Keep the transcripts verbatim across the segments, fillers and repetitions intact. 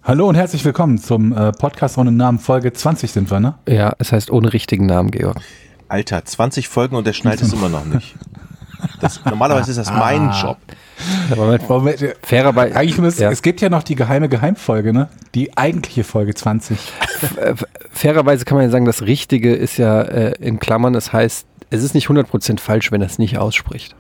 Hallo und herzlich willkommen zum äh, Podcast ohne Namen. Folge zwanzig sind wir, ne? Ja, es heißt ohne richtigen Namen, Georg. Alter, zwanzig Folgen und der schnallt es immer noch nicht. Das, normalerweise ist das mein ah. Job. Moment, Moment, fairer bei, Eigentlich muss, ja. Es gibt ja noch die geheime Geheimfolge, ne? Die eigentliche Folge zwanzig. Fairerweise kann man ja sagen, das Richtige ist ja äh, in Klammern, es heißt, es ist nicht hundert Prozent falsch, wenn er es nicht ausspricht.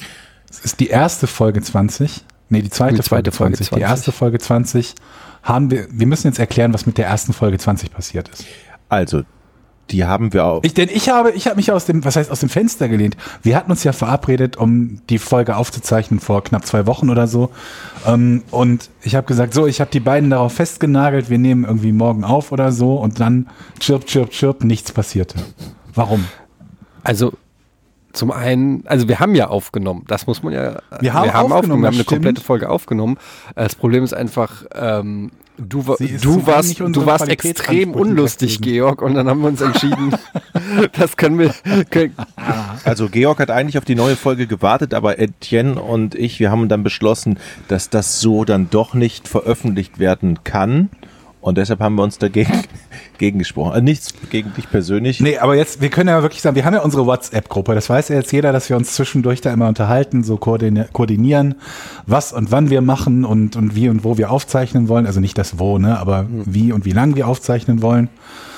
Es ist die erste Folge zwanzig. Nee, die zweite, die zweite Folge zwanzig. Folge zwanzig. Die erste Folge zwanzig haben wir, wir müssen jetzt erklären, was mit der ersten Folge zwanzig passiert ist. Also, die haben wir auch. Ich, denn ich habe, ich habe mich aus dem, was heißt aus dem Fenster gelehnt. Wir hatten uns ja verabredet, um die Folge aufzuzeichnen vor knapp zwei Wochen oder so. Ähm, und ich habe gesagt, so, ich habe die beiden darauf festgenagelt, wir nehmen irgendwie morgen auf oder so. Und dann chirp, chirp, chirp, nichts passierte. Warum? Also, zum einen, also wir haben ja aufgenommen, das muss man ja, wir haben, wir haben aufgenommen, aufgenommen, wir haben eine stimmt. komplette Folge aufgenommen. Das Problem ist einfach, ähm, du, du warst, du warst extrem unlustig, Georg, und dann haben wir uns entschieden, das können wir. Können also Georg hat eigentlich auf die neue Folge gewartet, aber Etienne und ich, wir haben dann beschlossen, dass das so dann doch nicht veröffentlicht werden kann. Und deshalb haben wir uns dagegen gegen gesprochen. Also nichts gegen dich persönlich. Nee, aber jetzt, wir können ja wirklich sagen, wir haben ja unsere WhatsApp-Gruppe. Das weiß ja jetzt jeder, dass wir uns zwischendurch da immer unterhalten, so koordinieren, was und wann wir machen und, und wie und wo wir aufzeichnen wollen. Also nicht das Wo, ne, aber mhm. wie und wie lang wir aufzeichnen wollen.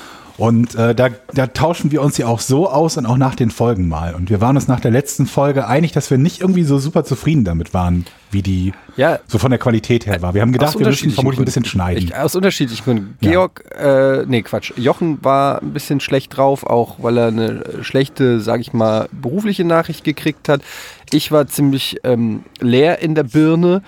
Und äh, da, da tauschen wir uns ja auch so aus und auch nach den Folgen mal. Und wir waren uns nach der letzten Folge einig, dass wir nicht irgendwie so super zufrieden damit waren, wie die ja, so von der Qualität her war. Wir haben gedacht, wir müssen vermutlich ein bisschen schneiden. Ich, aus unterschiedlichen Gründen. Ja. Georg, äh, nee Quatsch, Jochen war ein bisschen schlecht drauf, auch weil er eine schlechte, sag ich mal, berufliche Nachricht gekriegt hat. Ich war ziemlich ähm, leer in der Birne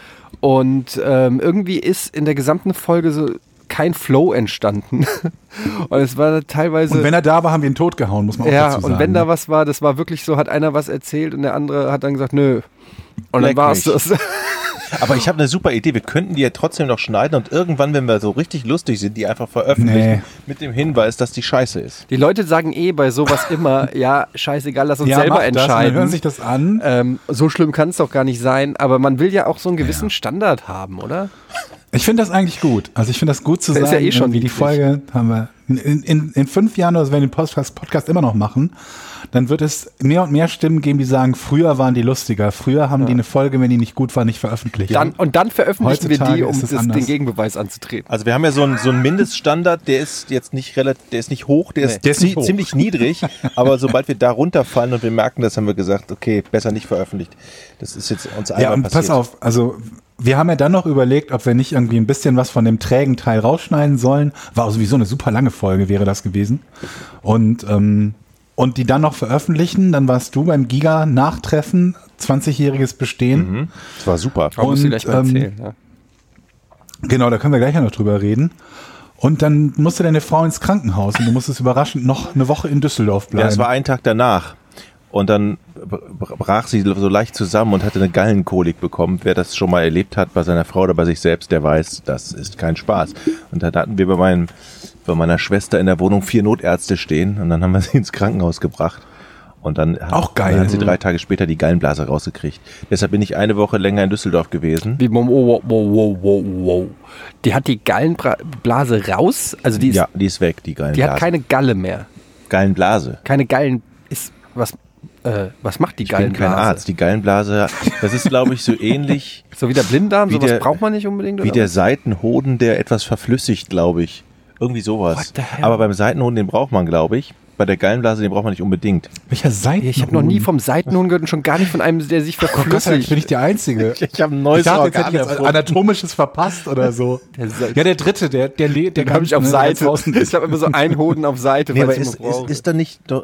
und ähm, irgendwie ist in der gesamten Folge so kein Flow entstanden. Und es war teilweise... Und wenn er da war, haben wir ihn totgehauen, muss man auch ja, dazu sagen. Ja, und wenn da was war, das war wirklich so, hat einer was erzählt und der andere hat dann gesagt, nö. Und Leck dann war es das. Aber ich habe eine super Idee, wir könnten die ja trotzdem noch schneiden und irgendwann, wenn wir so richtig lustig sind, die einfach veröffentlichen nee. mit dem Hinweis, dass die scheiße ist. Die Leute sagen eh bei sowas immer, ja, scheißegal, lass uns ja, selber mach entscheiden. Das, dann hören sich das an. Ähm, so schlimm kann es doch gar nicht sein, aber man will ja auch so einen gewissen ja. Standard haben, oder? Ich finde das eigentlich gut. Also ich finde das gut zu das sagen, ist ja eh schon wie die Folge haben wir in, in, in fünf Jahren, also wenn wir den Podcast, Podcast immer noch machen, dann wird es mehr und mehr Stimmen geben, die sagen, früher waren die lustiger, früher haben ja. die eine Folge, wenn die nicht gut war, nicht veröffentlicht. Dann, und dann veröffentlichen Heutzutage wir die, um das das, den Gegenbeweis anzutreten. Also wir haben ja so einen, so einen Mindeststandard, der ist jetzt nicht relativ, der ist nicht hoch, der nee, ist, der ist nicht hoch. ziemlich niedrig, aber sobald wir da runterfallen und wir merken das, haben wir gesagt, okay, besser nicht veröffentlicht. Das ist jetzt uns einmal ja, und passiert. Pass auf, also wir haben ja dann noch überlegt, ob wir nicht irgendwie ein bisschen was von dem trägen Teil rausschneiden sollen. War sowieso eine super lange Folge, wäre das gewesen. Und, ähm, und die dann noch veröffentlichen. Dann warst du beim Giga-Nachtreffen, zwanzigjähriges Bestehen. Mhm. Das war super. Und, muss ich gleich mal erzählen, ähm, ja. Genau, da können wir gleich noch drüber reden. Und dann musste deine Frau ins Krankenhaus und du musstest überraschend noch eine Woche in Düsseldorf bleiben. Ja, es war ein Tag danach. Und dann brach sie so leicht zusammen und hatte eine Gallenkolik bekommen. Wer das schon mal erlebt hat bei seiner Frau oder bei sich selbst, der weiß, das ist kein Spaß. Und dann hatten wir bei, meinem, bei meiner Schwester in der Wohnung vier Notärzte stehen und dann haben wir sie ins Krankenhaus gebracht. Und dann, auch geil. Dann hat sie drei Tage später die Gallenblase rausgekriegt. Deshalb bin ich eine Woche länger in Düsseldorf gewesen. Wie, wow, wow, wow, wow, wow. Die hat die Gallenblase raus? Also die ist, ja, die ist weg, die Gallenblase. Die hat keine Galle mehr. Gallenblase. Keine Gallen... Ist was... Äh, was macht die ich Gallenblase? Ich bin kein Arzt. Die Gallenblase, das ist, glaube ich, so ähnlich... So wie der Blinddarm? Wie sowas der, braucht man nicht unbedingt? Wie oder der was? Seitenhoden, der etwas verflüssigt, glaube ich. Irgendwie sowas. Aber beim Seitenhoden, den braucht man, glaube ich. Bei der Gallenblase, den braucht man nicht unbedingt. Welcher Seitenhoden? Ich habe noch nie vom Seitenhoden gehört und schon gar nicht von einem, der sich verflüssigt. Ich bin nicht der Einzige. Ich, ich habe ein neues ich dachte, Organ jetzt hätte ich jetzt Anatomisches verpasst oder so. Der ja, der dritte, der der der, der habe ich auf Seite. Ich habe immer so einen Hoden auf Seite. Nee, aber ist, ist, ist da nicht... Do-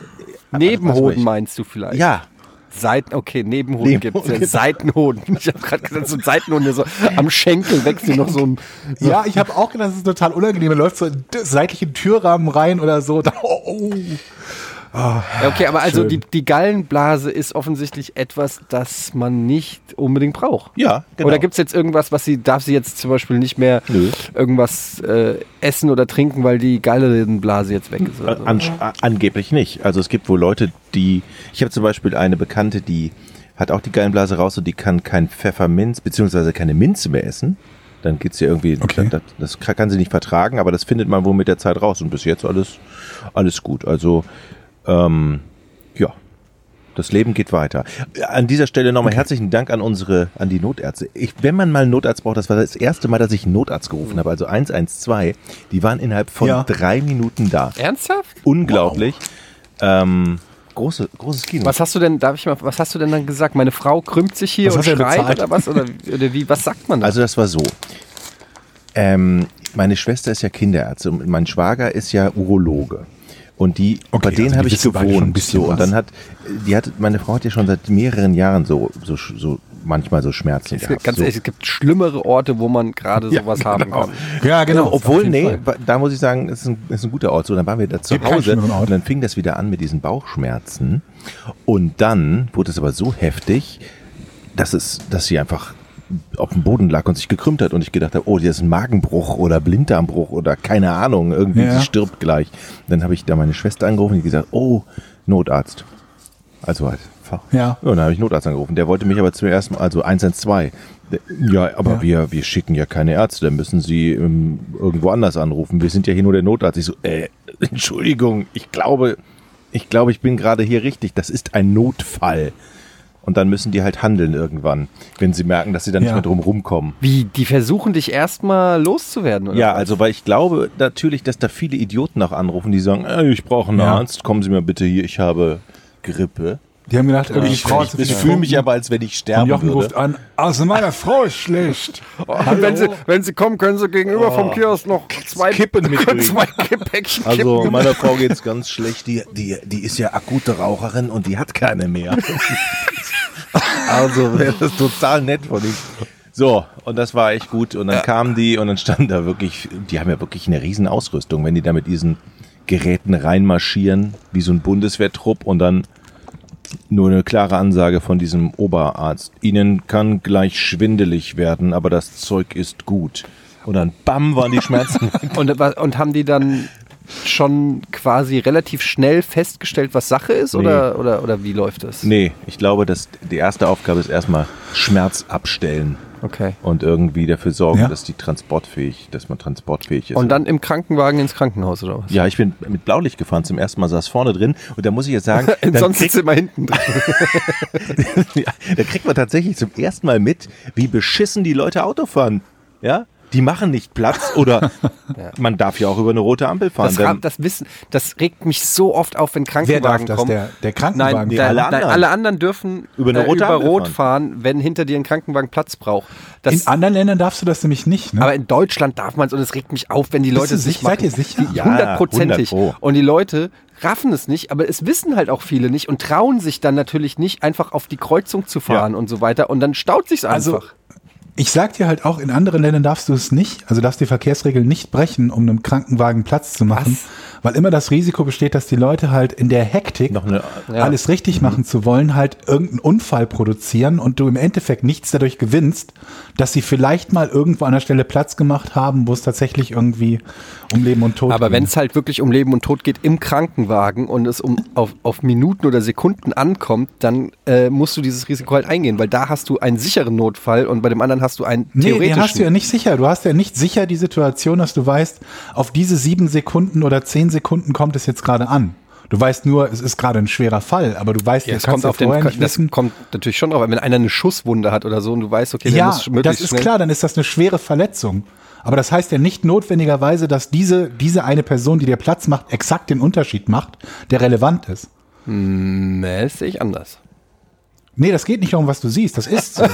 Nebenhoden meinst du vielleicht? Ja. Seiten, okay, Nebenhoden gibt es ja. Seitenhoden. Ich habe gerade gesagt, so ein Seitenhoden, so am Schenkel wächst dir noch so ein... So. Ja, ich habe auch gedacht, das ist total unangenehm. Er läuft so in seitlichen Türrahmen rein oder so. Da, oh, oh. Oh, ja, okay, aber also die, die Gallenblase ist offensichtlich etwas, das man nicht unbedingt braucht. Ja, genau. Oder gibt es jetzt irgendwas, was sie, darf sie jetzt zum Beispiel nicht mehr Nö. irgendwas äh, essen oder trinken, weil die Gallenblase jetzt weg ist? Oder so? An, angeblich nicht. Also es gibt wohl Leute, die, ich habe zum Beispiel eine Bekannte, die hat auch die Gallenblase raus und die kann kein Pfefferminz, beziehungsweise keine Minze mehr essen. Dann geht's ja irgendwie, Okay. das, das kann sie nicht vertragen, aber das findet man wohl mit der Zeit raus und bis jetzt alles, alles gut. Also, ähm, ja, das Leben geht weiter. An dieser Stelle nochmal okay. herzlichen Dank an unsere, an die Notärzte. Ich, wenn man mal einen Notarzt braucht, das war das erste Mal, dass ich einen Notarzt gerufen habe, also eins eins zwei, die waren innerhalb von ja. drei Minuten da. Ernsthaft? Unglaublich. Wow. Ähm, Große, großes Kino. Was hast du denn, darf ich mal, was hast du denn dann gesagt? Meine Frau krümmt sich hier was und schreit oder was? Oder, oder wie, was sagt man da? Also das war so. Ähm, meine Schwester ist ja Kinderärztin und mein Schwager ist ja Urologe. Und die, okay, bei denen also habe ich gewohnt. So, und dann hat, die hat, meine Frau hat ja schon seit mehreren Jahren so, so, so manchmal so Schmerzen es gehabt. Gibt, ganz so. ehrlich, es gibt schlimmere Orte, wo man gerade ja, sowas genau. haben kann. Ja, genau. Ja, obwohl, nee, Fall. da muss ich sagen, es ist ein, ist ein guter Ort. So, dann waren wir da zu gibt Hause und dann fing das wieder an mit diesen Bauchschmerzen. Und dann wurde es aber so heftig, dass es, dass sie einfach auf dem Boden lag und sich gekrümmt hat und ich gedacht habe, oh, das ist ein Magenbruch oder Blinddarmbruch oder keine Ahnung, irgendwie ja. sie stirbt gleich. Dann habe ich da meine Schwester angerufen und die gesagt, oh, Notarzt. Also halt. Ja. ja. Und dann habe ich Notarzt angerufen. Der wollte mich aber zuerst mal, also eins eins zwei. Ja, aber ja. wir wir schicken ja keine Ärzte, dann müssen Sie ähm, irgendwo anders anrufen. Wir sind ja hier nur der Notarzt. Ich so, äh, Entschuldigung, ich glaube, ich glaube, ich bin gerade hier richtig. Das ist ein Notfall. Und dann müssen die halt handeln irgendwann, wenn sie merken, dass sie dann ja. nicht mehr drum rumkommen. Wie, die versuchen dich erstmal loszuwerden, oder? Ja, was? also weil ich glaube natürlich, dass da viele Idioten auch anrufen, die sagen, ey, ich brauche einen ja. Arzt, kommen Sie mal bitte hier, ich habe Grippe. Die haben gedacht, ja. die ich, Frau ich, ich fühle mich aber, als wenn ich sterben und Jochen würde. ruft an, also meine Frau ist schlecht. Oh, wenn, sie, wenn sie kommen, können sie gegenüber oh. vom Kiosk noch zwei Kippen mitbringen. zwei Gepäckchen Also kippen. meiner Frau geht's ganz schlecht, die, die, die ist ja akute Raucherin und die hat keine mehr. Also wäre das total nett von ihm. So, und das war echt gut. Und dann ja. kamen die und dann standen da wirklich, die haben ja wirklich eine riesen Ausrüstung, wenn die da mit diesen Geräten reinmarschieren, wie so ein Bundeswehrtrupp und dann nur eine klare Ansage von diesem Oberarzt. Ihnen kann gleich schwindelig werden, aber das Zeug ist gut. Und dann bam, waren die Schmerzen. und, und haben die dann schon quasi relativ schnell festgestellt, was Sache ist? Nee. Oder, oder, oder wie läuft das? Nee, ich glaube, dass die erste Aufgabe ist erstmal Schmerz abstellen. Okay. Und irgendwie dafür sorgen, ja. dass die transportfähig, dass man transportfähig ist. Und dann im Krankenwagen ins Krankenhaus, oder was? Ja, ich bin mit Blaulicht gefahren zum ersten Mal, saß vorne drin und da muss ich jetzt sagen, sonst sitzt immer hinten drin. ja, da kriegt man tatsächlich zum ersten Mal mit, wie beschissen die Leute Auto fahren. Ja? Die machen nicht Platz oder ja. man darf ja auch über eine rote Ampel fahren. Das, das Wissen, das regt mich so oft auf, wenn Krankenwagen Wer darf das? kommen. Der, der Krankenwagen? Nein, nee, der, alle, nein anderen. alle anderen dürfen über, eine rote äh, über Rot fahren. fahren, wenn hinter dir ein Krankenwagen Platz braucht. Das, in anderen Ländern darfst du das nämlich nicht. Ne? Aber in Deutschland darf man es und es regt mich auf, wenn die Leute es nicht machen. Seid ihr sicher? Die, hundertprozentig. Ja, und die Leute raffen es nicht, aber es wissen halt auch viele nicht und trauen sich dann natürlich nicht, einfach auf die Kreuzung zu fahren ja. und so weiter. Und dann staut sich's einfach. Also, ich sag dir halt auch, in anderen Ländern darfst du es nicht, also darfst die Verkehrsregeln nicht brechen, um einem Krankenwagen Platz zu machen, was? Weil immer das Risiko besteht, dass die Leute halt in der Hektik, Noch eine, ja. alles richtig mhm. machen zu wollen, halt irgendeinen Unfall produzieren und du im Endeffekt nichts dadurch gewinnst, dass sie vielleicht mal irgendwo an der Stelle Platz gemacht haben, wo es tatsächlich irgendwie um Leben und Tod geht. Aber wenn es halt wirklich um Leben und Tod geht im Krankenwagen und es um auf, auf Minuten oder Sekunden ankommt, dann äh, musst du dieses Risiko halt eingehen, weil da hast du einen sicheren Notfall und bei dem anderen hast du einen theoretischen. Nee, den hast du ja nicht sicher. Du hast ja nicht sicher die Situation, dass du weißt, auf diese sieben Sekunden oder zehn Sekunden kommt es jetzt gerade an. Du weißt nur, es ist gerade ein schwerer Fall, aber du weißt, ja, du es kannst kommt auf ja vorher den, nicht das wissen. kommt natürlich schon drauf, wenn einer eine Schusswunde hat oder so und du weißt, okay, der ja, muss möglichst das ist schnell. klar, dann ist das eine schwere Verletzung. Aber das heißt ja nicht notwendigerweise, dass diese, diese eine Person, die dir Platz macht, exakt den Unterschied macht, der relevant ist. Hm, das sehe ich anders. Nee, das geht nicht darum, was du siehst, das ist so.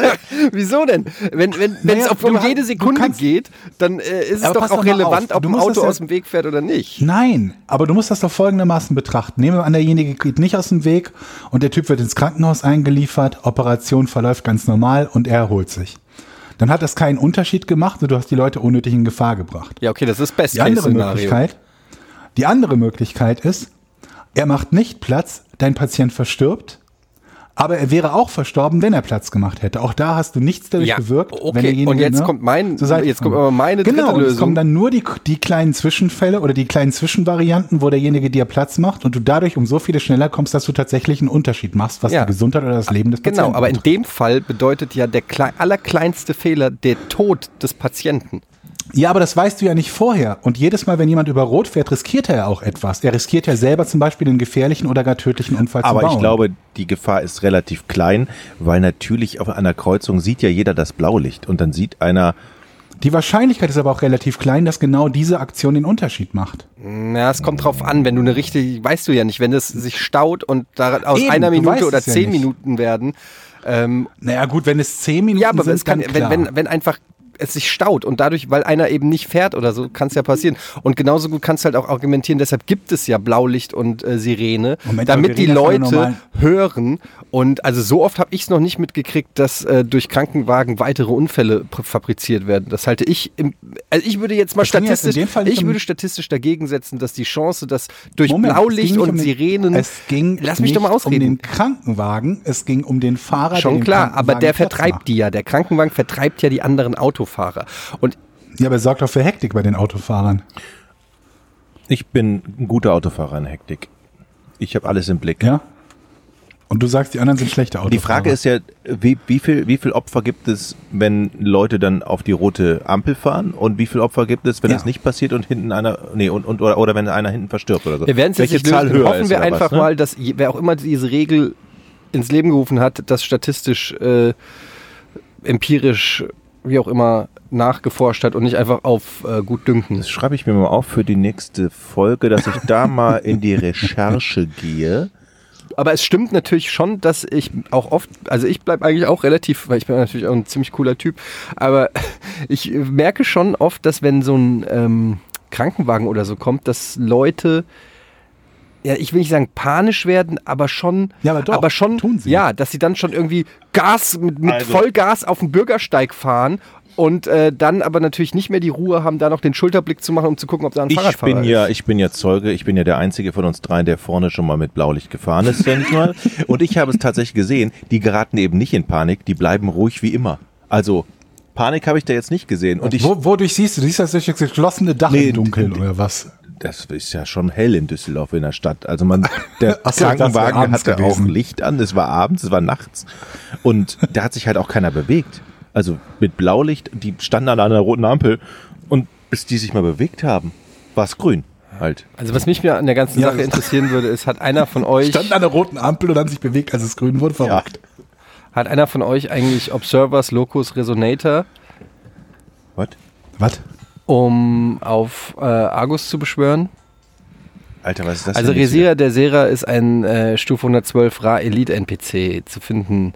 Wieso denn? Wenn wenn wenn Naja, es auf du um hast- jede du Sekunde kannst- geht, dann äh, ist es Aber doch pass auch doch mal relevant, auf. ob Du ein musst Auto das ja- aus dem Weg fährt oder nicht. Nein, aber du musst das doch folgendermaßen betrachten. Nehmen wir an, derjenige geht nicht aus dem Weg und der Typ wird ins Krankenhaus eingeliefert, Operation verläuft ganz normal und er erholt sich. Dann hat das keinen Unterschied gemacht und du hast die Leute unnötig in Gefahr gebracht. Ja, okay, das ist Die andere Best-Case-Szenario. Möglichkeit, die andere Möglichkeit ist, er macht nicht Platz, dein Patient verstirbt, Aber er wäre auch verstorben, wenn er Platz gemacht hätte. Auch da hast du nichts dadurch Ja, bewirkt. okay. Wenn derjenige, Und jetzt ne, kommt mein, zur Seite jetzt kommt kommt. aber meine dritte Genau, und es Lösung. kommen dann nur die, die kleinen Zwischenfälle oder die kleinen Zwischenvarianten, wo derjenige dir Platz macht und du dadurch um so viele schneller kommst, dass du tatsächlich einen Unterschied machst, was Ja. die Gesundheit oder das Leben des Patienten Genau, aber in betrifft. dem Fall bedeutet ja der klei- allerkleinste Fehler der Tod des Patienten. Ja, aber das weißt du ja nicht vorher. Und jedes Mal, wenn jemand über Rot fährt, riskiert er ja auch etwas. Er riskiert ja selber zum Beispiel einen gefährlichen oder gar tödlichen Unfall zu Aber bauen. ich glaube, die Gefahr ist relativ klein, weil natürlich auf einer Kreuzung sieht ja jeder das Blaulicht und dann sieht einer, Die Wahrscheinlichkeit ist aber auch relativ klein, dass genau diese Aktion den Unterschied macht. Na, es kommt drauf an, wenn du eine richtige, weißt du ja nicht, wenn es sich staut und da aus Eben, einer du Minute weißt oder es ja zehn nicht. Minuten werden. Ähm, Naja gut, wenn es zehn Minuten ja, aber sind, es kann, dann wenn, klar. wenn, wenn einfach es sich staut und dadurch, weil einer eben nicht fährt oder so, kann es ja passieren. Und genauso gut kannst du halt auch argumentieren, deshalb gibt es ja Blaulicht und äh, Sirene, Moment, aber wir damit die reden ja von einer Leute normalen- hören. Und also so oft habe ich es noch nicht mitgekriegt, dass äh, durch Krankenwagen weitere Unfälle pr- fabriziert werden. Das halte ich, im, also ich würde jetzt mal Das ging jetzt in statistisch, dem Fall nicht ich um- würde statistisch dagegen setzen, dass die Chance, dass durch Moment, es Blaulicht ging nicht und um den, Sirenen, Es ging lass mich nicht doch mal um ausreden. den Krankenwagen, es ging um den Fahrer, Schon der den klar, aber Krankenwagen der Platz vertreibt macht. die ja. Der Krankenwagen vertreibt ja die anderen Autofahrer. Und Ja, aber er sorgt auch für Hektik bei den Autofahrern. ich bin ein guter Autofahrer in Hektik. Ich habe alles im Blick. Ja? Und du sagst, die anderen sind schlechte Autofahrer. Die Frage ist ja, wie, wie viel, wie viel Opfer gibt es, wenn Leute dann auf die rote Ampel fahren und wie viel Opfer gibt es, wenn Ja. das nicht passiert und hinten einer, nee, und, und oder, oder wenn einer hinten verstirbt oder so. wir werden es jetzt Welche nicht Zahl lösen. höher Hoffen ist wir oder einfach was, ne? mal, dass je- wer auch immer diese Regel ins Leben gerufen hat, das statistisch, äh, empirisch, wie auch immer, nachgeforscht hat und nicht einfach auf äh, Gutdünken. Das schreibe ich mir mal auf für die nächste Folge, dass ich da mal in die Recherche gehe. Aber es stimmt natürlich schon, dass ich auch oft, also ich bleibe eigentlich auch relativ, weil ich bin natürlich auch ein ziemlich cooler Typ, aber ich merke schon oft, dass wenn so ein ähm, Krankenwagen oder so kommt, dass Leute, ja, ich will nicht sagen panisch werden, aber schon, Ja, aber doch, schon, tun sie. ja, dass sie dann schon irgendwie Gas, mit, mit Also- Vollgas auf den Bürgersteig fahren und äh, dann aber natürlich nicht mehr die Ruhe haben, da noch den Schulterblick zu machen, um zu gucken, ob da ein Ich Fahrradfahrer bin ist. ja, ich bin ja Zeuge, ich bin ja der einzige von uns dreien, der vorne schon mal mit Blaulicht gefahren ist, denke ich mal. Und ich habe es tatsächlich gesehen, die geraten eben nicht in Panik, die bleiben ruhig wie immer. Also, Panik habe ich da jetzt nicht gesehen. Und ich, Wo, wodurch siehst du? Du siehst das durch das geschlossene Dach Nee, im Dunkeln d- oder was? das ist ja schon hell in Düsseldorf in der Stadt. Also man, der Ach so, das wär Krankenwagen abends hatte auch gewesen. Licht an, es war abends, es war nachts. Und da hat sich halt auch keiner bewegt. Also mit Blaulicht, die standen an einer roten Ampel und bis die sich mal bewegt haben, war es grün halt. Also was mich mir an der ganzen Ja, Sache das- interessieren würde, ist, hat einer von euch, Stand an der roten Ampel und dann sich bewegt, als es grün wurde. Verrückt. hat einer von euch eigentlich Observers Locus Resonator, Was? Was? um auf äh, Argus zu beschwören? Alter, was ist das Also denn jetzt Resira der Sera ist ein äh, Stufe hundertzwölf Ra Elite N P C zu finden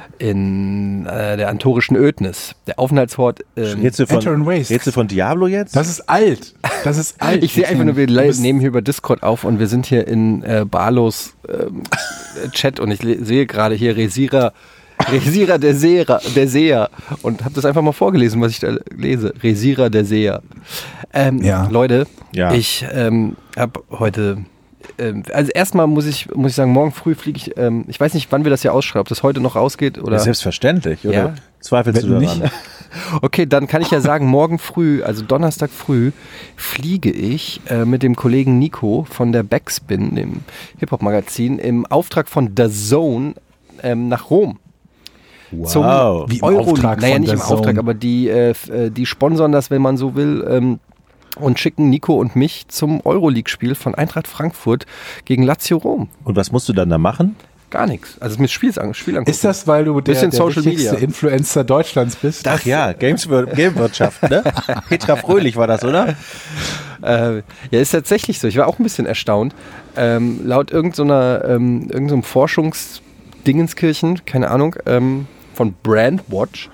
in äh, der antorischen Ödnis. Der Aufenthaltsort. wieder? Ähm, Redest du Enter and von, Waste. redest du von Diablo jetzt? Das ist alt. Das ist alt. ich sehe einfach nur, wir Du le- bist- nehmen hier über Discord auf und wir sind hier in äh, Barlos ähm, Chat und ich le- sehe gerade hier Resira, Resira der Sera, der Seher und habe das einfach mal vorgelesen, was ich da lese. Resira der Seher. Ähm, Ja. Leute, Ja. ich ähm, habe heute ähm, also erstmal muss ich muss ich sagen, morgen früh fliege ich. Ähm, ich weiß nicht, wann wir das hier ausschreiben, ob das heute noch rausgeht oder. Ja, selbstverständlich, oder? Ja. Zweifelst Wenn du nicht. daran? Okay, dann kann ich ja sagen, morgen früh, also Donnerstag früh, fliege ich äh, mit dem Kollegen Nico von der Backspin, dem Hip-Hop-Magazin, im Auftrag von The Zone ähm, nach Rom. Zum Wow. Wie im Euro Auftrag naja, von nicht The im Auftrag, Zone. aber die, äh, f- äh, die sponsern das, wenn man so will, ähm, und schicken Nico und mich zum Euroleague-Spiel von Eintracht Frankfurt gegen Lazio Rom. Und was musst du dann da machen? Gar nichts. Also mir das Spiel an, Spiel angucken. Ist das, weil du der, Bisschen der Social wichtigste Media. Influencer Deutschlands bist? Ach ja, Gameswir- Gamewirtschaft, ne? Petra Fröhlich war das, oder? Äh, ja, ist tatsächlich so. Ich war auch ein bisschen erstaunt. Ähm, laut irgendeiner, ähm, irgendeinem Forschungsdingenskirchen, keine Ahnung, ähm, von Brandwatch,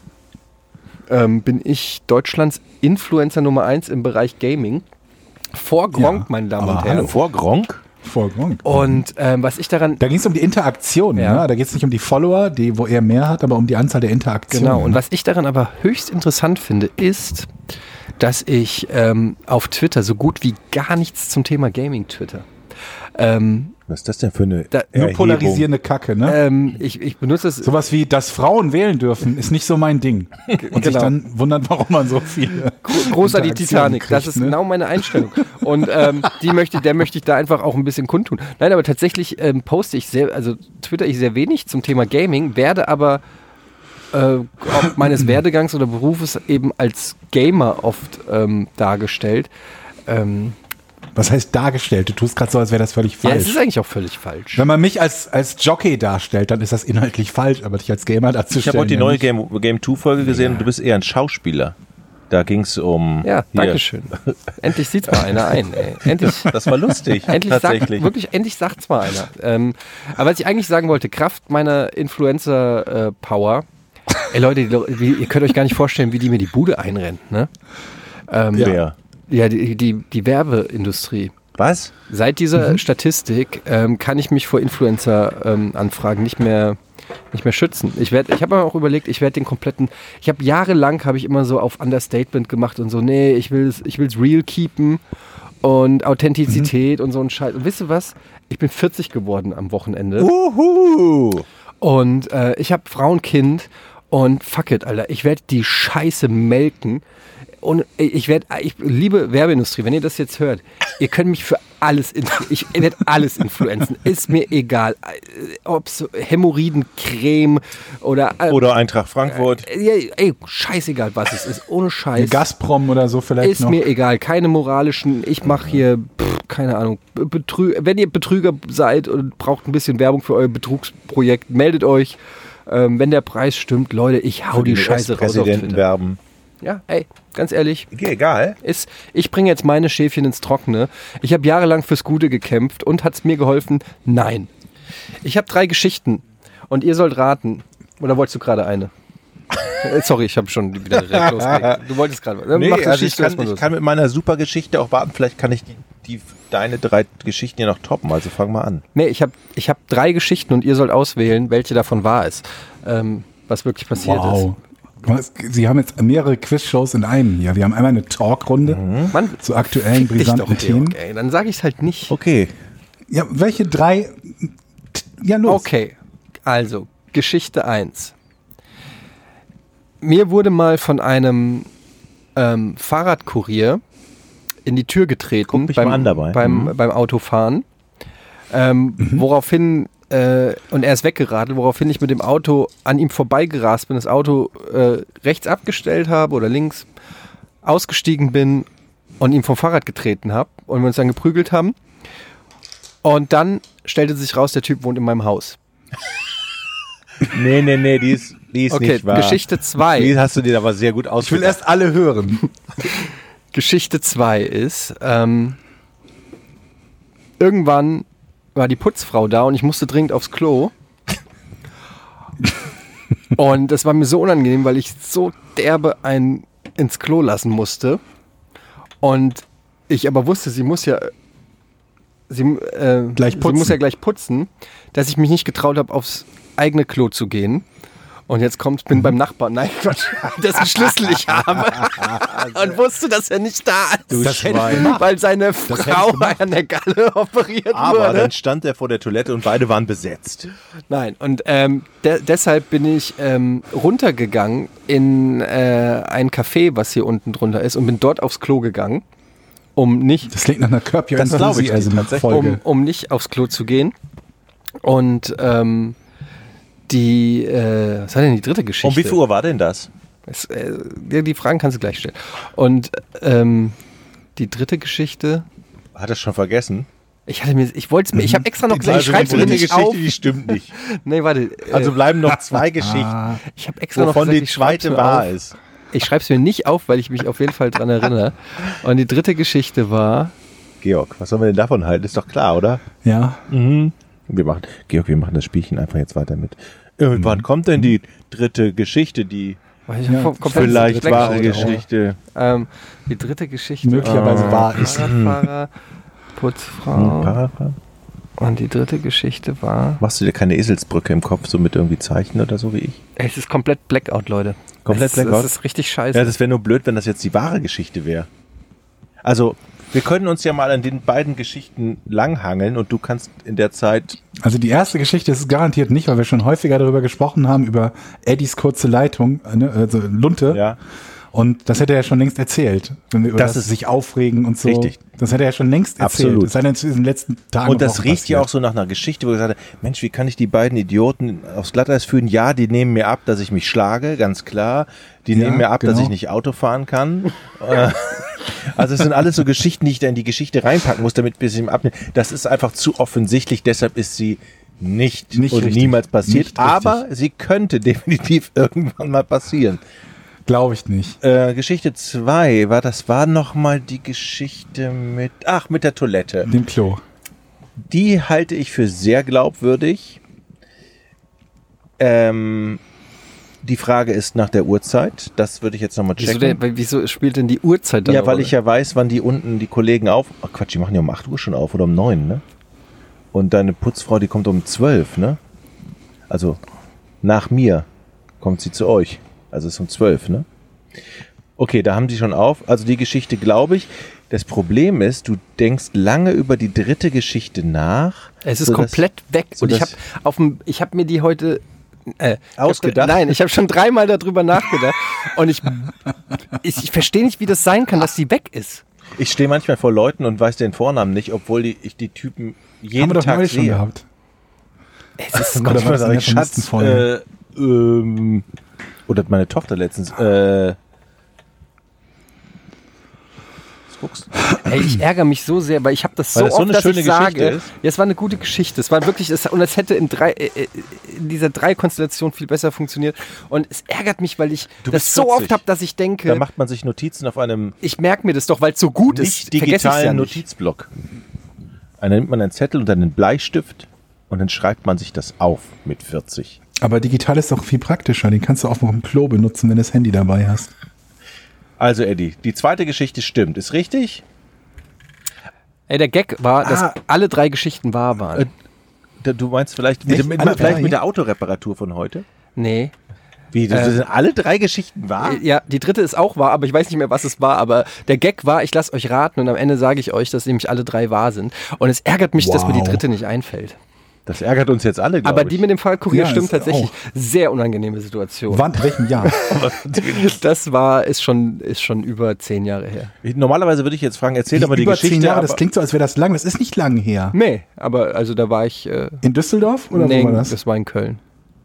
ähm, bin ich Deutschlands Influencer Nummer eins im Bereich Gaming. Vor Gronk, Ja, meine Damen aber und Herren. hallo. Vor Gronk? Voll Gronk. Und ähm, was ich daran... Da ging es um die Interaktion. Ja. Ne? Da geht es nicht um die Follower, die, wo er mehr hat, aber um die Anzahl der Interaktionen. Genau, und was ich daran aber höchst interessant finde, ist, dass ich ähm, auf Twitter so gut wie gar nichts zum Thema Gaming twitter. Ähm, Was ist das denn für eine Da- Nur Erhebung? polarisierende Kacke, ne? ähm, ich, ich benutze es. Sowas wie, dass Frauen wählen dürfen, ist nicht so mein Ding. Und sich Genau. dann wundert, warum man so viele Großer die Interaktionen Titanic, das kriegt, ist ne? genau meine Einstellung. Und ähm, die möchte, der möchte ich da einfach auch ein bisschen kundtun. Nein, aber tatsächlich ähm, poste ich sehr, also twitter ich sehr wenig zum Thema Gaming, werde aber äh, ob meines Werdegangs oder Berufes eben als Gamer oft ähm, dargestellt. Ähm, Was heißt dargestellt? Du tust gerade so, als wäre das völlig ja, es falsch. ist eigentlich auch völlig falsch. Wenn man mich als, als Jockey darstellt, dann ist das inhaltlich falsch, aber dich als Gamer darzustellen. Ich habe heute die ja neue nicht. Game, Game zwei Folge gesehen und du bist eher ein Schauspieler. Da ging es um... Ja, hier. danke schön. Endlich sieht's mal einer ein. Ey. Endlich. Das war lustig, Endlich sagt, tatsächlich. wirklich, endlich sagt's mal einer. Ähm, aber was ich eigentlich sagen wollte, Kraft meiner Influencer-Power, ey Leute, die, wie, ihr könnt euch gar nicht vorstellen, wie die mir die Bude einrennt, ne? Ähm, ja, Wer? ja die, die, die Werbeindustrie. Was? Seit dieser Statistik ähm, kann ich mich vor Influencer-Anfragen ähm, nicht mehr nicht mehr schützen. Ich werde, ich habe mir auch überlegt, ich werde den kompletten, ich habe jahrelang habe ich immer so auf Understatement gemacht und so, nee, ich will es ich will's real keepen und Authentizität mhm. und so ein Scheiß. Und wisst ihr was? Ich bin vierzig geworden am Wochenende. Uhu. Und äh, ich habe Frau und Kind und fuck it, Alter, ich werde die Scheiße melken. Und ich werde, ich liebe Werbeindustrie, wenn ihr das jetzt hört, ihr könnt mich für alles, influ- ich werde alles influenzen, ist mir egal, ob es Hämorrhoidencreme oder äh, Oder Eintracht Frankfurt. äh, ey, scheißegal, was es ist, ohne Scheiß. Gazprom oder so vielleicht Ist noch. mir egal, keine moralischen, ich mache hier, pff, keine Ahnung, Betrü- wenn ihr Betrüger seid und braucht ein bisschen Werbung für euer Betrugsprojekt, meldet euch. Ähm, wenn der Preis stimmt, Leute, ich hau die Scheiße raus auf Präsidenten Twitter. werben. Ja, ey, ganz ehrlich, Egal. ist, ich bringe jetzt meine Schäfchen ins Trockene. Ich habe jahrelang fürs Gute gekämpft und hat es mir geholfen? Nein. Ich habe drei Geschichten und ihr sollt raten. Oder wolltest du gerade eine? Äh, Sorry, ich habe schon wieder direkt losgelegt. Du wolltest gerade. Nee, Mach also ich Geschichte kann, erstmal ich los. kann mit meiner super Geschichte auch warten. Vielleicht kann ich die, die deine drei Geschichten ja noch toppen. Also fang mal an. Nee, ich habe ich hab drei Geschichten und ihr sollt auswählen, welche davon wahr ist. Ähm, was wirklich passiert Wow. Sie haben jetzt mehrere Quizshows in einem hier. Wir haben einmal eine Talkrunde ist. Mann, zu aktuellen, fick dich brisanten doch, Themen. Georg, ey. Dann sage ich es halt nicht. Okay. Ja, welche drei? Ja, los. Okay, also Geschichte eins. Mir wurde mal von einem ähm, Fahrradkurier in die Tür getreten Guck mich beim, mal an dabei. beim, Mhm. beim Autofahren, ähm, woraufhin, äh, und er ist weggeradelt, woraufhin ich mit dem Auto an ihm vorbeigerast bin, das Auto äh, rechts abgestellt habe oder links, ausgestiegen bin und ihn vom Fahrrad getreten habe und wir uns dann geprügelt haben. Und dann stellte sich raus, der Typ wohnt in meinem Haus. Nee, nee, nee, die ist, die ist Okay, nicht wahr. Geschichte zwei. Die hast du dir aber sehr gut Ich will ausgedacht. erst alle hören. Geschichte zwei ist, ähm, irgendwann war die Putzfrau da und ich musste dringend aufs Klo. Und das war mir so unangenehm, weil ich so derbe einen ins Klo lassen musste. Und ich aber wusste, sie muss ja sie, äh, Gleich sie putzen. muss ja gleich putzen, dass ich mich nicht getraut habe, aufs eigene Klo zu gehen. Und jetzt kommt, bin beim Nachbarn, nein, Quatsch, dessen Schlüssel ich habe. Und wusste, dass er nicht da ist. Das hätte ich gemacht. Weil seine hätte ich Frau gemacht. an der Galle operiert Aber wurde. dann stand er vor der Toilette und beide waren besetzt. Nein, und ähm, de deshalb bin ich ähm, runtergegangen in äh, ein Café, was hier unten drunter ist, und bin dort aufs Klo gegangen, um nicht, Das klingt nach einer Curb Your Das glaub ich Enthusiasm nicht, tatsächlich. Folge. um, um nicht aufs Klo zu gehen. Und ähm, die, äh, was war denn die dritte Geschichte? Um wie viel Uhr war denn das? Es, äh, die die Fragen kannst du gleich stellen. Und ähm, die dritte Geschichte, Hat er schon vergessen? ich hatte mir, ich wollte es mir, ich habe extra noch gesagt, ich Also schreibe es die mir dritte nicht Geschichte, auf. die stimmt nicht. Nee, warte. Äh, Also bleiben noch zwei Geschichten, Ah, ich habe extra noch wovon gesagt, die ich schreib's zweite mir wahr auf. ist. Ich schreibe es mir nicht auf, weil ich mich auf jeden Fall dran erinnere. Und die dritte Geschichte war, Georg, was sollen wir denn davon halten? Ist doch klar, oder? ja. Wir machen, Georg, wir machen das Spielchen einfach jetzt weiter mit. Äh, wann kommt denn die dritte Geschichte, die ich Ja, hab komplett vielleicht Black wahre Show. Geschichte? Ähm, die dritte Geschichte Möglicherweise war wahr ist. Fahrradfahrer, Hm, Putzfrau. Para- Und die dritte Geschichte war, Machst du dir keine Eselsbrücke im Kopf, so mit irgendwie Zeichnen oder so wie ich? es ist komplett Blackout, Leute. Komplett es, Blackout? Es ist richtig scheiße. Ja, das wäre nur blöd, wenn das jetzt die wahre Geschichte wäre. Also, Wir können uns ja mal an den beiden Geschichten langhangeln und du kannst in der Zeit... Also die erste Geschichte ist garantiert nicht, weil wir schon häufiger darüber gesprochen haben, über Eddies kurze Leitung, also Lunte. Ja. Und das hätte er ja schon längst erzählt. Wenn wir über Das das ist sich aufregen und so. richtig. Das hätte er ja schon längst erzählt. Absolut. Das sei denn in diesen letzten Tagen. Und das Wochen riecht ja passiert. auch so nach einer Geschichte, wo er gesagt hat, Mensch, wie kann ich die beiden Idioten aufs Glatteis führen? Ja, die nehmen mir ab, dass ich mich schlage, ganz klar. Die Ja, nehmen mir ab, genau. dass ich nicht Auto fahren kann. Äh, also es sind alles so Geschichten, die ich da in die Geschichte reinpacken muss, damit wir sie ihm abnehmen. Das ist einfach zu offensichtlich, deshalb ist sie nicht, Nicht und richtig. niemals passiert. Nicht Aber sie könnte definitiv irgendwann mal passieren. Glaube ich nicht. Äh, Geschichte zwei war, das war nochmal die Geschichte mit, ach, mit der Toilette. Dem Klo. Die halte ich für sehr glaubwürdig. Ähm, die Frage ist nach der Uhrzeit. Das würde ich jetzt nochmal Wieso, checken. der, wieso spielt denn die Uhrzeit da Ja, eine weil Rolle? ich ja weiß, wann die unten die Kollegen auf... Ach Quatsch, die machen ja um acht Uhr schon auf oder um neun, ne? Und deine Putzfrau, die kommt um zwölf, ne? Also nach mir kommt sie zu euch. Also es ist um zwölf, ne? Okay, da haben die schon auf. Also die Geschichte glaube ich. Das Problem ist, du denkst lange über die dritte Geschichte nach. Es ist sodass- komplett weg. Und ich habe sodass- auf dem, ich habe mir die heute äh, Ausgedacht? Ich hab, nein, ich habe schon dreimal darüber nachgedacht. Und ich, ich, ich verstehe nicht, wie das sein kann, dass die weg ist. Ich stehe manchmal vor Leuten und weiß den Vornamen nicht, obwohl die, ich die Typen jeden Haben wir doch Tag neulich schon sehe. gehabt. Es ist Oder war Manchmal das in sage der ich, Schatz, vermissten Folge? äh, ähm, oder meine Tochter letztens, äh, was guckst du? Ey, ich ärgere mich so sehr, weil ich habe das Weil so das so oft, eine dass schöne ich sage, Geschichte ist. ja, es war eine gute Geschichte. Es war wirklich, es, und es hätte in drei, äh, äh, in dieser drei Konstellation viel besser funktioniert. Und es ärgert mich, weil ich Du das bist so vierzig. oft habe, dass ich Da denke, macht man sich Notizen auf einem ich merke mir das doch, weil es so gut nicht ist. vergesse ich's digitalen ja nicht. Notizblock. Dann nimmt man einen Zettel und einen Bleistift und dann schreibt man sich das auf mit vierzig. Aber digital ist doch viel praktischer. Den kannst du auch noch im Klo benutzen, wenn du das Handy dabei hast. Also Eddie, die zweite Geschichte stimmt, ist richtig? Ey, der Gag war, dass Ah. alle drei Geschichten wahr waren. Äh, Da- Du meinst vielleicht mit, Echt? mit, Alle vielleicht drei? mit der Autoreparatur von heute? Nee. Wie, das Äh, sind alle drei Geschichten wahr? Ja, die dritte ist auch wahr, aber ich weiß nicht mehr, was es war. Aber der Gag war, ich lasse euch raten und am Ende sage ich euch, dass nämlich alle drei wahr sind. Und es ärgert mich, dass mir die Wow. dritte nicht einfällt. Das ärgert uns jetzt alle, glaube Aber die ich. mit dem Fahrradkurier Ja, stimmt ist tatsächlich. auch. Sehr unangenehme Situation. Wann, in welchem Jahr? Das war, ist schon, ist schon über zehn Jahre her. Normalerweise würde ich jetzt fragen, erzähl doch mal die Über Geschichte. zehn Jahre, das aber- klingt so, als wäre das lang. Das ist nicht lang her. Nee, aber also da war ich, äh, In Düsseldorf oder nee, wo war das? das war in Köln.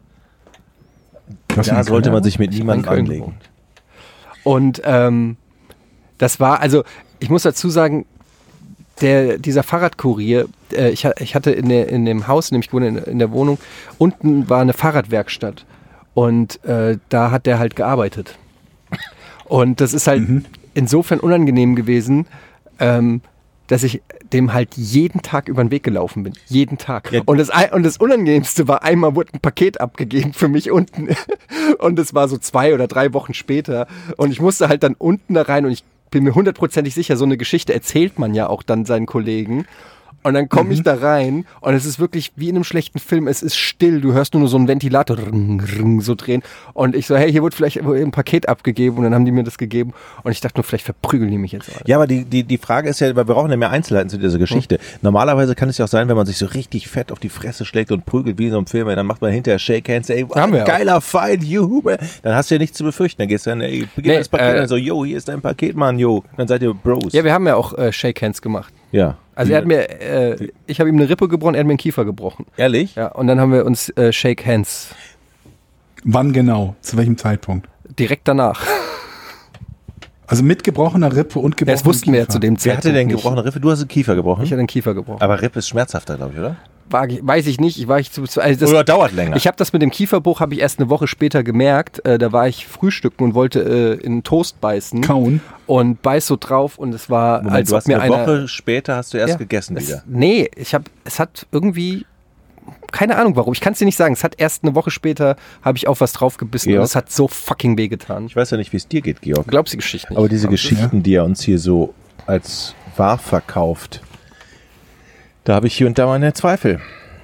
Was Da in sollte Köln? man sich mit Ich niemandem hab in Köln anlegen. gewohnt. Und ähm, das war, also ich muss dazu sagen, der, dieser Fahrradkurier, äh, ich, ha- ich hatte in, der, in dem Haus, in dem ich wohne, in, in der Wohnung, unten war eine Fahrradwerkstatt. Und äh, da hat der halt gearbeitet. Und das ist halt insofern unangenehm gewesen, ähm, dass ich dem halt jeden Tag über den Weg gelaufen bin. Jeden Tag. Ja. Und, das, Ei- und das Unangenehmste war, einmal wurde ein Paket abgegeben für mich unten. Und es war so zwei oder drei Wochen später. Und ich musste halt dann unten da rein und ich bin mir hundertprozentig sicher, so eine Geschichte erzählt man ja auch dann seinen Kollegen. Und dann komme ich da rein und es ist wirklich wie in einem schlechten Film. Es ist still, du hörst nur, nur so einen Ventilator ring, ring, so drehen. Und ich so, hey, hier wurde vielleicht ein Paket abgegeben und dann haben die mir das gegeben. Und ich dachte nur, vielleicht verprügeln die mich jetzt alle. Ja, aber die, die, die Frage ist ja, weil wir brauchen ja mehr Einzelheiten zu dieser Geschichte. Normalerweise kann es ja auch sein, wenn man sich so richtig fett auf die Fresse schlägt und prügelt wie in so einem Film, dann macht man hinterher Shake Hands, ey, Haben wir auch. geiler Fight, juhu. Dann hast du ja nichts zu befürchten. Dann gehst du dann, ey, gib Nee, das Paket, äh, dann so, yo, hier ist dein Paket, Mann, yo. Dann seid ihr Bros. Ja, wir haben ja auch äh, Shake Hands gemacht. Ja. Also er hat mir, äh, ich habe ihm eine Rippe gebrochen, er hat mir einen Kiefer gebrochen. Ehrlich? Ja, und dann haben wir uns äh, Shake Hands Wann genau? Zu welchem Zeitpunkt? direkt danach. Also mit gebrochener Rippe und Ja, gebrochenem das wussten wir ja Kiefer. zu dem Wer Zeitpunkt hatte denn nicht. gebrochene Rippe? Du hast einen Kiefer gebrochen. Ich hatte einen Kiefer gebrochen. Aber Rippe ist schmerzhafter, glaube ich, oder? War, weiß ich nicht, ich war ich zu, zu also das, Oder dauert länger? Ich habe das mit dem Kieferbruch habe ich erst eine Woche später gemerkt. Äh, da war ich frühstücken und wollte äh, in einen Toast beißen Kauen. und beiß so drauf und es war, Moment, als du ob hast mir eine einer. Woche später hast du erst Ja, gegessen es, wieder. Nee, ich habe, es hat irgendwie keine Ahnung warum. Ich kann es dir nicht sagen. Es hat erst eine Woche später habe ich auf was draufgebissen Georg? und es hat so fucking weh getan. Ich weiß ja nicht, wie es dir geht, Georg. Du glaubst die Geschichte nicht. Aber diese Glaubst du? Geschichten, die er uns hier so als wahr verkauft, da habe ich hier und da meine Zweifel.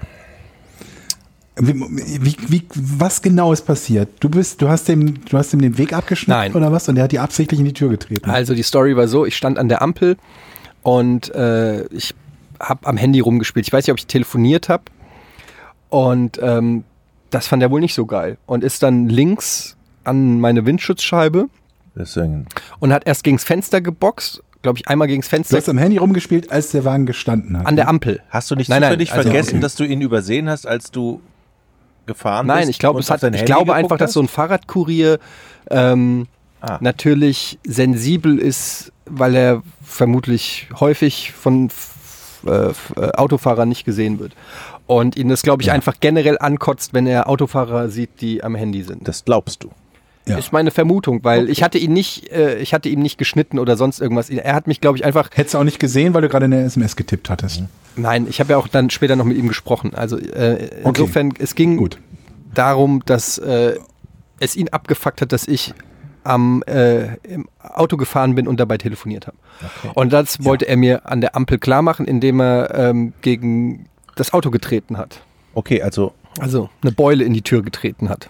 Wie, wie, wie, was genau ist passiert? Du bist, du hast dem, du hast ihm den Weg abgeschnitten Nein. oder was? Und der hat die absichtlich in die Tür getreten. Also die Story war so, ich stand an der Ampel und äh, ich habe am Handy rumgespielt. Ich weiß nicht, ob ich telefoniert habe und ähm, das fand er wohl nicht so geil und ist dann links an meine Windschutzscheibe Deswegen. und hat erst gegens Fenster geboxt, glaube ich, einmal gegens Du Fenster. hast am Handy rumgespielt, als der Wagen gestanden hat. An der Ampel. Hast du nicht Nein, nein, zufällig also- vergessen, dass du ihn übersehen hast, als du gefahren bist? Nein, ich glaube, und es auf hat, dein ich Handy glaube geguckt einfach, dass hast? so ein Fahrradkurier ähm, Ah. natürlich sensibel ist, weil er vermutlich häufig von f- äh, f- äh, Autofahrern nicht gesehen wird. Und ihn das, glaube ich, Ja. einfach generell ankotzt, wenn er Autofahrer sieht, die am Handy sind. Das glaubst du. Ja. Ist meine Vermutung, weil ich hatte ihn nicht, äh, ich hatte ihm nicht geschnitten oder sonst irgendwas. Er hat mich, glaube ich, einfach. Hättest du auch nicht gesehen, weil du gerade eine S M S getippt hattest. Nein, ich habe ja auch dann später noch mit ihm gesprochen. Also äh, insofern, es ging Gut. darum, dass äh, es ihn abgefuckt hat, dass ich am äh, im Auto gefahren bin und dabei telefoniert habe. Okay. Und das wollte er mir an der Ampel klar machen, indem er ähm, gegen das Auto getreten hat. Okay, also, Also eine Beule in die Tür getreten hat.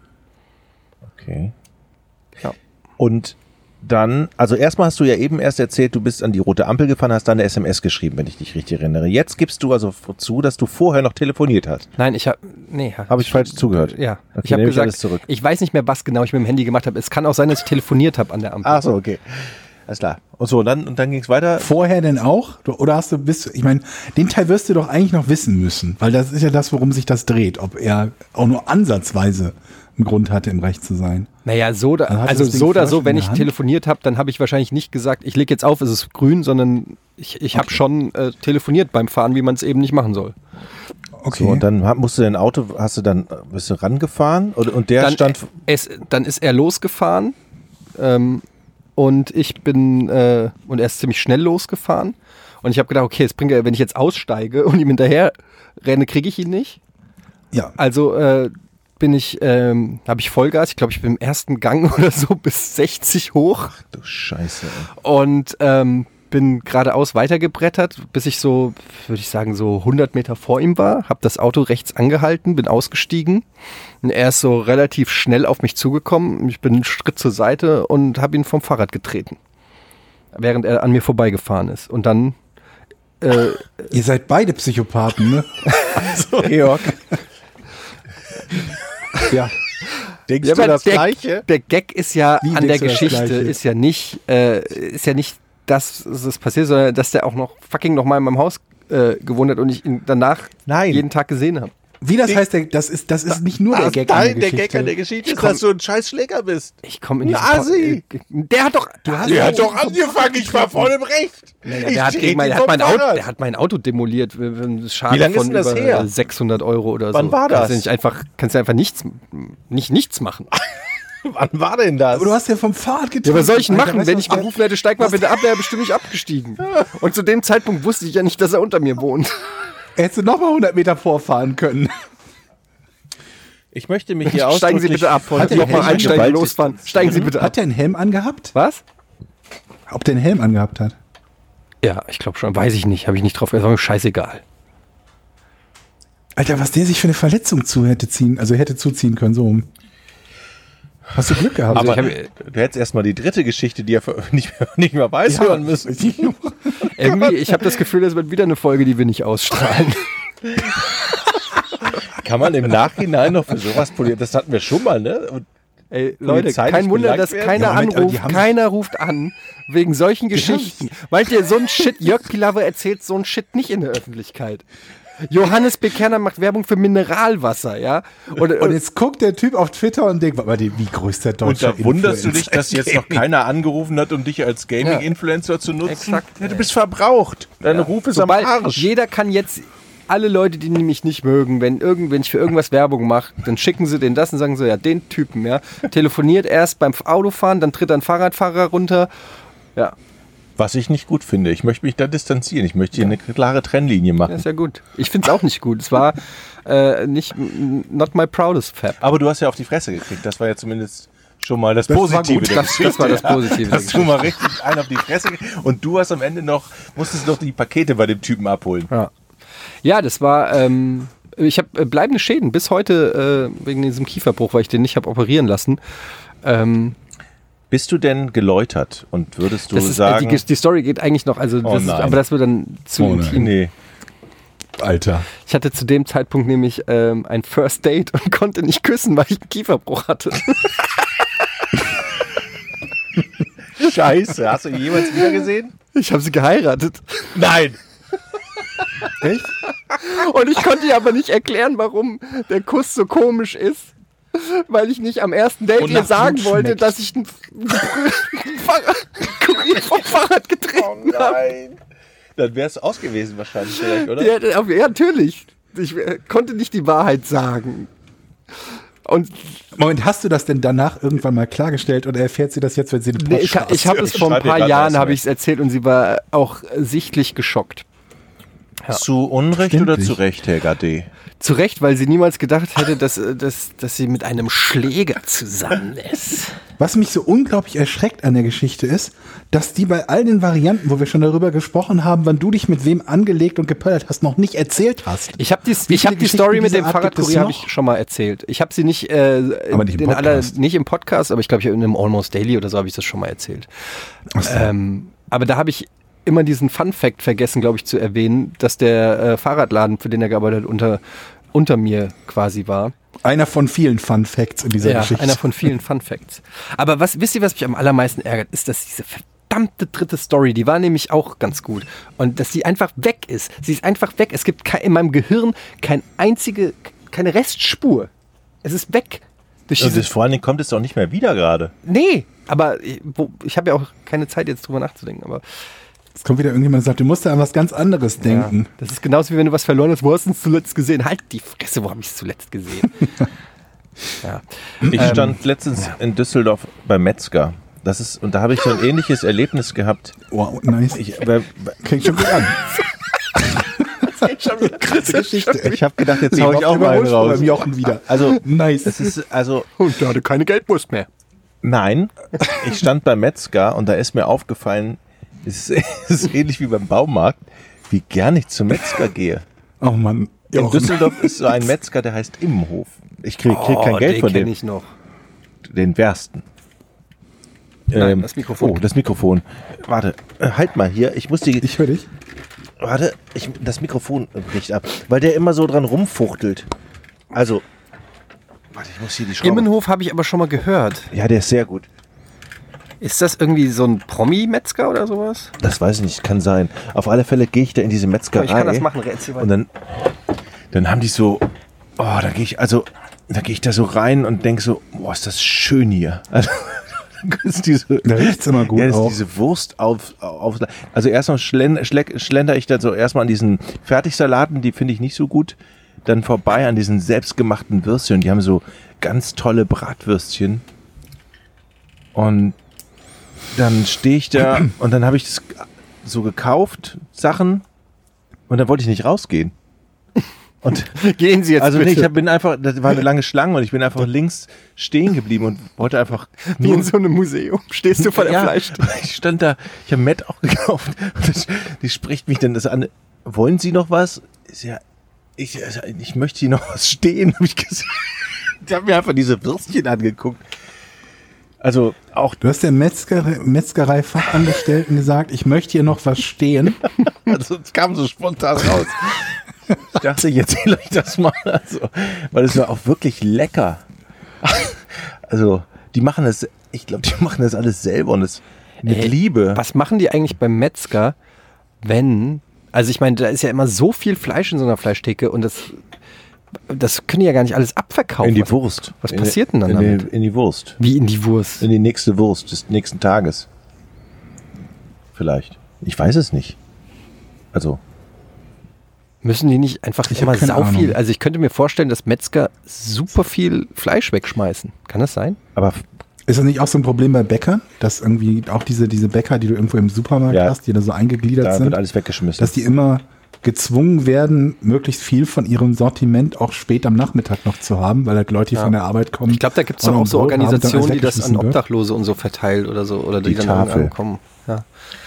okay. Ja. Und dann, also erstmal hast du ja eben erst erzählt, du bist an die rote Ampel gefahren, hast dann eine S M S geschrieben, wenn ich dich richtig erinnere. Jetzt gibst du also zu, dass du vorher noch telefoniert hast. Nein, ich habe nee, Habe ich falsch zugehört? Ja, Okay, ich habe nehme ich gesagt, alles zurück. ich weiß nicht mehr, was genau ich mit dem Handy gemacht habe. Es kann auch sein, dass ich telefoniert habe an der Ampel. Ach so, okay. Alles klar. Und so, dann, und dann ging es weiter. Vorher denn auch? Du- Oder hast du bis, ich meine, den Teil wirst du doch eigentlich noch wissen müssen, weil das ist ja das, worum sich das dreht, ob er auch nur ansatzweise einen Grund hatte, im Recht zu sein. Naja, so oder, Dann hat also das Ding so oder Flaschen so, wenn in ich der Hand. telefoniert habe, dann habe ich wahrscheinlich nicht gesagt, ich lege jetzt auf, es ist grün, sondern ich, ich habe Okay. schon äh, telefoniert beim Fahren, wie man es eben nicht machen soll. Okay. So, und dann hab- musst du dein Auto, hast du dann, bist du rangefahren? Und, und der Dann, stand, äh, es, dann ist er losgefahren ähm, und ich bin, äh, und er ist ziemlich schnell losgefahren. Und ich habe gedacht, okay, jetzt bringt er, wenn ich jetzt aussteige und ihm hinterher renne, kriege ich ihn nicht. ja. Also äh, bin ich, ähm, habe ich Vollgas, ich glaube, ich bin im ersten Gang oder so bis sechzig hoch du Scheiße, ey. und ähm, bin geradeaus weitergebrettert, bis ich so, würde ich sagen, so hundert Meter vor ihm war, habe das Auto rechts angehalten, bin ausgestiegen und er ist so relativ schnell auf mich zugekommen. Ich bin einen Schritt zur Seite und habe ihn vom Fahrrad getreten, während er an mir vorbeigefahren ist. Und dann äh, Ihr seid beide Psychopathen, ne? Georg, ja. denkst Ja, du aber das der, Gleiche? Der Gag ist ja Wie an der denkst du das Geschichte, Gleiche? ist ja nicht, äh, ist ja nicht, dass es passiert, sondern dass der auch noch fucking noch mal in meinem Haus äh, gewohnt hat und ich ihn danach Nein. jeden Tag gesehen habe. Wie das Ich- heißt, der, das ist, das ist nicht nur der Was? Gag an Nein, der der Geschichte. Gag an der Geschichte ist, komm- dass du ein scheiß Schläger bist. Ich komme in Ein diesen Asi! Po- äh, Der hat doch, du hast Der hat doch angefangen, ich war voll im Recht. Naja, Ich der, hat trete gegen mein, ihn der, hat vom mein Auto, Fahrrad. der hat mein Auto demoliert. Schaden Wie lange ist von denn das über her? sechshundert Euro oder Wann so. war das? Kannst du nicht einfach, kannst du einfach nichts, nicht nichts machen. Wann war denn das? Aber du hast ja vom Fahrrad Ja, getrunken. was soll ich denn Alter, machen? weißt Wenn du, ich was- gerufen hätte, steig mal bitte ab, wäre er bestimmt nicht abgestiegen. Und zu dem Zeitpunkt wusste ich ja nicht, dass er unter mir wohnt. Hättest du noch mal hundert Meter vorfahren können. Ich möchte mich hier Steigen Sie ausdrücklich bitte ab von Hat der nochmal Helm einsteigen, Gewalt- losfahren. Steigen Sie bitte ab. Hat der einen Helm angehabt? Was? Ob der einen Helm angehabt hat? Ja, ich glaube schon. Weiß ich nicht. Habe ich nicht drauf. Das war mir scheißegal. Alter, was der sich für eine Verletzung zu hätte ziehen, also hätte zuziehen können, so rum. Hast du Glück gehabt? Aber ich hab- du hättest erstmal die dritte Geschichte, die er für- nicht mehr, nicht mehr weiß, hören müssen. Irgendwie, ich habe das Gefühl, das wird wieder eine Folge, die wir nicht ausstrahlen. Kann man im Nachhinein noch für sowas polieren? Das hatten wir schon mal, ne? Und Ey, Leute, polizeilich kein Wunder, belangt dass werden? keiner Ja, Moment, aber die anruft, haben- keiner ruft an wegen solchen Geschichten. Weil ihr so ein Shit, Jörg Pilawa erzählt so ein Shit nicht in der Öffentlichkeit. Johannes B. Kerner macht Werbung für Mineralwasser, ja? Und, Und jetzt guckt der Typ auf Twitter und denkt, warte, wie größter Und deutscher da wunderst du dich, Influencer dass jetzt noch keiner angerufen hat, um dich als Gaming-Influencer zu nutzen? Exakt. Ja, du bist verbraucht. Dein Ruf ist sobald, am Arsch. Jeder kann jetzt, alle Leute, die mich nicht mögen, wenn, irgend, wenn ich für irgendwas Werbung mache, dann schicken sie den das und sagen so, ja, den Typen, ja. Telefoniert erst beim Autofahren, dann tritt ein Fahrradfahrer runter. Ja, Was ich nicht gut finde. Ich möchte mich da distanzieren. Ich möchte hier eine klare Trennlinie das machen. ist ja gut. Ich finde es auch nicht gut. Es war äh, nicht, not my proudest Fab. Aber du hast ja auf die Fresse gekriegt. Das war ja zumindest schon mal das, Das war Positive gut. der Das- Geschichte. das war das Positive der Dass du mal richtig einen auf die Fresse gekriegt. Und du hast am Ende noch, musstest noch die Pakete bei dem Typen abholen. Ja, ja das war, ähm, ich habe äh, bleibende Schäden bis heute äh, wegen diesem Kieferbruch, weil ich den nicht habe operieren lassen. Ähm, Bist du denn geläutert und würdest du das ist, sagen... die, die Story geht eigentlich noch, also Oh das ist, nein. aber das wird dann zu Oh nein. intim. Nee. Alter. Ich hatte zu dem Zeitpunkt nämlich ähm, ein First Date und konnte nicht küssen, weil ich einen Kieferbruch hatte. Scheiße, hast du ihn jemals wieder gesehen? Ich habe sie geheiratet. Nein. Echt? Und ich konnte ihr aber nicht erklären, warum der Kuss so komisch ist. Weil ich nicht am ersten Date Und ihr nach sagen Blut wollte, schmeckt. dass ich einen Fahrrad, Kurier vom Fahrrad getreten habe. Nein. Dann wäre es aus gewesen wahrscheinlich vielleicht, oder? Ja, ja, natürlich. Ich äh, konnte nicht die Wahrheit sagen. Und Moment, hast du das denn danach irgendwann mal klargestellt oder erfährt sie das jetzt, wenn sie den nee, ich, Podcast ich habe es Ich vor ein schreibe dir paar grad Jahren eine habe ich es erzählt und sie war auch sichtlich geschockt. Zu Unrecht Stimmt oder nicht. zu Recht, Helga D.? Zu Recht, weil sie niemals gedacht hätte, dass, äh, dass, dass sie mit einem Schläger zusammen ist. Was mich so unglaublich erschreckt an der Geschichte ist, dass die bei all den Varianten, wo wir schon darüber gesprochen haben, wann du dich mit wem angelegt und gepöllert hast, noch nicht erzählt hast. Ich habe die, Wie ich hab viele die Story Geschichten mit dem dieser Art gibt es Fahrradkurier habe noch? ich schon mal erzählt. Ich habe sie nicht, äh, Aber nicht im in aller, Podcast. nicht im Podcast, aber ich glaube, in einem Almost Daily oder so habe ich das schon mal erzählt. Ach so. Ähm, aber da habe ich immer diesen Fun-Fact vergessen, glaube ich, zu erwähnen, dass der äh, Fahrradladen, für den er gearbeitet hat, unter, unter mir quasi war. Einer von vielen Fun Facts in dieser Ja, Geschichte. einer von vielen Fun Facts. Aber was, wisst ihr, was mich am allermeisten ärgert, ist, dass diese verdammte dritte Story, die war nämlich auch ganz gut. Und dass sie einfach weg ist. Sie ist einfach weg. Es gibt kei- in meinem Gehirn keine einzige, keine Restspur. Es ist weg. Durch Und diese, das, vor allen Dingen kommt es doch nicht mehr wieder gerade. nee, aber ich, wo, ich habe ja auch keine Zeit, jetzt drüber nachzudenken. Aber Es kommt wieder irgendjemand und sagt, du musst da an was ganz anderes denken. ja, das ist genauso wie wenn du was verloren hast. Wo hast du es zuletzt gesehen? Halt die Fresse, wo habe ich es zuletzt gesehen? ja. Ich Ähm, stand letztens in Düsseldorf beim Metzger. Das ist, und da habe ich so ein ähnliches Erlebnis gehabt. Wow, nice. Ich, weil- Krieg schon gut an. Krasse Geschichte. ich habe gedacht, jetzt Ich hau ich auch mal einen raus. beim Jochen wieder. Also, Nice. es ist, also, Und der hatte keine Geldwurst mehr. nein. Ich stand beim Metzger und da ist mir aufgefallen, es ist, es ist ähnlich wie beim Baumarkt, wie gern ich zum Metzger gehe. Oh Mann. In Jochen. Düsseldorf ist so ein Metzger, der heißt Immenhof. Ich krieg, krieg kein Oh, Geld den von kenn dem. ich noch. Den Wersten. Nein, das Mikrofon. Oh, das Mikrofon. Warte, äh, halt mal hier. Ich muss die. Ich höre dich. Warte, ich, das Mikrofon bricht ab, weil der immer so dran rumfuchtelt. Also, warte, ich muss hier die Schraube. Immenhof habe ich aber schon mal gehört. Ja, der ist sehr gut. Ist das irgendwie so ein Promi-Metzger oder sowas? Das weiß ich nicht, kann sein. Auf alle Fälle gehe ich da in diese Metzgerei. Ich kann das machen, erzähl weiter. Und dann, dann haben die so, oh, da gehe ich, also, da gehe ich da so rein und denke so, boah, ist das schön hier. Also, ist diese, Da riecht's immer gut ja, das ist auch. diese Wurst auf, auf also erstmal schlend, schleck, schlender ich dann so erstmal an diesen Fertigsalaten, die finde ich nicht so gut. Dann vorbei an diesen selbstgemachten Würstchen. Die haben so ganz tolle Bratwürstchen. Und dann stehe ich da und dann habe ich das so gekauft, Sachen, und dann wollte ich nicht rausgehen. Und Gehen Sie jetzt also bitte. nee, ich hab, bin einfach, das war eine lange Schlange und ich bin einfach links stehen geblieben und wollte einfach Wie in so einem Museum. Stehst du vor der ja, Fleischtheke? ich stand da, ich habe Matt auch gekauft und das, die spricht mich dann das an, wollen Sie noch was? Ist ja, ich, ich möchte hier noch was stehen, habe ich gesagt. Ich habe mir einfach diese Würstchen angeguckt. Also auch, Du hast der Metzgerei, Metzgerei-Fachangestellten gesagt, ich möchte hier noch was stehen. also es kam so spontan raus. Ich dachte, ich erzähle euch das mal, also, weil es war auch wirklich lecker. Also die machen das, ich glaube, die machen das alles selber und das mit Ey, Liebe. Was machen die eigentlich beim Metzger, wenn, also ich meine, da ist ja immer so viel Fleisch in so einer Fleischtheke und das, das können die ja gar nicht alles abverkaufen. In die was, Wurst. was In- passiert denn dann in damit? Die, in die Wurst. Wie in die Wurst? In die nächste Wurst des nächsten Tages. Vielleicht. Ich weiß es nicht. Also, Müssen die nicht einfach Ich hab immer keine sau viel, Ahnung. also ich könnte mir vorstellen, dass Metzger super viel Fleisch wegschmeißen. Kann das sein? aber Ist das nicht auch so ein Problem bei Bäckern, dass irgendwie auch diese, diese Bäcker, die du irgendwo im Supermarkt Ja. hast, die da so eingegliedert da sind, wird alles weggeschmissen. dass die immer gezwungen werden, möglichst viel von ihrem Sortiment auch spät am Nachmittag noch zu haben, weil halt Leute, die Ja. von der Arbeit kommen. Ich glaube, da gibt es und doch auch um so Brot haben, dann alles Organisationen, die das an weggeschmissen wird. Obdachlose und so verteilt oder so. Oder die, Die dann Tafel. ankommen. Ja.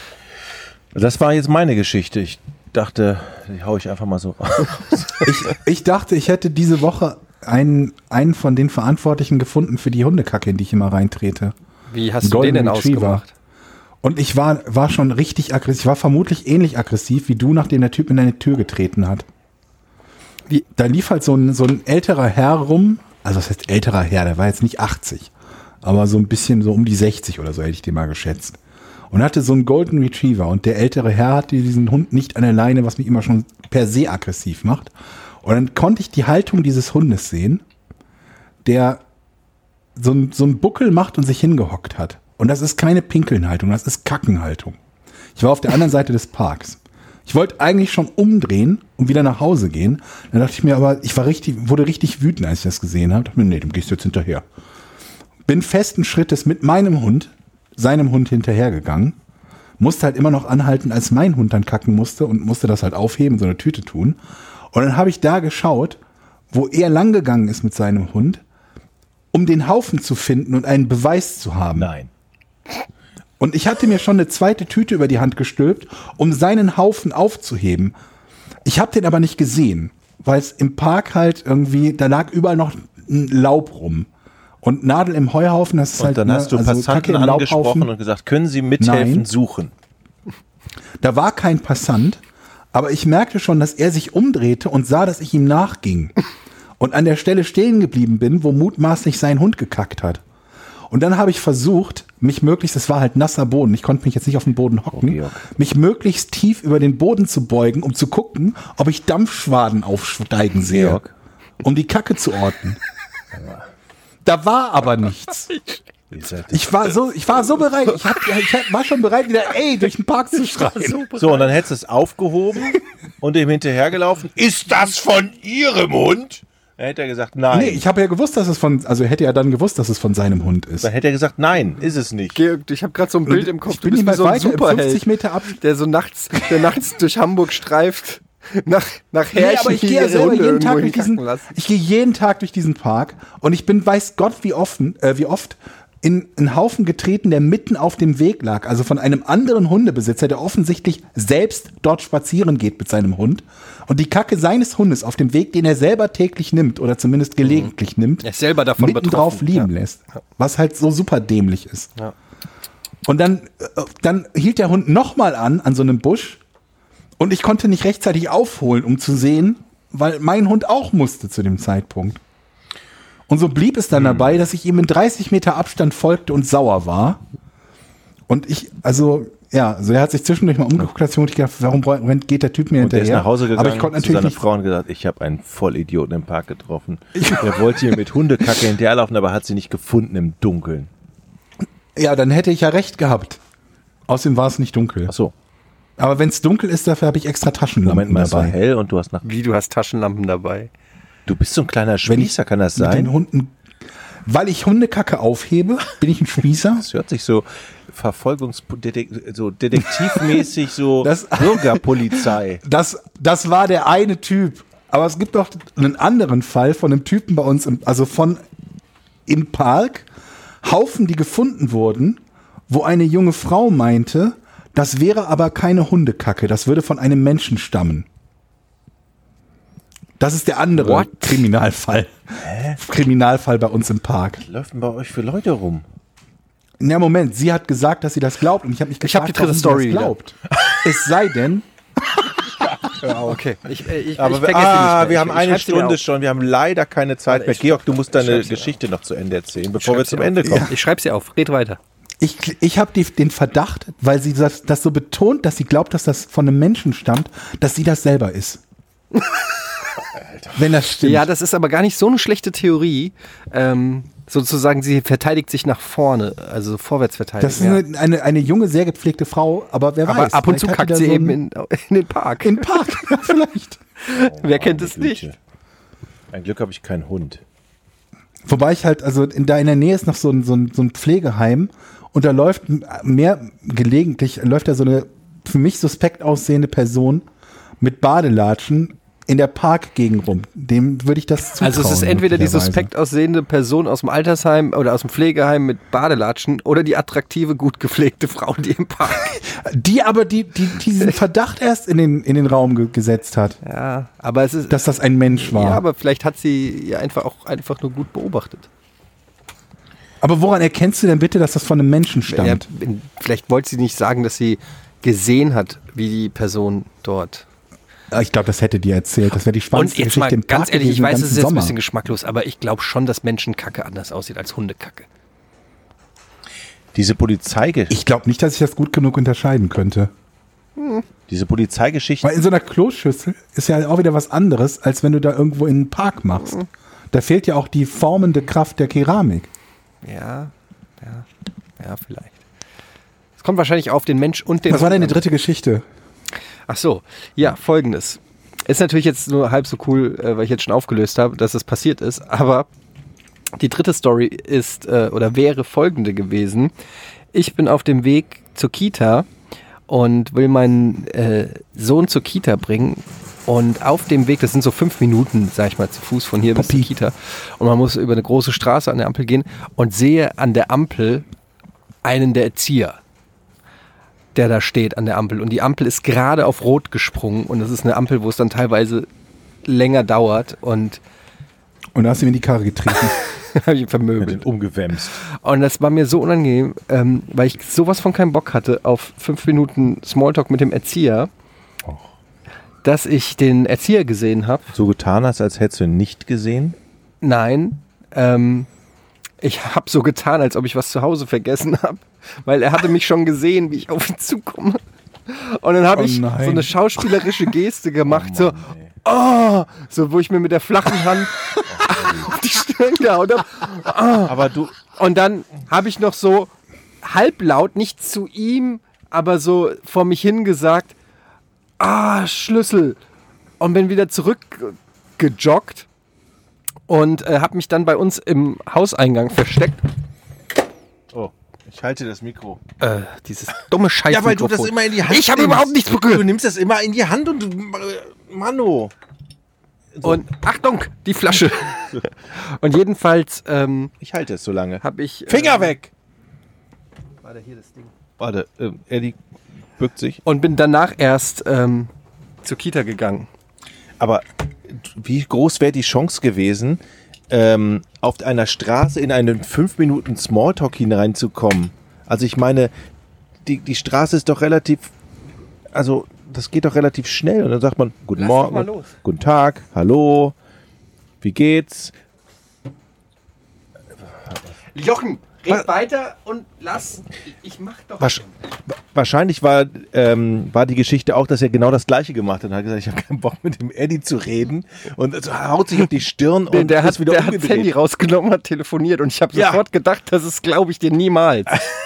das war jetzt meine Geschichte. Ich dachte, die hau ich einfach mal so raus. Ich, ich dachte, ich hätte diese Woche einen, einen von den Verantwortlichen gefunden für die Hundekacke, in die ich immer reintrete. Wie hast du Golden den denn Retriever. ausgemacht? Und ich war, war schon richtig aggressiv. Ich war vermutlich ähnlich aggressiv wie du, nachdem der Typ in deine Tür getreten hat. Wie? Da lief halt so ein, so ein älterer Herr rum. Also was heißt älterer Herr? Der war jetzt nicht achtzig. Aber so ein bisschen so um die sechzig oder so hätte ich den mal geschätzt. Und hatte so einen Golden Retriever. Und der ältere Herr hatte diesen Hund nicht an der Leine, was mich immer schon per se aggressiv macht. Und dann konnte ich die Haltung dieses Hundes sehen, der so ein, so ein Buckel macht und sich hingehockt hat. Und das ist keine Pinkelnhaltung, das ist Kackenhaltung. Ich war auf der anderen Seite des Parks. Ich wollte eigentlich schon umdrehen und wieder nach Hause gehen. Dann dachte ich mir aber, ich war richtig, wurde richtig wütend, als ich das gesehen habe. Dachte mir, nee, du gehst jetzt hinterher. Bin festen Schrittes mit meinem Hund, seinem Hund hinterhergegangen. Musste halt immer noch anhalten, als mein Hund dann kacken musste und musste das halt aufheben, in so eine Tüte tun. Und dann habe ich da geschaut, wo er langgegangen ist mit seinem Hund, um den Haufen zu finden und einen Beweis zu haben. Nein. Und ich hatte mir schon eine zweite Tüte über die Hand gestülpt, um seinen Haufen aufzuheben. Ich habe den aber nicht gesehen, weil es im Park halt irgendwie, da lag überall noch ein Laub rum. Und Nadel im Heuhaufen, das ist Und halt... dann hast du also Passanten Kacke im angesprochen Laubhaufen. und gesagt, können Sie mithelfen, Nein. suchen? Da war kein Passant, aber ich merkte schon, dass er sich umdrehte und sah, dass ich ihm nachging. Und an der Stelle stehen geblieben bin, wo mutmaßlich sein Hund gekackt hat. Und dann habe ich versucht, mich möglichst, es war halt nasser Boden, ich konnte mich jetzt nicht auf den Boden hocken, Okay, okay. mich möglichst tief über den Boden zu beugen, um zu gucken, ob ich Dampfschwaden aufsteigen sehe, Georg. um die Kacke zu orten. Da war aber nichts. Ich war so, ich war so bereit, ich, hab, ich war schon bereit, wieder ey durch den Park zu schreien. So, und dann hättest du es aufgehoben und ihm hinterhergelaufen. Ist das von Ihrem Hund? Dann hätte er gesagt, nein. Nee, ich habe ja gewusst, dass es von, also hätte er dann gewusst, dass es von seinem Hund ist. Dann hätte er gesagt, nein, ist es nicht. Georg, ich habe gerade so ein Bild im Kopf. Ich bin nicht wie mal so ein weiter, im Superheld, fünfzig Meter Abstand. der so nachts, der nachts durch Hamburg streift, nach, nach Nee, Härchen, aber ich die gehe ja ihre selber Hunde jeden Tag irgendwo durch diesen, hinkacken lassen. ich gehe jeden Tag durch diesen Park und ich bin, weiß Gott, wie offen, äh, wie oft in einen Haufen getreten, der mitten auf dem Weg lag, also von einem anderen Hundebesitzer, der offensichtlich selbst dort spazieren geht mit seinem Hund und die Kacke seines Hundes auf dem Weg, den er selber täglich nimmt oder zumindest gelegentlich nimmt, Er ist selber davon mitten betroffen. drauf liegen Ja. lässt, was halt so super dämlich ist. Ja. Und dann, äh, dann hielt der Hund nochmal an, an so einem Busch und ich konnte nicht rechtzeitig aufholen, um zu sehen, weil mein Hund auch musste zu dem Zeitpunkt. Und so blieb es dann dabei, dass ich ihm in dreißig Meter Abstand folgte und sauer war. Und ich, also, ja, also er hat sich zwischendurch mal umgeguckt, hat sich gedacht, warum rennt- geht der Typ mir Und der hinterher? ist nach Hause gegangen Aber ich konnte zu natürlich seiner nicht, Frau und gesagt, ich habe einen Vollidioten im Park getroffen. Der wollte hier mit Hundekacke hinterherlaufen, aber hat sie nicht gefunden im Dunkeln. ja, dann hätte ich ja recht gehabt. Außerdem war es nicht dunkel. Ach so, Aber wenn es dunkel ist, dafür habe ich extra Taschenlampen Moment mal, es war dabei. hell und du hast nach... Wie, du hast Taschenlampen dabei? Du bist so ein kleiner Wenn ich Spießer, kann das mit sein? den Hunden, weil ich Hundekacke aufhebe, bin ich ein Spießer. Das hört sich so Verfolgungs... so detektivmäßig, so Das- Bürgerpolizei. Das, das war der eine Typ. Aber es gibt noch einen anderen Fall von einem Typen bei uns, im, also von im Park, Haufen, die gefunden wurden, wo eine junge Frau meinte, das wäre aber keine Hundekacke, das würde von einem Menschen stammen. Das ist der andere What? Kriminalfall. Kriminalfall bei uns im Park. Was läuft denn bei euch für Leute rum? Na Moment, sie hat gesagt, dass sie das glaubt und ich habe mich Ich hab gefragt, die dritte warum Story sie das wieder. glaubt. Es sei denn, Ja, okay. Ich, äh, ich, Aber ich wir, vergesse ah, nicht mehr. wir Ich- haben ich eine schreib's dir mir Stunde auf. schon, wir haben leider keine Zeit mehr. ich- Georg, du musst deine schreib's dir Geschichte noch zu Ende erzählen, bevor wir schreib's zum dir Ende auf. kommen. Ich schreib's dir auf. Red weiter. ich, ich habe den Verdacht, weil sie das, das so betont, dass sie glaubt, dass das von einem Menschen stammt, dass sie das selber ist. Wenn das stimmt. Ja, das ist aber gar nicht so eine schlechte Theorie. Ähm, sozusagen, sie verteidigt sich nach vorne, also vorwärts verteidigt. das ist eine, eine, eine junge, sehr gepflegte Frau, aber wer aber weiß. ab und vielleicht zu hat die kackt da sie so eben einen- in, in den Park. in den Park. Ja, vielleicht. Wer kennt es Meine nicht? Güte. Ein Glück habe ich keinen Hund. Wobei ich halt, also in, da in der Nähe ist noch so ein, so ein, so ein Pflegeheim und da läuft mehr gelegentlich, läuft da so eine für mich suspekt aussehende Person mit Badelatschen in der Parkgegend rum. Dem würde ich das zutrauen. Also es ist entweder die möglicherweise. suspekt aussehende Person aus dem Altersheim oder aus dem Pflegeheim mit Badelatschen oder die attraktive, gut gepflegte Frau, die im Park. Die aber die, die diesen Verdacht erst in den, in den Raum ge gesetzt hat, Ja, aber es ist. dass das ein Mensch war. Ja, aber vielleicht hat sie ja einfach auch einfach nur gut beobachtet. Aber woran erkennst du denn bitte, dass das von einem Menschen stammt? Ja, vielleicht wollte sie nicht sagen, dass sie gesehen hat, wie die Person dort. Ich glaube, das hätte dir erzählt. Das wäre die spannendste Und jetzt Geschichte mal im Park ganz ehrlich, ich gewesen, weiß, den es ist ganzen jetzt ein Sommer. bisschen geschmacklos, aber ich glaube schon, dass Menschenkacke anders aussieht als Hundekacke. Diese Polizeigeschichte. Ich glaube nicht, dass ich das gut genug unterscheiden könnte. Diese Polizeigeschichte. Weil in so einer Kloschüssel ist ja auch wieder was anderes, als wenn du da irgendwo in einen Park machst. Da fehlt ja auch die formende Kraft der Keramik. Ja, ja, ja, vielleicht. Es kommt wahrscheinlich auf den Mensch und den Was war Hund deine an. dritte Geschichte? Ach so, ja, folgendes. Ist natürlich jetzt nur halb so cool, äh, weil ich jetzt schon aufgelöst habe, dass es passiert ist, aber die dritte Story ist äh, oder wäre folgende gewesen. Ich bin auf dem Weg zur Kita und will meinen äh, Sohn zur Kita bringen und auf dem Weg, das sind so fünf Minuten, sag ich mal, zu Fuß von hier bis zur Kita und man muss über eine große Straße an der Ampel gehen und sehe an der Ampel einen der Erzieher, der da steht an der Ampel. Und die Ampel ist gerade auf Rot gesprungen. Und das ist eine Ampel, wo es dann teilweise länger dauert. Und Und da hast du mir in die Karre getreten. habe ich ihn vermöbelt. Umgewämst. Und das war mir so unangenehm, ähm, weil ich sowas von keinen Bock hatte auf fünf Minuten Smalltalk mit dem Erzieher, Och. dass ich den Erzieher gesehen habe. So getan hast, als hättest du ihn nicht gesehen. Nein, ähm, ich habe so getan, als ob ich was zu Hause vergessen habe, weil er hatte mich schon gesehen, wie ich auf ihn zukomme. Und dann habe Oh ich nein. so eine schauspielerische Geste gemacht, Oh Mann, so, ey. oh, so, wo ich mir mit der flachen Hand auf die Stirn gehauen habe. Aber du, Und dann habe ich noch so halblaut, nicht zu ihm, aber so vor mich hingesagt, ah, Schlüssel. Und bin wieder zurückgejoggt und äh, habe mich dann bei uns im Hauseingang versteckt. oh, ich halte das Mikro. Äh, dieses dumme Scheiß. Ja, weil du das immer in die Hand Ich habe nimmst. überhaupt nichts Du berührt. nimmst das immer in die Hand und du, Mano. Und Achtung, die Flasche. Und jedenfalls ähm, Ich halte es so lange. habe ich... Finger äh, weg! Warte, hier das Ding. Warte, äh, Eddie bückt sich. Und bin danach erst ähm, zur Kita gegangen. Aber wie groß wäre die Chance gewesen, ähm, auf einer Straße in einen fünf Minuten Smalltalk hineinzukommen? Also ich meine, die, die Straße ist doch relativ, also das geht doch relativ schnell. Und dann sagt man, guten Lass doch Morgen, mal los. guten Tag, hallo, wie geht's? Jochen, red Was? weiter und lass. Ich mach doch. Wasch- Wahrscheinlich war, ähm, war die Geschichte auch, dass er genau das Gleiche gemacht hat. Er hat gesagt, ich habe keinen Bock mit dem Eddie zu reden und also haut sich auf die Stirn und Der, der, ist hat, wieder der hat das Handy umgedreht. rausgenommen, hat telefoniert und ich habe Ja. sofort gedacht, das ist, glaube ich, dir niemals.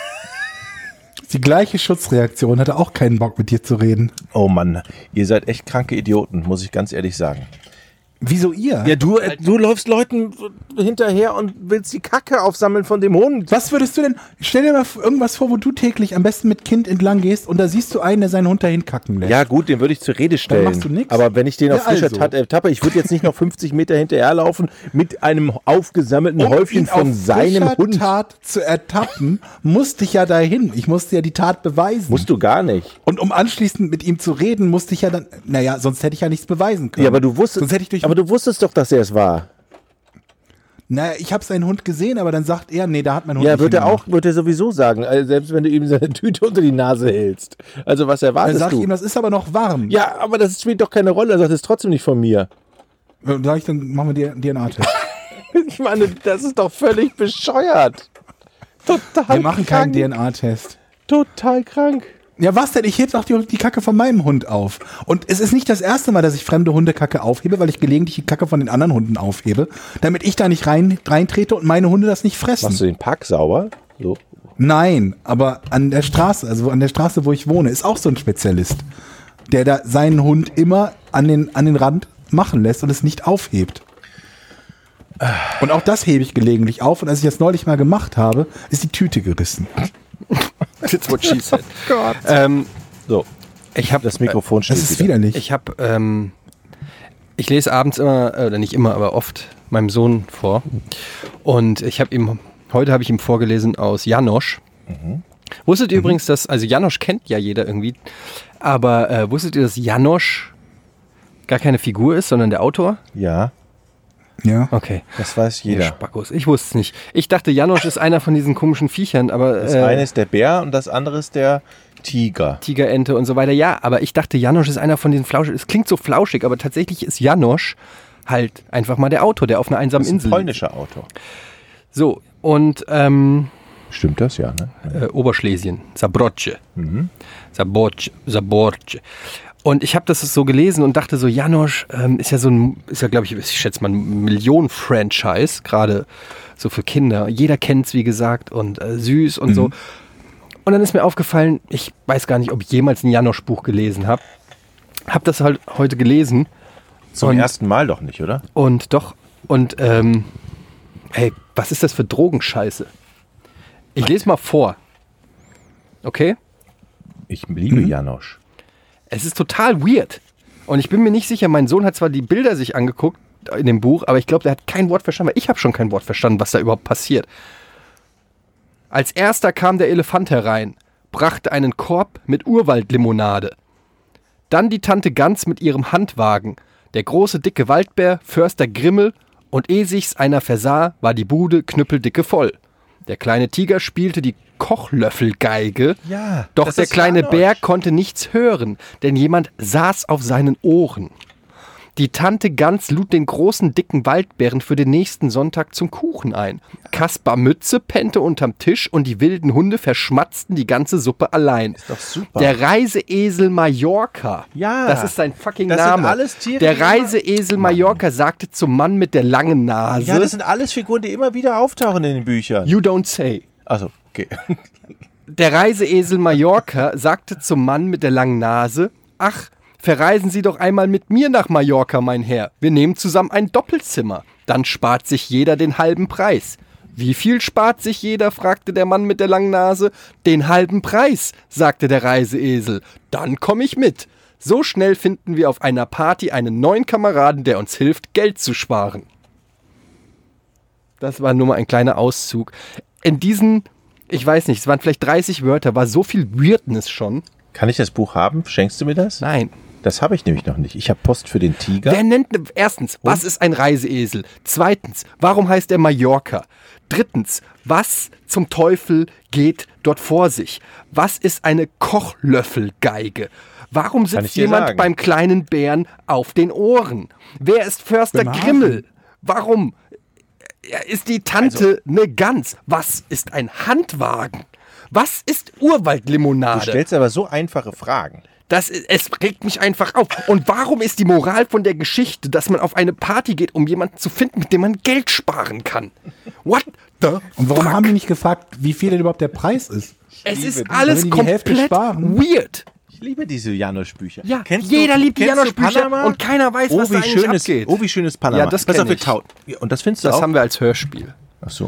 Die gleiche Schutzreaktion, hatte auch keinen Bock mit dir zu reden. Oh Mann, ihr seid echt kranke Idioten, muss ich ganz ehrlich sagen. Wieso ihr? Ja, du, äh, du läufst Leuten hinterher und willst die Kacke aufsammeln von dem Hund. Was würdest du denn, stell dir mal irgendwas vor, wo du täglich am besten mit Kind entlang gehst und da siehst du einen, der seinen Hund dahin kacken lässt. Ja gut, den würde ich zur Rede stellen. machst du nix. Aber wenn ich den auf Ja, frischer also. Tat ertappe, ich würde jetzt nicht noch fünfzig Meter hinterherlaufen mit einem aufgesammelten Um Häufchen ihn von auf seinem frischer Hund. Tat zu ertappen, musste ich ja dahin. Ich musste ja die Tat beweisen. Musst du gar nicht. Und um anschließend mit ihm zu reden, musste ich ja dann, naja, sonst hätte ich ja nichts beweisen können. Ja, aber du wusstest, Sonst hätte ich durch, aber du wusstest doch, dass er es war. naja, ich habe seinen Hund gesehen, aber dann sagt er, nee, da hat mein Hund Ja, nicht wird er hingemacht. auch, wird er sowieso sagen, also selbst wenn du ihm seine Tüte unter die Nase hältst. Also was Dann erwartest sag ich du? ihm, das ist aber noch warm. Ja, aber das spielt doch keine Rolle. Er sagt, es ist trotzdem nicht von mir. Dann sag ich, dann machen wir D N A-Test. Ich meine, das ist doch völlig bescheuert. Total Wir machen krank. keinen D N A-Test. Total krank. Ja, was denn? Ich heb doch die, die Kacke von meinem Hund auf. Und es ist nicht das erste Mal, dass ich fremde Hundekacke aufhebe, weil ich gelegentlich die Kacke von den anderen Hunden aufhebe, damit ich da nicht rein, reintrete und meine Hunde das nicht fressen. Machst du den Park sauber? So. Nein, aber an der Straße, also an der Straße, wo ich wohne, ist auch so ein Spezialist, der da seinen Hund immer an den, an den Rand machen lässt und es nicht aufhebt. Und auch das hebe ich gelegentlich auf. Und als ich das neulich mal gemacht habe, ist die Tüte gerissen. That's what she said. Oh Gott. Ähm, So, ich habe das Mikrofon steht Das ist wieder. widerlich. Ich habe, ähm, ich lese abends immer, äh, oder nicht immer, aber oft meinem Sohn vor. Und ich habe ihm, heute habe ich ihm vorgelesen aus Janosch. Wusstet ihr übrigens, dass, also Janosch kennt ja jeder irgendwie, aber äh, wusstet ihr, dass Janosch gar keine Figur ist, sondern der Autor? Ja. Ja. Okay. Das weiß Ihr jeder. Spackos. Ich wusste es nicht. Ich dachte, Janosch ist einer von diesen komischen Viechern, aber Das äh, eine ist der Bär und das andere ist der Tiger. Tigerente und so weiter. Ja, aber ich dachte, Janosch ist einer von diesen Flauschig. Es klingt so flauschig, aber tatsächlich ist Janosch halt einfach mal der Autor, der auf einer einsamen Das ist ein Insel polnischer Autor. So, und ähm, Stimmt das, ja, ne? äh, Oberschlesien, Zabrocce. Mhm. Zaborce, Zaborce. Und ich habe das so gelesen und dachte so, Janosch ähm, ist ja so ein, ist ja glaube ich, ich schätze mal ein Millionen-Franchise, gerade so für Kinder. Jeder kennt's, wie gesagt, und äh, süß und Mhm. so. Und dann ist mir aufgefallen, ich weiß gar nicht, ob ich jemals ein Janosch-Buch gelesen habe. Hab das halt heute gelesen. Zum und, ersten Mal doch nicht, oder? Und doch, und ähm, hey, was ist das für Drogenscheiße? Ich lese mal vor. Okay? Ich liebe Mhm. Janosch. Es ist total weird. Und ich bin mir nicht sicher, mein Sohn hat zwar die Bilder sich angeguckt in dem Buch, aber ich glaube, der hat kein Wort verstanden, weil ich habe schon kein Wort verstanden, was da überhaupt passiert. Als erster kam der Elefant herein, brachte einen Korb mit Urwaldlimonade. Dann die Tante Gans mit ihrem Handwagen, der große dicke Waldbär, Förster Grimmel und ehe sich's einer versah, war die Bude knüppeldicke voll. Der kleine Tiger spielte die Kochlöffelgeige, Ja, doch das der ist kleine Janosch. Bär konnte nichts hören, denn jemand saß auf seinen Ohren. Die Tante Gans lud den großen, dicken Waldbären für den nächsten Sonntag zum Kuchen ein. Kaspar Mütze pennte unterm Tisch und die wilden Hunde verschmatzten die ganze Suppe allein. Ist doch super. Der Reiseesel Mallorca. Ja. Das ist sein fucking Das sind Name. alles Tiere, der die immer- Reiseesel Mallorca sagte zum Mann mit der langen Nase, Ja, das sind alles Figuren, die immer wieder auftauchen in den Büchern. You don't say. Also, okay. Der Reiseesel Mallorca sagte zum Mann mit der langen Nase, ach, verreisen Sie doch einmal mit mir nach Mallorca, mein Herr. Wir nehmen zusammen ein Doppelzimmer. Dann spart sich jeder den halben Preis. Wie viel spart sich jeder? Fragte der Mann mit der langen Nase. Den halben Preis, sagte der Reiseesel. Dann komme ich mit. So schnell finden wir auf einer Party einen neuen Kameraden, der uns hilft, Geld zu sparen. Das war nur mal ein kleiner Auszug. In diesen, ich weiß nicht, es waren vielleicht dreißig Wörter, war so viel Weirdness schon. Kann ich das Buch haben? Schenkst du mir das? Nein. Das habe ich nämlich noch nicht. Ich habe Post für den Tiger. Wer nennt, erstens, was ist ein Reiseesel? Zweitens, warum heißt er Mallorca? Drittens, was zum Teufel geht dort vor sich? Was ist eine Kochlöffelgeige? Warum Kann ich sitzt dir jemand sagen. beim kleinen Bären auf den Ohren? Wer ist Förster Beim Hasen. Grimmel? Warum ist die Tante Also eine Gans? Was ist ein Handwagen? Was ist Du Urwaldlimonade? stellst aber so einfache Fragen. Das, ist- es regt mich einfach auf. Und warum ist die Moral von der Geschichte, dass man auf eine Party geht, um jemanden zu finden, mit dem man Geld sparen kann? What the Und warum fuck? haben die nicht gefragt, wie viel denn überhaupt der Preis ist? Es liebe ist die. alles Wenn die die Hälfte komplett sparen. weird. Ich liebe diese Janosch-Bücher. Ja, Kennst jeder du, liebt die kennst du Janosch-Bücher Panama? und keiner weiß, oh, was wie da eigentlich schön ist, abgeht. Oh, wie schön ist Panama. Ja, das Pass kenn auf, wir ich. tau- Ja, und das findest du Das auch? haben wir als Hörspiel. Ach so.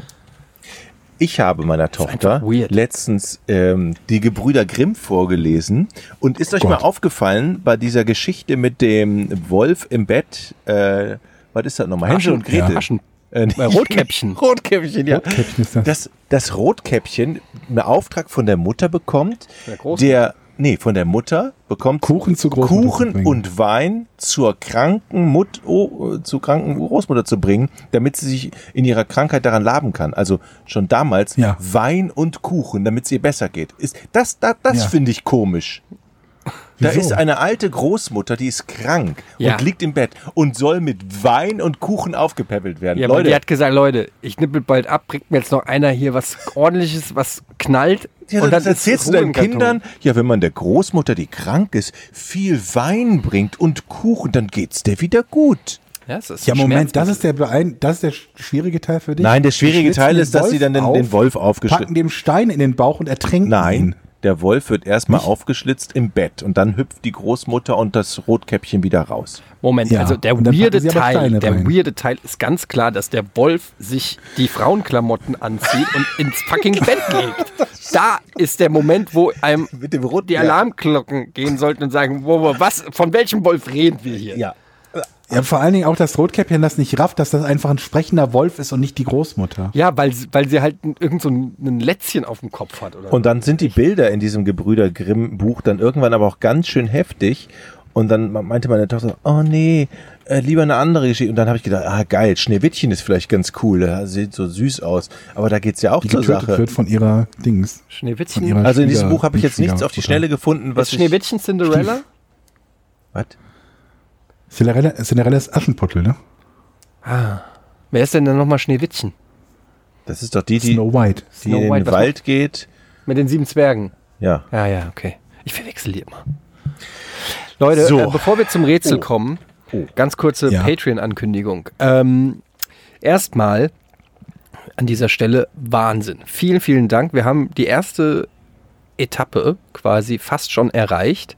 Ich habe meiner Tochter einfach weird. letztens ähm, die Gebrüder Grimm vorgelesen. Und ist euch Gott. mal aufgefallen, bei dieser Geschichte mit dem Wolf im Bett, äh, was ist das nochmal? Hänsel und Gretel. ja. Aschen. Äh, Äh, Rotkäppchen. Rotkäppchen, ja. Rotkäppchen ist das. Das, das Rotkäppchen einen Auftrag von der Mutter bekommt, Der Großmutter. der, nee, von der Mutter bekommt Kuchen zur Großmutter zu Kuchen bringen. und Wein zur kranken Mut, oh, zur kranken Großmutter zu bringen, damit sie sich in ihrer Krankheit daran laben kann. Also schon damals Ja. Wein und Kuchen, damit es ihr besser geht. Ist das, das, das Ja. finde ich komisch. Da Wieso? ist eine alte Großmutter, die ist krank Ja. und liegt im Bett und soll mit Wein und Kuchen aufgepäppelt werden. Ja, aber Leute, die hat gesagt, Leute, ich nippel bald ab, bringt mir jetzt noch einer hier was Ordentliches, was knallt. Ja, und das dann erzählst ist du Ruhe deinen im Karton. Kindern, ja, wenn man der Großmutter, die krank ist, viel Wein bringt und Kuchen, dann geht's der wieder gut. Ja, das ist Ja, so Moment, das Schmerzmittel. ist der beein das ist der sch- schwierige Teil für dich. Nein, der Die schwierige schlitzen Teil den ist, dass sie dann den, den Wolf packen aufgeschlitzt. dem Stein in den Bauch und ertrinken Nein, ihn. der Wolf wird erstmal aufgeschlitzt im Bett und dann hüpft die Großmutter und das Rotkäppchen wieder raus. Moment, Ja, also der und dann weirde packen sie aber Teil, Steine der rein. weirde Teil ist ganz klar, dass der Wolf sich die Frauenklamotten anzieht und ins fucking Bett legt. Da ist der Moment, wo einem Mit dem Rot die Alarmglocken gehen sollten und sagen, wo, wo, was, von welchem Wolf reden wir hier? Ja. Ja, vor allen Dingen auch das Rotkäppchen, das nicht rafft, dass das einfach ein sprechender Wolf ist und nicht die Großmutter. Ja, weil, sie- weil sie halt ein- irgend so ein, ein Lätzchen auf dem Kopf hat. Oder Und dann sind die Bilder in diesem Gebrüder Grimm Buch dann irgendwann aber auch ganz schön heftig. Und dann meinte meine Tochter, oh nee, äh, lieber eine andere Geschichte. Und dann habe ich gedacht, ah geil, Schneewittchen ist vielleicht ganz cool, das sieht so süß aus. Aber da geht's ja auch Die zur getötet Sache. wird von ihrer Dings. Von Schneewittchen? ihrer Also in diesem Schwieger- Buch habe ich jetzt nichts auf die Schnelle gefunden, was Ist Schneewittchen Cinderella? ich... Was? Cinderella, Cinderella ist Aschenputtel, ne? Ah. Wer ist denn dann nochmal Schneewittchen? Das ist doch die, die, Snow White. die Snow in White, den was Wald geht. Mit den sieben Zwergen. Ja. Ja, ja, okay. Ich verwechsel die immer. Leute, So. äh, bevor wir zum Rätsel Oh. kommen, Oh. ganz kurze Ja. Patreon-Ankündigung. Ähm, erstmal an dieser Stelle Wahnsinn. Vielen, vielen Dank. Wir haben die erste Etappe quasi fast schon erreicht.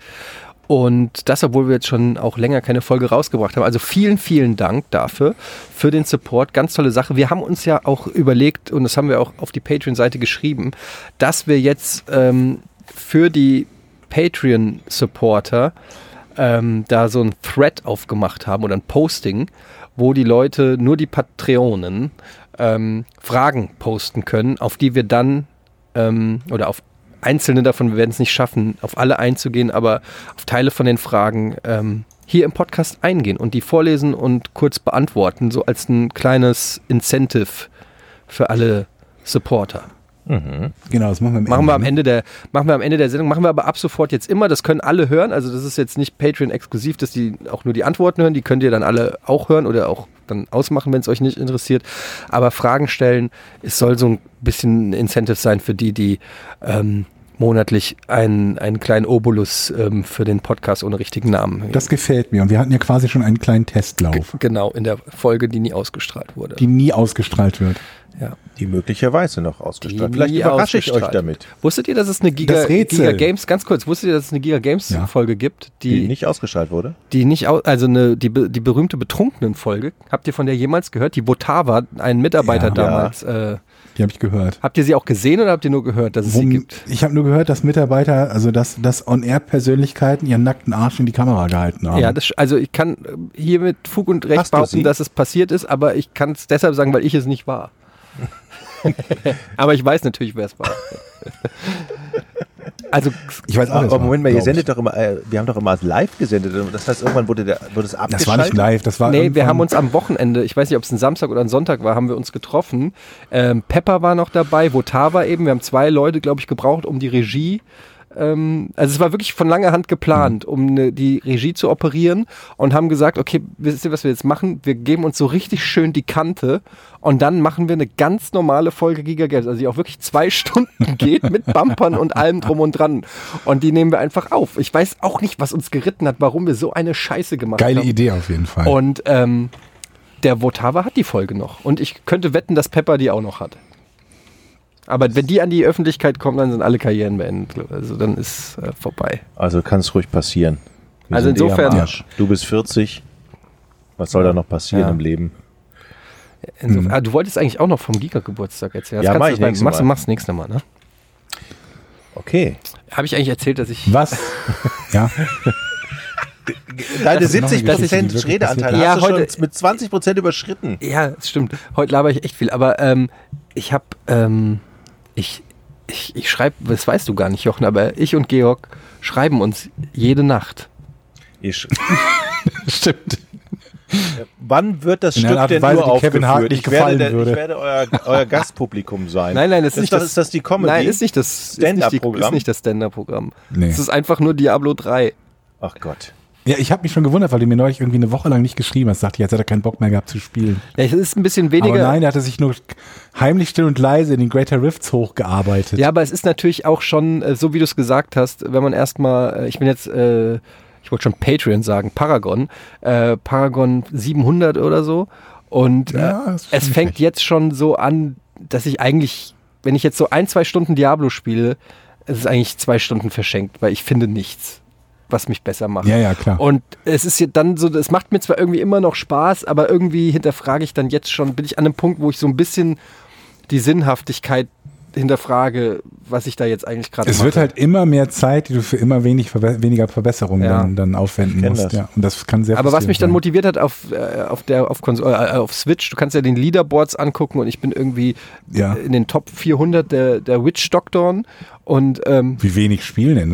Und das, obwohl wir jetzt schon auch länger keine Folge rausgebracht haben. Also vielen, vielen Dank dafür, für den Support. Ganz tolle Sache. Wir haben uns ja auch überlegt, und das haben wir auch auf die Patreon-Seite geschrieben, dass wir jetzt ähm, für die Patreon-Supporter ähm, da so ein Thread aufgemacht haben oder ein Posting, wo die Leute, nur die Patreonen, ähm, Fragen posten können, auf die wir dann ähm, oder auf einzelne davon, wir werden es nicht schaffen, auf alle einzugehen, aber auf Teile von den Fragen ähm, hier im Podcast eingehen und die vorlesen und kurz beantworten, so als ein kleines Incentive für alle Supporter. Mhm. Genau, das machen wir am Machen wir am ne? Ende der, machen wir am Ende der Sendung, machen wir aber ab sofort jetzt immer, das können alle hören, also das ist jetzt nicht Patreon-exklusiv, dass die auch nur die Antworten hören, die könnt ihr dann alle auch hören oder auch dann ausmachen, wenn es euch nicht interessiert, aber Fragen stellen, es soll so ein bisschen ein Incentive sein für die, die ähm, monatlich einen, einen kleinen Obolus ähm, für den Podcast ohne richtigen Namen. Das gefällt mir. Und wir hatten ja quasi schon einen kleinen Testlauf, G- genau, in der Folge, die nie ausgestrahlt wurde. die nie ausgestrahlt wird. ja. Die möglicherweise noch ausgestrahlt. Die Vielleicht nie überrasche ich euch ausgestrahlt. damit. Wusstet ihr, dass es eine Giga, Das Rätsel. Giga Games, ganz kurz, wusstet ihr, dass es eine Giga Games Ja. Folge gibt, Die, die nicht ausgestrahlt wurde? die nicht, au- also eine, die, be- die berühmte Betrunkenen-Folge, habt ihr von der jemals gehört? Die Botava, ein Mitarbeiter Ja. damals, äh, Die habe ich gehört. habt ihr sie auch gesehen oder habt ihr nur gehört, dass es sie Worum- gibt? Ich habe nur gehört, dass Mitarbeiter, also dass, dass On-Air-Persönlichkeiten ihren nackten Arsch in die Kamera gehalten haben. Ja, das, also ich kann äh, hier mit Fug und Recht Hast du behaupten, sie? dass es passiert ist, aber ich kann es deshalb sagen, weil ich es nicht war. Aber ich weiß natürlich, wer es war. Also ich weiß auch, Aber wer es Moment war, mal, ihr glaub sendet ich. doch immer, äh, wir haben doch immer live gesendet. Das heißt, irgendwann wurde, der, wurde es abgeschaltet. Das war nicht live, das war nee, wir irgendwann- haben uns am Wochenende, ich weiß nicht, ob es ein Samstag oder ein Sonntag war, haben wir uns getroffen. Ähm, Pepper war noch dabei, Votava eben. Wir haben zwei Leute, glaube ich, gebraucht, um die Regie. Ähm, also es war wirklich von langer Hand geplant, um ne, die Regie zu operieren und haben gesagt, okay, wisst ihr, was wir jetzt machen? Wir geben uns so richtig schön die Kante und dann machen wir eine ganz normale Folge Giga Games, also die auch wirklich zwei Stunden geht mit Bumpern und allem drum und dran. Und die nehmen wir einfach auf. Ich weiß auch nicht, was uns geritten hat, warum wir so eine Scheiße gemacht Geile haben. Idee auf jeden Fall. Und ähm, der Votava hat die Folge noch. Und ich könnte wetten, dass Pepper die auch noch hat. Aber wenn die an die Öffentlichkeit kommen, dann sind alle Karrieren beendet. Also dann ist äh, vorbei. Also kann es ruhig passieren. Wir Also sind eh am insofern- Arsch. Du bist vierzig. Was soll da noch passieren Ja. im Leben? Insofern, Mhm. ah, du wolltest eigentlich auch noch vom Giga-Geburtstag erzählen. Ja, kannst mach du ich beim- nächstes machst, Mal. machst nächstes Mal, ne? Okay. Habe ich eigentlich erzählt, dass ich... Was? Ja. Deine Das ist noch eine siebzig Geschichte, Prozent die wirklich Redeanteil passiert ist. hast Ja, du heute- schon mit zwanzig Prozent überschritten. Ja, das stimmt. Heute laber ich echt viel. Aber ähm, ich habe... Ähm, ich ich, ich schreibe... Das weißt du gar nicht, Jochen, aber ich und Georg schreiben uns jede Nacht. Ich, Stimmt. wann wird das In Stück einer Art und denn Weise, nur die Kevin Hart aufgeführt? nicht Ich werde, gefallen der, würde. ich werde euer, euer Gastpublikum sein. Nein, nein, das ist ist nicht das, das... ist das die Comedy? Nein, ist nicht das ist nicht die- Stand-up-Programm? Ist nicht das Stand-up-Programm. Nee. Es ist einfach nur Diablo drei. Ach Gott. Ja, ich habe mich schon gewundert, weil du mir neulich irgendwie eine Woche lang nicht geschrieben hast. Sagte, jetzt hat er keinen Bock mehr gehabt zu spielen. Ja, es ist ein bisschen weniger... Aber nein, er hatte sich nur heimlich still und leise in den Greater Rifts hochgearbeitet. Ja, aber es ist natürlich auch schon, äh, so wie du es gesagt hast, wenn man erstmal, äh, ich bin jetzt, äh, ich wollte schon Patreon sagen, Paragon, äh, Paragon siebenhundert oder so. Und äh, Ja, das ist schon es nicht fängt schlecht. jetzt schon so an, dass ich eigentlich, wenn ich jetzt so ein, zwei Stunden Diablo spiele, es ist eigentlich zwei Stunden verschenkt, weil ich finde nichts, was mich besser macht. Ja, ja, klar. Und es ist ja dann so, es macht mir zwar irgendwie immer noch Spaß, aber irgendwie hinterfrage ich dann jetzt schon, bin ich an einem Punkt, wo ich so ein bisschen die Sinnhaftigkeit hinterfrage, was ich da jetzt eigentlich gerade mache. Es wird halt immer mehr Zeit, die du für immer wenig Verbe weniger Verbesserungen Ja. dann, dann aufwenden kenn musst. das. Ja. Und das kann sehr Aber was mich dann frustrierend motiviert hat auf, äh, auf der auf, Konsole, äh, auf Switch, du kannst ja den Leaderboards angucken und ich bin irgendwie Ja. in den Top vierhundert der, der Witch Doctorn und ähm, sein. Wie wenig spielen denn da?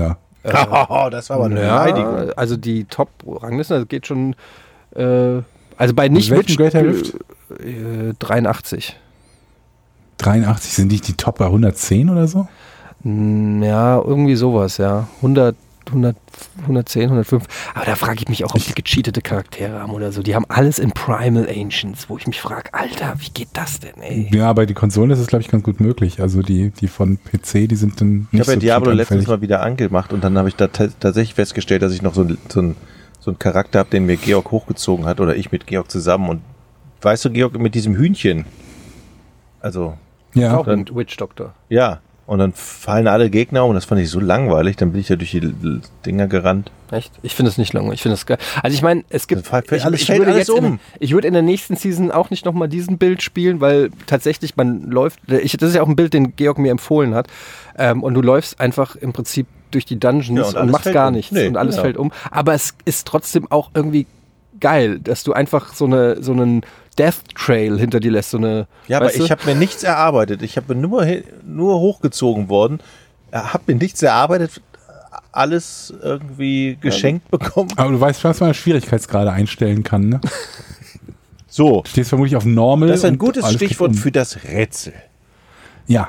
Äh, Oh, das war aber eine ja, Beleidigung. also die Top-Rangliste, das geht schon, äh, also bei nicht welchen Greater Rift? Äh, dreiundachtzig. dreiundachtzig, sind die die Top bei hundertzehn oder so? Mm, Ja, irgendwie sowas, ja. hundert, hundert, hundertzehn, hundertfünf. Aber da frage ich mich auch, ob die gecheatete Charaktere haben oder so. Die haben alles in Primal Ancients, wo ich mich frage, Alter, wie geht das denn, ey? Ja, bei den Konsolen ist es, glaube ich, ganz gut möglich. Also die, die von P C, die sind dann Ich nicht habe ja so Diablo letztens cheatanfällig. mal wieder angemacht und dann habe ich da t- tatsächlich festgestellt, dass ich noch so, ein, so, ein, so einen Charakter habe, den mir Georg hochgezogen hat oder ich mit Georg zusammen. Und weißt du, Georg, mit diesem Hühnchen, also Ja, Auch ein Witch Doctor. ja, und dann fallen alle Gegner um und das fand ich so langweilig, dann bin ich da durch die L- Dinger gerannt. Echt? Ich finde es nicht lange. Ich finde es geil. Also ich meine, es gibt. Das fällt- fällt ich, alles- ich fällt würde alles jetzt in, um. ich würde in der nächsten Season auch nicht nochmal diesen Bild spielen, weil tatsächlich man läuft. Ich, das ist ja auch ein Bild, den Georg mir empfohlen hat. Ähm, und du läufst einfach im Prinzip durch die Dungeons Ja, und und, alles machst fällt gar um. nichts Nee, und alles ja. fällt um. Aber es ist trotzdem auch irgendwie geil, dass du einfach so eine so einen Death Trail hinter dir lässt. So eine, Ja, aber weißt du? ich habe mir nichts erarbeitet. Ich habe nur, he- nur hochgezogen worden, habe mir nichts erarbeitet, alles irgendwie geschenkt bekommen. aber du weißt schon, dass man Schwierigkeitsgrade einstellen kann, ne? So, Du stehst vermutlich auf Normal. das ist ein und gutes alles geht Stichwort um. für das Rätsel. Ja.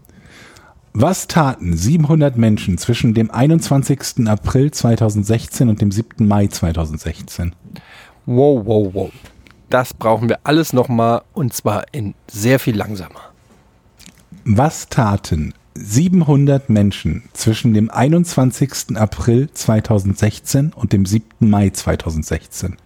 Was taten siebenhundert Menschen zwischen dem einundzwanzigsten April zweitausendsechzehn und dem siebten Mai zweitausendsechzehn? Wow, wow, wow. Das brauchen wir alles nochmal und zwar in sehr viel langsamer. Was taten siebenhundert Menschen zwischen dem einundzwanzigsten April zweitausendsechzehn und dem siebten Mai zweitausendsechzehn?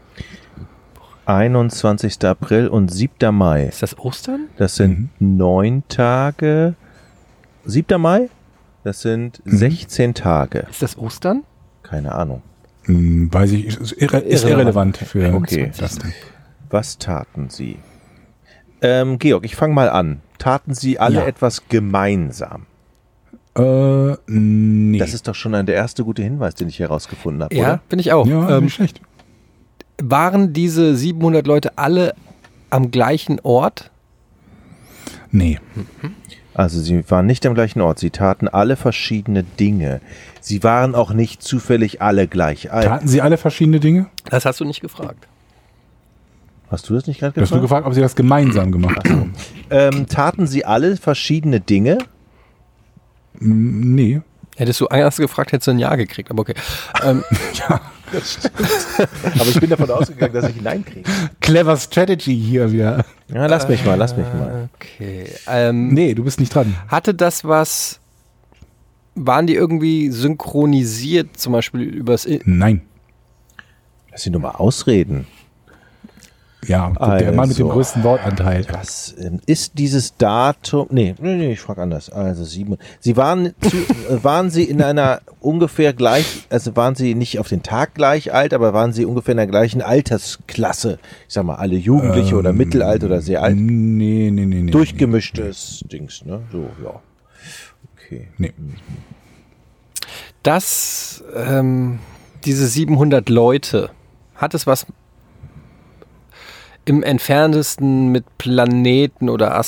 einundzwanzigster April und siebter Mai. Ist das Ostern? Das sind neun Tage. siebter Mai? Das sind sechzehn Tage. Ist das Ostern? Keine Ahnung. Hm, weiß ich, ist, irre, ist Irrelevant. irrelevant für Okay. das denn. Was taten sie? Ähm, Georg, ich fange mal an. Taten sie alle Ja. etwas gemeinsam? Äh, nee. Das ist doch schon ein, der erste gute Hinweis, den ich herausgefunden habe, Ja, oder? bin ich auch. ja, ähm, nicht schlecht. waren diese siebenhundert Leute alle am gleichen Ort? Nee. Also sie waren nicht am gleichen Ort. Sie taten alle verschiedene Dinge. Sie waren auch nicht zufällig alle gleich alt. Taten sie alle verschiedene Dinge? Das hast du nicht gefragt. Hast du das nicht gerade Du hast nur gefragt? gefragt, ob sie das gemeinsam gemacht haben. Ähm, taten sie alle verschiedene Dinge? Hm, Nee. Hättest du erst gefragt, hättest du ein Ja gekriegt, aber okay. Ähm, Ja. Aber ich bin davon ausgegangen, dass ich Nein kriege. Clever Strategy hier wieder. Ja, lass mich mal, lass mich mal. okay. Ähm, Nee, du bist nicht dran. Hatte das was, waren die irgendwie synchronisiert, zum Beispiel übers... I- Nein. Lass sie nur mal ausreden. Ja, der Mann mit dem Also. größten Wortanteil. Was ähm, ist dieses Datum? Nee, nee, nee, ich frage anders. Also sieben. Sie waren, zu, äh, waren Sie in einer ungefähr gleich, also waren Sie nicht auf den Tag gleich alt, aber waren Sie ungefähr in der gleichen Altersklasse? Ich sag mal, alle Jugendliche oder Ähm, mittelalt oder sehr alt? Nee, nee, nee, nee. Durchgemischtes Dings, ne? So, ja. Okay. Nee. Das, ähm, diese siebenhundert Leute, hat es was im Entferntesten mit Planeten oder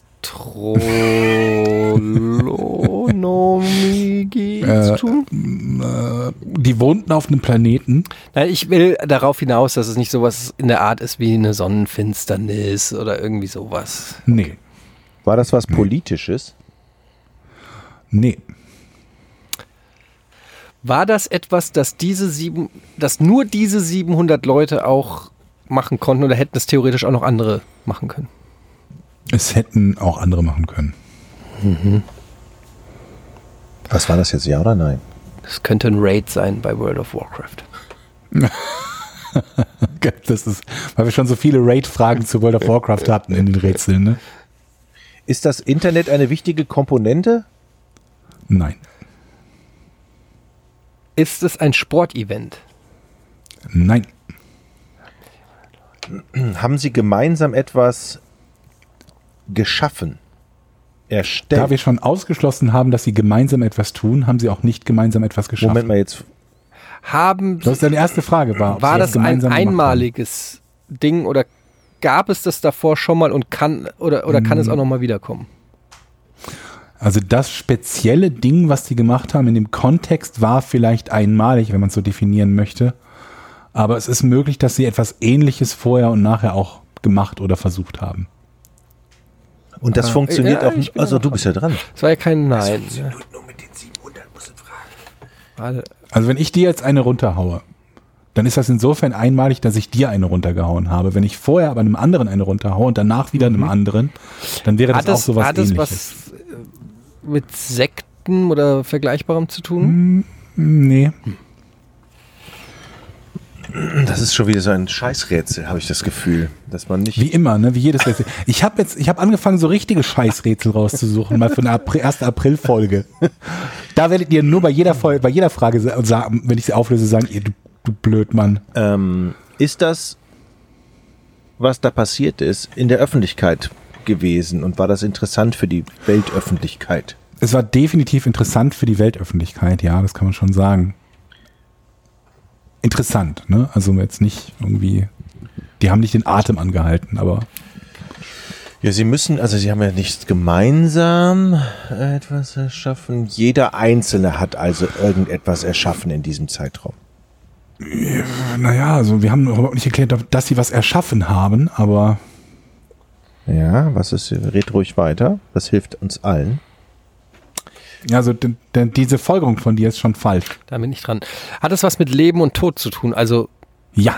Astronomie zu tun? Äh, die wohnten auf einem Planeten. Nein, ich will darauf hinaus, dass es nicht sowas in der Art ist wie eine Sonnenfinsternis oder irgendwie sowas. Nee. War das was Politisches? Nee. War das etwas, dass diese sieben, dass nur diese siebenhundert Leute auch machen konnten oder hätten es theoretisch auch noch andere machen können? Es hätten auch andere machen können. Was war das jetzt, ja oder nein? Das könnte ein Raid sein bei World of Warcraft. Das ist, weil wir schon so viele Raid-Fragen zu World of Warcraft hatten in den Rätseln, ne? Ist das Internet eine wichtige Komponente? Nein. Ist es ein Sportevent? Nein. Haben Sie gemeinsam etwas geschaffen? Erstellt? Da wir schon ausgeschlossen haben, dass sie gemeinsam etwas tun, haben sie auch nicht gemeinsam etwas geschaffen. Moment mal jetzt. Haben, Das ist deine erste Frage. War, ob war sie das ein gemeinsam gemacht haben. einmaliges Ding oder gab es das davor schon mal und kann oder, oder kann es auch noch mal wiederkommen? Also das spezielle Ding, was die gemacht haben in dem Kontext, war vielleicht einmalig, wenn man es so definieren möchte. Aber es ist möglich, dass sie etwas Ähnliches vorher und nachher auch gemacht oder versucht haben. Und das Ah, funktioniert ja, auch ich nicht. bin Also auch du bist ja dran. Das war ja kein Nein. Nur mit den siebenhundert musst du fragen. Warte. Also wenn ich dir jetzt eine runterhaue, dann ist das insofern einmalig, dass ich dir eine runtergehauen habe. Wenn ich vorher aber einem anderen eine runterhaue und danach wieder einem anderen, dann wäre das Hat auch es, sowas hat es Ähnliches. was äh, mit Sekten oder Vergleichbarem zu tun? Nee. Das ist schon wieder so ein Scheißrätsel, habe ich das Gefühl, dass man nicht. Wie immer, ne? Wie jedes Rätsel. Ich habe jetzt, ich habe angefangen, so richtige Scheißrätsel rauszusuchen, mal für eine April, erste April-Folge. Da werdet ihr nur bei jeder Folge, bei jeder Frage sagen, wenn ich sie auflöse, sagen, ihr, du, du Blödmann. Ähm, ist das, was da passiert ist, in der Öffentlichkeit gewesen und war das interessant für die Weltöffentlichkeit? Es war definitiv interessant für die Weltöffentlichkeit, ja, das kann man schon sagen. Interessant, ne? Also jetzt nicht irgendwie, die haben nicht den Atem angehalten, aber. Ja, sie müssen, also sie haben ja nicht gemeinsam etwas erschaffen. Jeder Einzelne hat also irgendetwas erschaffen in diesem Zeitraum. Ja, naja, also wir haben überhaupt nicht erklärt, dass sie was erschaffen haben, aber. Ja, was ist, red ruhig weiter. Das hilft uns allen. Ja, also d- d- diese Folgerung von dir ist schon falsch. Da bin ich dran. Hat es was mit Leben und Tod zu tun? Also Ja.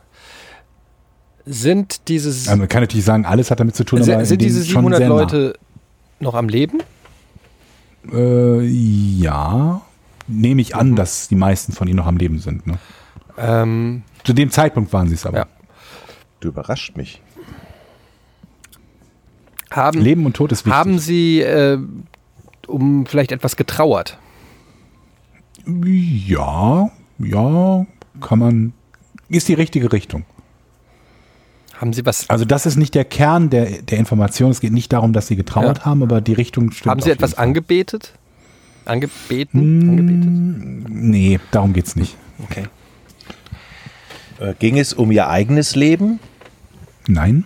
sind dieses Also man kann natürlich sagen, alles hat damit zu tun, sind, aber in sind dem diese schon siebenhundert sehr nah. Leute noch am Leben? Äh, ja, nehme ich an, Mhm. dass die meisten von ihnen noch am Leben sind. Ne? Ähm, Zu dem Zeitpunkt waren sie es aber. Ja. Du überrascht mich. haben Leben und Tod ist wichtig. haben Sie äh, um vielleicht etwas getrauert? Ja, ja, kann man, ist die richtige Richtung. Haben Sie was? Also das ist nicht der Kern der, der Information. Es geht nicht darum, dass sie getrauert Ja. haben, aber die Richtung stimmt. Haben Sie auf etwas jeden Fall. angebetet? Angebeten? Mm, Angebetet? Nee, darum geht's nicht. Okay. Äh, ging es um ihr eigenes Leben? Nein.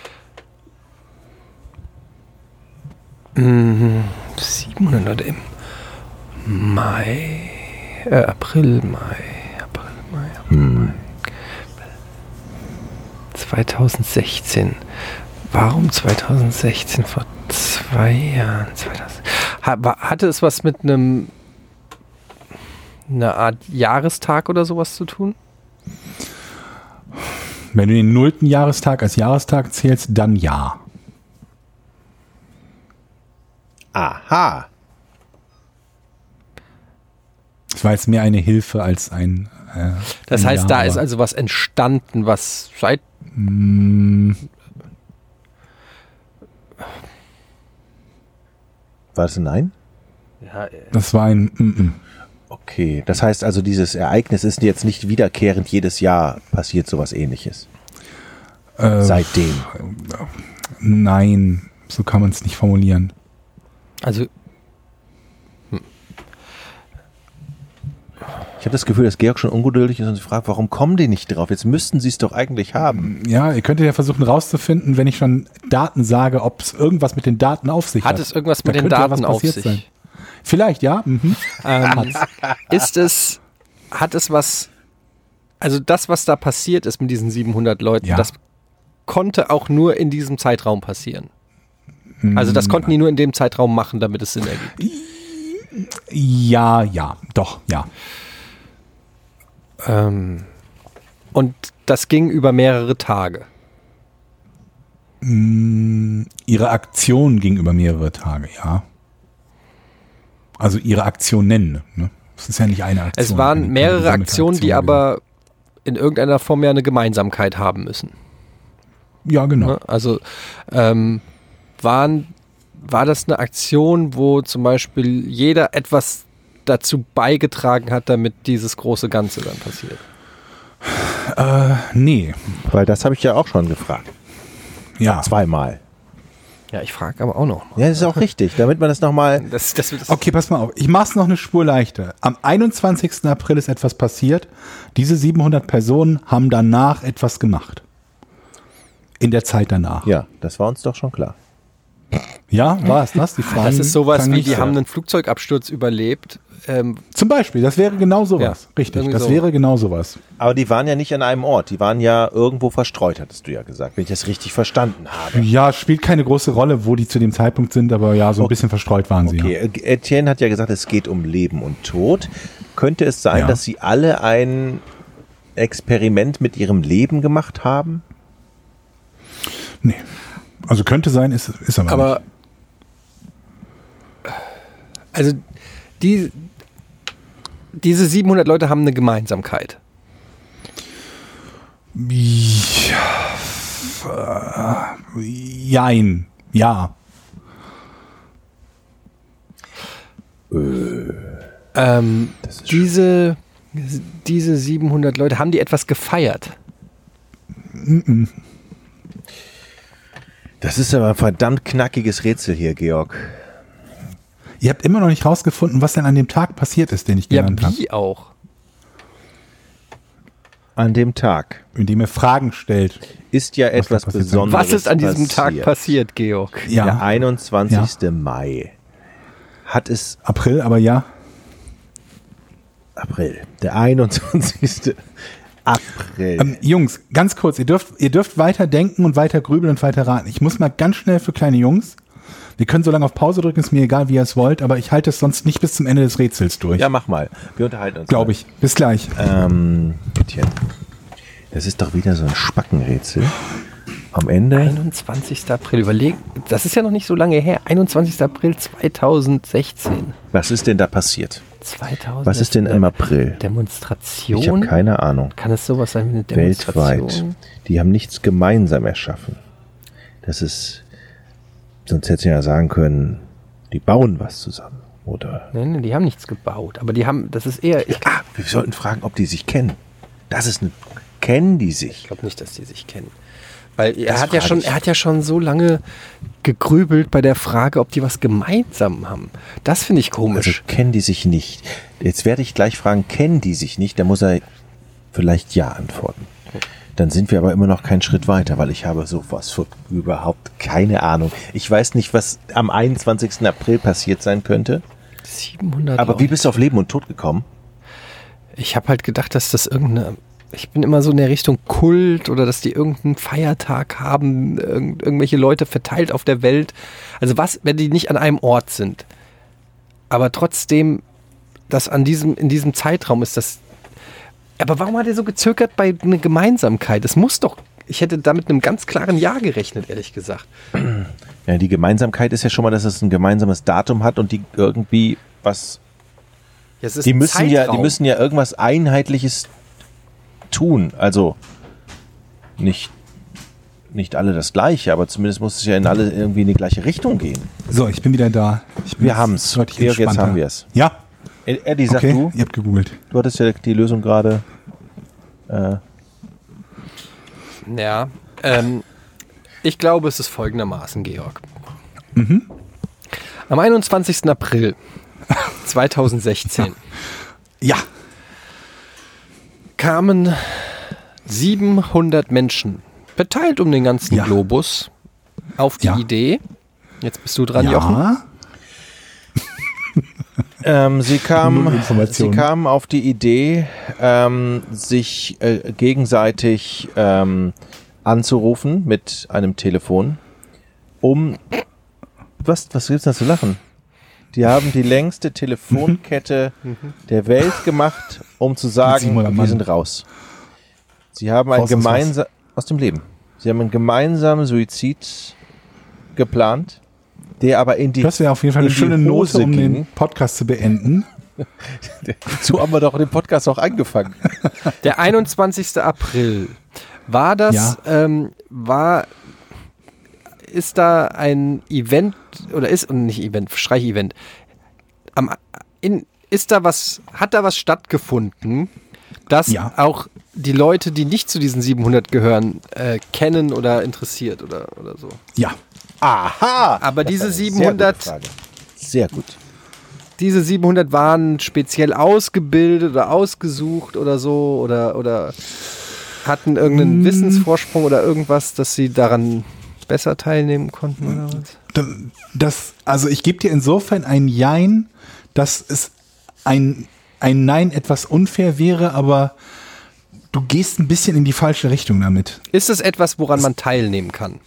siebenhundert Leute im Mai, äh, April, Mai, April, Mai, April, Mai. zweitausendsechzehn. Warum zweitausendsechzehn? Vor zwei Jahren. zweitausend Ha- wa- Hatte es was mit einem einer Art Jahrestag oder sowas zu tun? Wenn du den nullten Jahrestag als Jahrestag zählst, dann ja. Aha. Es war jetzt mehr eine Hilfe als ein. Äh, Das ein heißt, Jahr, da aber- ist also was entstanden, was seit Mm, War das ein Nein? ja, äh, Das war ein. Mm, mm. Okay, das heißt also, dieses Ereignis ist jetzt nicht wiederkehrend jedes Jahr passiert sowas Ähnliches. Äh, Seitdem. Nein, so kann man es nicht formulieren. also Ich habe das Gefühl, dass Georg schon ungeduldig ist und sich fragt, warum kommen die nicht drauf? Jetzt müssten sie es doch eigentlich haben. Ja, ihr könntet ja versuchen rauszufinden, wenn ich schon Daten sage, ob es irgendwas mit den Daten auf sich hat. hat es irgendwas Da mit den könnte ja Daten was auf passiert sich? sein. Vielleicht, ja. Mhm. Ähm, ist es, hat es was, also das, was da passiert ist mit diesen siebenhundert Leuten, Ja. das konnte auch nur in diesem Zeitraum passieren. Also das konnten die nur in dem Zeitraum machen, damit es Sinn ergibt. Ja, ja, doch, ja. Ähm, und das ging über mehrere Tage. Mm, Ihre Aktion ging über mehrere Tage, ja. Also ihre Aktionen, ne? Es ist ja nicht eine Aktion. Es waren eine mehrere gesammelte Aktionen, die Aktion aber in irgendeiner Form ja eine Gemeinsamkeit haben müssen. gewesen. Ja, genau. Ne? Also ähm, waren, war das eine Aktion, wo zum Beispiel jeder etwas dazu beigetragen hat, damit dieses große Ganze dann passiert? Äh, nee, Weil das habe ich ja auch schon gefragt. ja. Zweimal. Ja, ich frage aber auch noch. Ja, das ist auch richtig, damit man das nochmal... Das, das, das, Okay, pass mal auf. Ich mach's noch eine Spur leichter. Am einundzwanzigsten April ist etwas passiert. Diese siebenhundert Personen haben danach etwas gemacht. In der Zeit danach. Ja, das war uns doch schon klar. Ja, war es das? Die Fragen Das ist sowas klangen wie, nicht die so. haben einen Flugzeugabsturz überlebt. Ähm, Zum Beispiel, das wäre genau sowas. Ja, Richtig, irgendwie das so. wäre genau sowas. Aber die waren ja nicht an einem Ort, die waren ja irgendwo verstreut, hattest du ja gesagt, wenn ich das richtig verstanden habe. Ja, spielt keine große Rolle, wo die zu dem Zeitpunkt sind, aber ja, so ein Okay. bisschen verstreut waren sie. Ja. Okay, Etienne hat ja gesagt, es geht um Leben und Tod. Könnte es sein, Ja. dass sie alle ein Experiment mit ihrem Leben gemacht haben? Nee. Also könnte sein, ist, ist aber, aber also die, diese siebenhundert Leute haben eine Gemeinsamkeit. nicht. Ja, äh, jein. Ja. Ähm, diese, diese siebenhundert Leute, haben die etwas gefeiert? Das ist aber ein verdammt knackiges Rätsel hier, Georg. Ihr habt immer noch nicht rausgefunden, was denn an dem Tag passiert ist, den ich Ja, genannt habe. wie auch. An dem Tag Indem ihr Fragen stellt. ist ja etwas da passiert sein Besonderes Was ist an diesem passiert. Tag passiert, Georg? Ja. Der einundzwanzigste Mai. Hat es April, aber ja. April. Der einundzwanzigste April. Ähm, Jungs, ganz kurz, ihr dürft, ihr dürft weiter denken und weiter grübeln und weiter raten. Ich muss mal ganz schnell für kleine Jungs. Wir können so lange auf Pause drücken, ist mir egal, wie ihr es wollt, aber ich halte es sonst nicht bis zum Ende des Rätsels durch. Ja, mach mal. Wir unterhalten uns. Glaube ich. Bis gleich. Ähm, Etienne, das ist doch wieder so ein Spackenrätsel. Am Ende. einundzwanzigster April, überleg, das ist ja noch nicht so lange her. einundzwanzigster April zweitausendsechzehn. Was ist denn da passiert? zweitausend Was ist denn im April? Demonstration? Ich habe keine Ahnung. Kann es sowas sein wie eine Demonstration? Weltweit. Die haben nichts gemeinsam erschaffen. Das ist, sonst hätte ich ja sagen können, die bauen was zusammen. Oder? Nein, nein, die haben nichts gebaut. Aber die haben, das ist eher, ich Ah, wir sollten fragen, ob die sich kennen. Das ist eine, kennen die sich? glaube nicht, dass die sich kennen. Weil er Das hat ja frage schon, ich. er hat ja schon so lange gegrübelt bei der Frage, ob die was gemeinsam haben. Das finde ich Also komisch. kennen die sich nicht. Jetzt werde ich gleich fragen, kennen die sich nicht? Da muss er vielleicht ja antworten. Dann sind wir aber immer noch keinen Schritt weiter, weil ich habe sowas von überhaupt keine Ahnung. Ich weiß nicht, was am einundzwanzigsten April passiert sein könnte. siebenhundert Aber wie Leute. bist du auf Leben und Tod gekommen? Ich habe halt gedacht, dass das irgendeine, ich bin immer so in der Richtung Kult oder dass die irgendeinen Feiertag haben, irgend, irgendwelche Leute verteilt auf der Welt. Also was, wenn die nicht an einem Ort sind, aber trotzdem, dass an diesem, in diesem Zeitraum ist das. Aber warum hat er so gezögert bei einer Gemeinsamkeit? Es muss doch, ich hätte da mit einem ganz klaren Ja gerechnet, ehrlich gesagt. Ja, die Gemeinsamkeit ist ja schon mal, dass es ein gemeinsames Datum hat und die irgendwie was. Ja, es ist Die ein müssen ja, die Zeitraum. müssen ja irgendwas Einheitliches tun. Also nicht, nicht alle das Gleiche, aber zumindest muss es ja in alle irgendwie in die gleiche Richtung gehen. So, ich bin wieder da. Ich bin Wir jetzt haben's. deutlich Georg, jetzt entspannter. haben wir's. Ja, Eddie, sag okay, du, ihr habt gegoogelt. du hattest ja die Lösung gerade. Äh, Ja, ähm, ich glaube, es ist folgendermaßen, Georg. Mhm. Am einundzwanzigsten April zweitausendsechzehn Ja, kamen siebenhundert Menschen, verteilt um den ganzen Ja. Globus, auf die Ja. Idee. Jetzt bist du dran, Jochen. ja. ähm, sie, kamen, Null sie Informationen. kamen auf die Idee, ähm, sich äh, gegenseitig ähm, anzurufen mit einem Telefon, um. Was, was gibt's da zu lachen? Die haben die längste Telefonkette der Welt gemacht, um zu sagen, siebenhundert wir Mann. sind raus. Sie haben ein Raus aus was? gemeinsam aus dem Leben. Sie haben einen gemeinsamen Suizid geplant, der aber in die Das wäre auf jeden Fall eine in die schöne Note, Hose um ging. den Podcast zu beenden. So haben wir doch den Podcast auch angefangen. Der einundzwanzigster April. War das, Ja. ähm, war, ist da ein Event, oder ist, nicht Event, Streich-Event, am, in, ist da was, hat da was stattgefunden, dass Ja. auch die Leute, die nicht zu diesen siebenhundert gehören, äh, kennen oder interessiert oder, oder so? Ja, Aha! Aber Das diese ist eine siebenhundert Sehr, gute Frage. Sehr gut. Diese siebenhundert waren speziell ausgebildet oder ausgesucht oder so oder, oder hatten irgendeinen Mm. Wissensvorsprung oder irgendwas, dass sie daran besser teilnehmen konnten oder was? Das, also ich gebe dir insofern ein Jein, dass es ein, ein Nein etwas unfair wäre, aber du gehst ein bisschen in die falsche Richtung damit. Ist es etwas, woran man teilnehmen kann?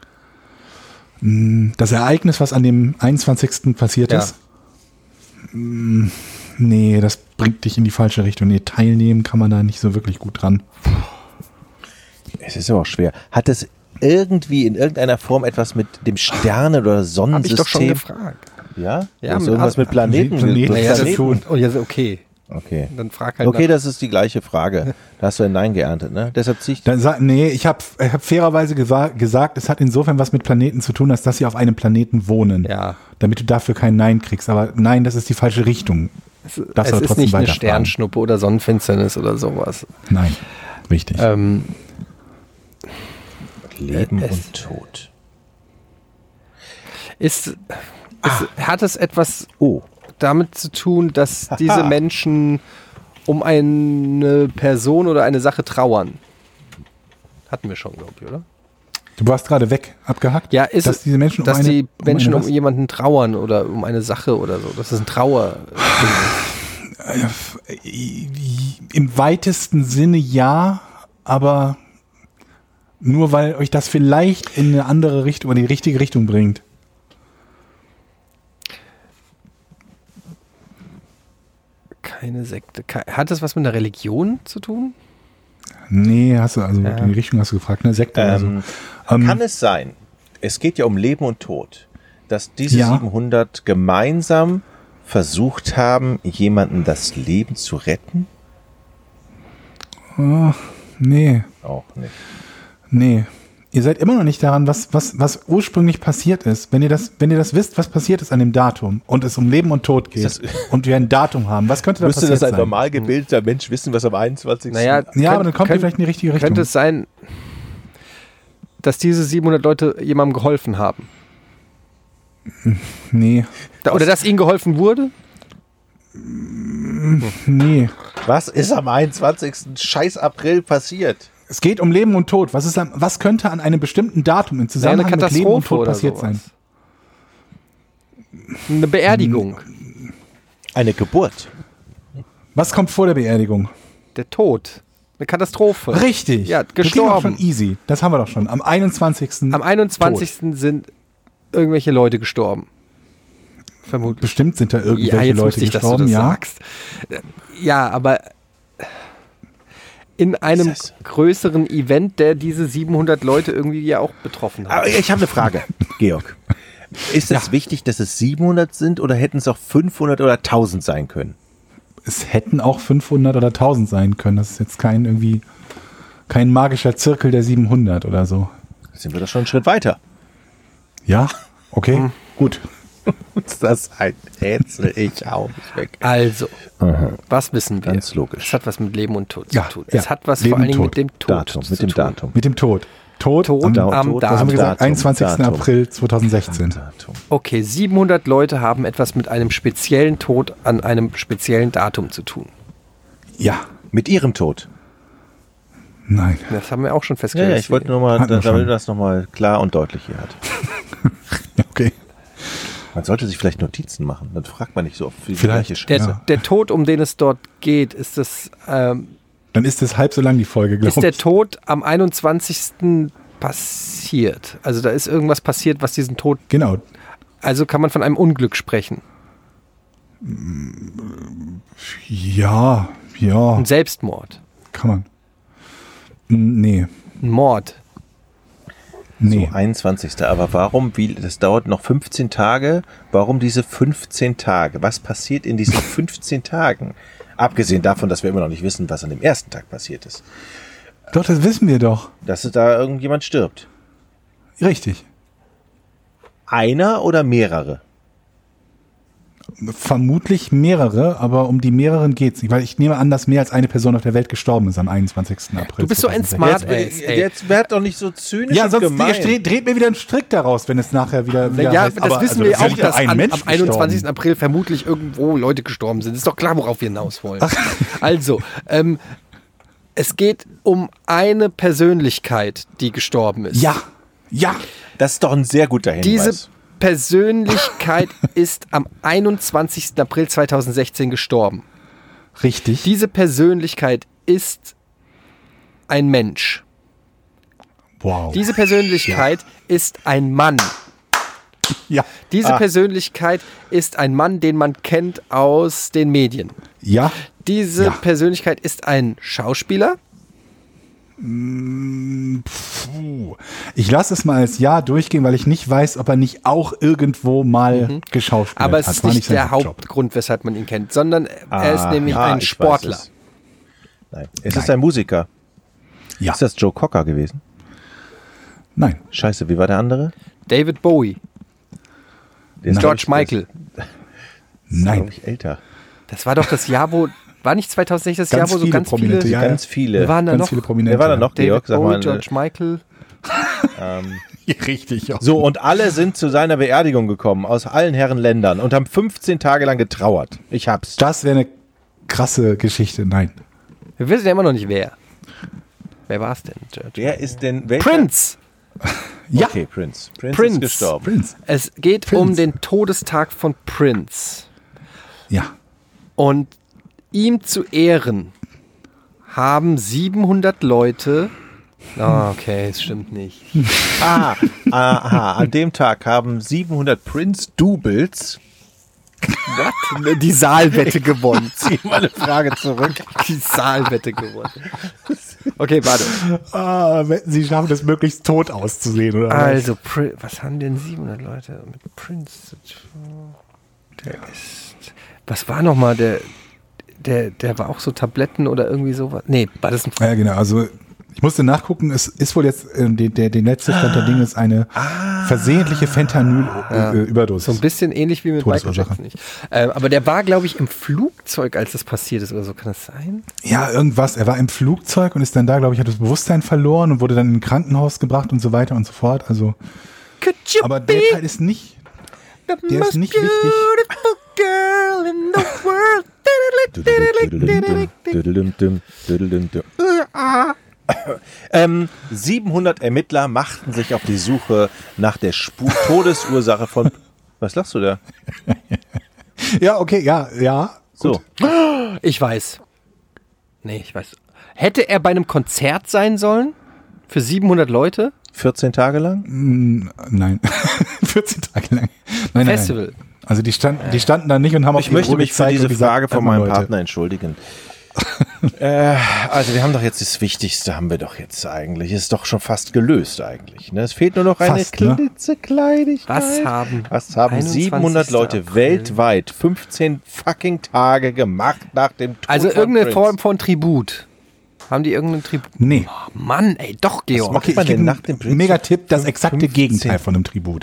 Das Ereignis, was an dem einundzwanzigsten passiert Ja. ist? Nee, das bringt dich in die falsche Richtung. Nee, teilnehmen kann man da nicht so wirklich gut dran. Es ist aber auch schwer. Hat es irgendwie in irgendeiner Form etwas mit dem Sterne- oder Hab Sonnensystem? ich doch schon gefragt. Ja? Ja, Ist mit- irgendwas mit Planeten? Planeten. mit Ja, das Planeten? tun. Oh, ja, okay. Okay. Dann frag halt Okay, nach. das ist die gleiche Frage. Da hast du ein Nein geerntet, ne? Deshalb ziehe ich. Dann sag, nee, ich habe ich hab fairerweise gesa- gesagt, es hat insofern was mit Planeten zu tun, als dass sie auf einem Planeten wohnen. Ja. Damit du dafür kein Nein kriegst. Aber nein, das ist die falsche Richtung. Es, Darfst es aber ist trotzdem nicht eine weiterfragen. Sternschnuppe oder Sonnenfinsternis oder sowas. Nein, richtig. Ähm, Leben es- und Tod. ist, ist, hat es etwas Oh. damit zu tun, dass diese Menschen um eine Person oder eine Sache trauern? Hatten wir schon, glaube ich, oder? Du warst gerade weg, abgehackt? Ja, ist dass es, diese Menschen dass um eine, die Menschen um, um, eine was? jemanden trauern oder um eine Sache oder so. Das ist ein Trauer. Im weitesten Sinne ja, aber nur weil euch das vielleicht in eine andere Richtung, in die richtige Richtung bringt. Keine Sekte. Ke- Hat das was mit einer Religion zu tun? Nee, hast du, also Ja. in die Richtung hast du gefragt, ne? Sekte oder so. Ähm, Ähm, kann es sein, es geht ja um Leben und Tod, dass diese Ja. siebenhundert gemeinsam versucht haben, jemanden das Leben zu retten? Oh, nee, Auch nicht. nee. Ihr seid immer noch nicht daran, was, was, was ursprünglich passiert ist. Wenn ihr das, wenn ihr das wisst, was passiert ist an dem Datum und es um Leben und Tod geht Das- und wir ein Datum haben, was könnte da Müsste passiert das ein sein? normal gebildeter Mensch wissen, was am einundzwanzigsten Naja, Ja, aber dann kommt ihr könnt- vielleicht in die richtige Richtung. Könnte es sein, dass diese siebenhundert Leute jemandem geholfen haben? Nee, Da, oder dass ihnen geholfen wurde? nee. Was ist am einundzwanzigsten Scheiß April passiert? Es geht um Leben und Tod. Was ist an, was könnte an einem bestimmten Datum im Zusammenhang eine mit Leben und Katastrophe Tod oder passiert sowas. sein? Eine Beerdigung. Eine Geburt. Was kommt vor der Beerdigung? Der Tod. Eine Katastrophe. Richtig. Ja, Das ging doch gestorben. schon easy. Das haben wir doch schon. Am einundzwanzigsten Am einundzwanzigsten sind irgendwelche Leute gestorben. Vermutlich. Bestimmt sind da irgendwelche Ja, jetzt Leute wusste ich, dass du gestorben, das ja. sagst. Ja, aber in einem das? größeren Event, der diese siebenhundert Leute irgendwie ja auch betroffen hat. Aber ich habe eine Frage, Georg. Ist es wichtig, dass es siebenhundert sind oder hätten es auch fünfhundert oder tausend sein können? Es hätten auch fünfhundert oder tausend sein können. Das ist jetzt kein irgendwie kein magischer Zirkel der siebenhundert oder so. Sind wir doch schon einen Schritt weiter. Ja, okay, Hm. gut. Ist das ein Rätsel? Ich auch nicht weg. Also, was wissen wir? Ganz logisch. Es hat was mit Leben und Tod Ja, zu tun. ja. Es hat was Leben vor allen Dingen und mit dem Tod Datum, zu mit dem tun. Datum. Mit dem Tod. Tod, Tod am, am Tod, was haben wir gesagt? Datum, einundzwanzigsten Datum. April zweitausendsechzehn. Datum. Okay, siebenhundert Leute haben etwas mit einem speziellen Tod an einem speziellen Datum zu tun. Ja, Mit ihrem Tod. nein. Das haben wir auch schon Ja, festgestellt. ja, ich wollte nur mal, Hatten wir da- damit schon. das nochmal klar und deutlich hier hat. Okay. Man sollte sich vielleicht Notizen machen, dann fragt man nicht so oft für die Vielleicht. gleiche der, Scheiße. Ja. der Tod, um den es dort geht, ist das ähm, Dann ist es halb so lang die Folge, glaube ist der ich. Tod am einundzwanzigsten passiert. Also da ist irgendwas passiert, was diesen Tod. Genau. Also kann man von einem Unglück sprechen. Ja, ja, Ein Selbstmord. kann man. N- Nee, Ein Mord. nee. So, einundzwanzigsten Aber warum, wie, das dauert noch fünfzehn Tage, warum diese fünfzehn Tage? Was passiert in diesen fünfzehn Tagen? Abgesehen davon, dass wir immer noch nicht wissen, was an dem ersten Tag passiert ist. Doch, das wissen wir doch. Dass da irgendjemand stirbt. Richtig. Einer oder mehrere? Vermutlich mehrere, aber um die mehreren geht's nicht, weil ich nehme an, dass mehr als eine Person auf der Welt gestorben ist am einundzwanzigsten April. Du bist so ein zweitausendsechzehn. Smart Jetzt, Ass, ey. jetzt werd doch nicht so zynisch Ja, und sonst gemein. dreht, dreht mir wieder ein Strick daraus, wenn es nachher wieder, wieder Ja, heißt, das aber, wissen also, wir ist auch, nicht dass ein an, Mensch am einundzwanzigsten gestorben. April vermutlich irgendwo Leute gestorben sind. Ist doch klar, worauf wir hinaus wollen. Also, ähm, es geht um eine Persönlichkeit, die gestorben ist. Ja, ja. Das ist doch ein sehr guter Hinweis. Diese Persönlichkeit ist am einundzwanzigsten April zweitausendsechzehn gestorben. Richtig. Diese Persönlichkeit ist ein Mensch. Wow. Diese Persönlichkeit ja. ist ein Mann. Ja. Diese Ah. Persönlichkeit ist ein Mann, den man kennt aus den Medien. Ja. Diese Ja. Persönlichkeit ist ein Schauspieler. Puh. Ich lasse es mal als Ja durchgehen, weil ich nicht weiß, ob er nicht auch irgendwo mal mhm. geschauspielert Aber hat. es ist War nicht sein der Hauptjob. Hauptgrund, weshalb man ihn kennt, sondern Ah, er ist nämlich ja, ein ich Sportler. weiß es. Nein. Es Nein. ist ein Musiker. Ja. Ist das Joe Cocker gewesen? Nein. Scheiße, wie war der andere? David Bowie. Der ist, George glaub ich, Michael. Der Nein. ist, ich, älter. Das war doch das Jahr, wo, war nicht zweitausendsechzehn das Ganz Jahr, wo so viele ganz Prominente, viele, ja, Ganz viele. wir waren da Ganz noch, viele Prominente. Wer war da noch, David Georg? Sag Bowie, mal. George Michael. Ähm, Richtig. Ja. so, und alle sind zu seiner Beerdigung gekommen, aus allen Herren Ländern, und haben fünfzehn Tage lang getrauert. Ich hab's. Das wäre eine krasse Geschichte. Nein. Wir wissen ja immer noch nicht, wer. Wer war es denn? George? Wer ist denn... Welcher? Prince. Ja. Okay, Prince. Prince, Prince. ist gestorben. Prince. Es geht Prince. um den Todestag von Prince. Ja. Und ihm zu Ehren haben siebenhundert Leute... Ah, okay, es stimmt nicht. Ah, aha, an dem Tag haben siebenhundert Prince-Doubles What? Die Saalwette gewonnen. zieh mal eine Frage zurück. Die Saalwette gewonnen. Okay, warte. Ah, wetten, Sie schaffen es möglichst tot auszusehen, oder? Also, Pri- was haben denn siebenhundert Leute mit Prince zu tun? Der ist... Was war nochmal der... Der, der war auch so Tabletten oder irgendwie sowas. Nee, war das ein... Ja, genau. Also ich musste nachgucken, es ist wohl jetzt, äh, die, der, die letzte Stand der Dinge ist eine Ah. versehentliche Fentanyl-Überdosis. So ein bisschen ähnlich wie mit Michael Todesursache. Jackson. Nicht. Ähm, aber der war, glaube ich, im Flugzeug, als das passiert ist oder so. Kann das sein? Ja, irgendwas. Er war im Flugzeug und ist dann da, glaube ich, hat das Bewusstsein verloren und wurde dann in ein Krankenhaus gebracht und so weiter und so fort. Also, Could you aber der Teil ist nicht, the der ist most nicht wichtig. beautiful girl in the world? ähm, siebenhundert Ermittler machten sich auf die Suche nach der Spur Todesursache von... Was lachst du da? Ja, okay, ja, ja. So. Ich weiß. Nee, ich weiß. Hätte er bei einem Konzert sein sollen? Für siebenhundert Leute? vierzehn Tage lang? Mm, Nein. vierzehn Tage lang. Nein, nein, Festival. Nein. Also die standen, die standen da nicht und haben auf Ich ihre möchte Uhr mich für gezeigt diese und gesagt, Frage von einmal, meinem Leute. Partner entschuldigen. äh, also wir haben doch jetzt das Wichtigste, haben wir doch jetzt eigentlich. Ist doch schon fast gelöst eigentlich. Ne? Es fehlt nur noch eine Fast, ne? klitzekleinigkeit. Was haben, Was haben siebenhundert Leute April. weltweit fünfzehn fucking Tage gemacht nach dem Tod Also von irgendeine Prince? Form von Tribut. Haben die irgendeinen Tribut? Nee. Oh Mann, ey, doch, Georg. macht Okay, man ich gebe denn einen nach dem Prince Megatipp, das fünfzehn? exakte Gegenteil von einem Tribut.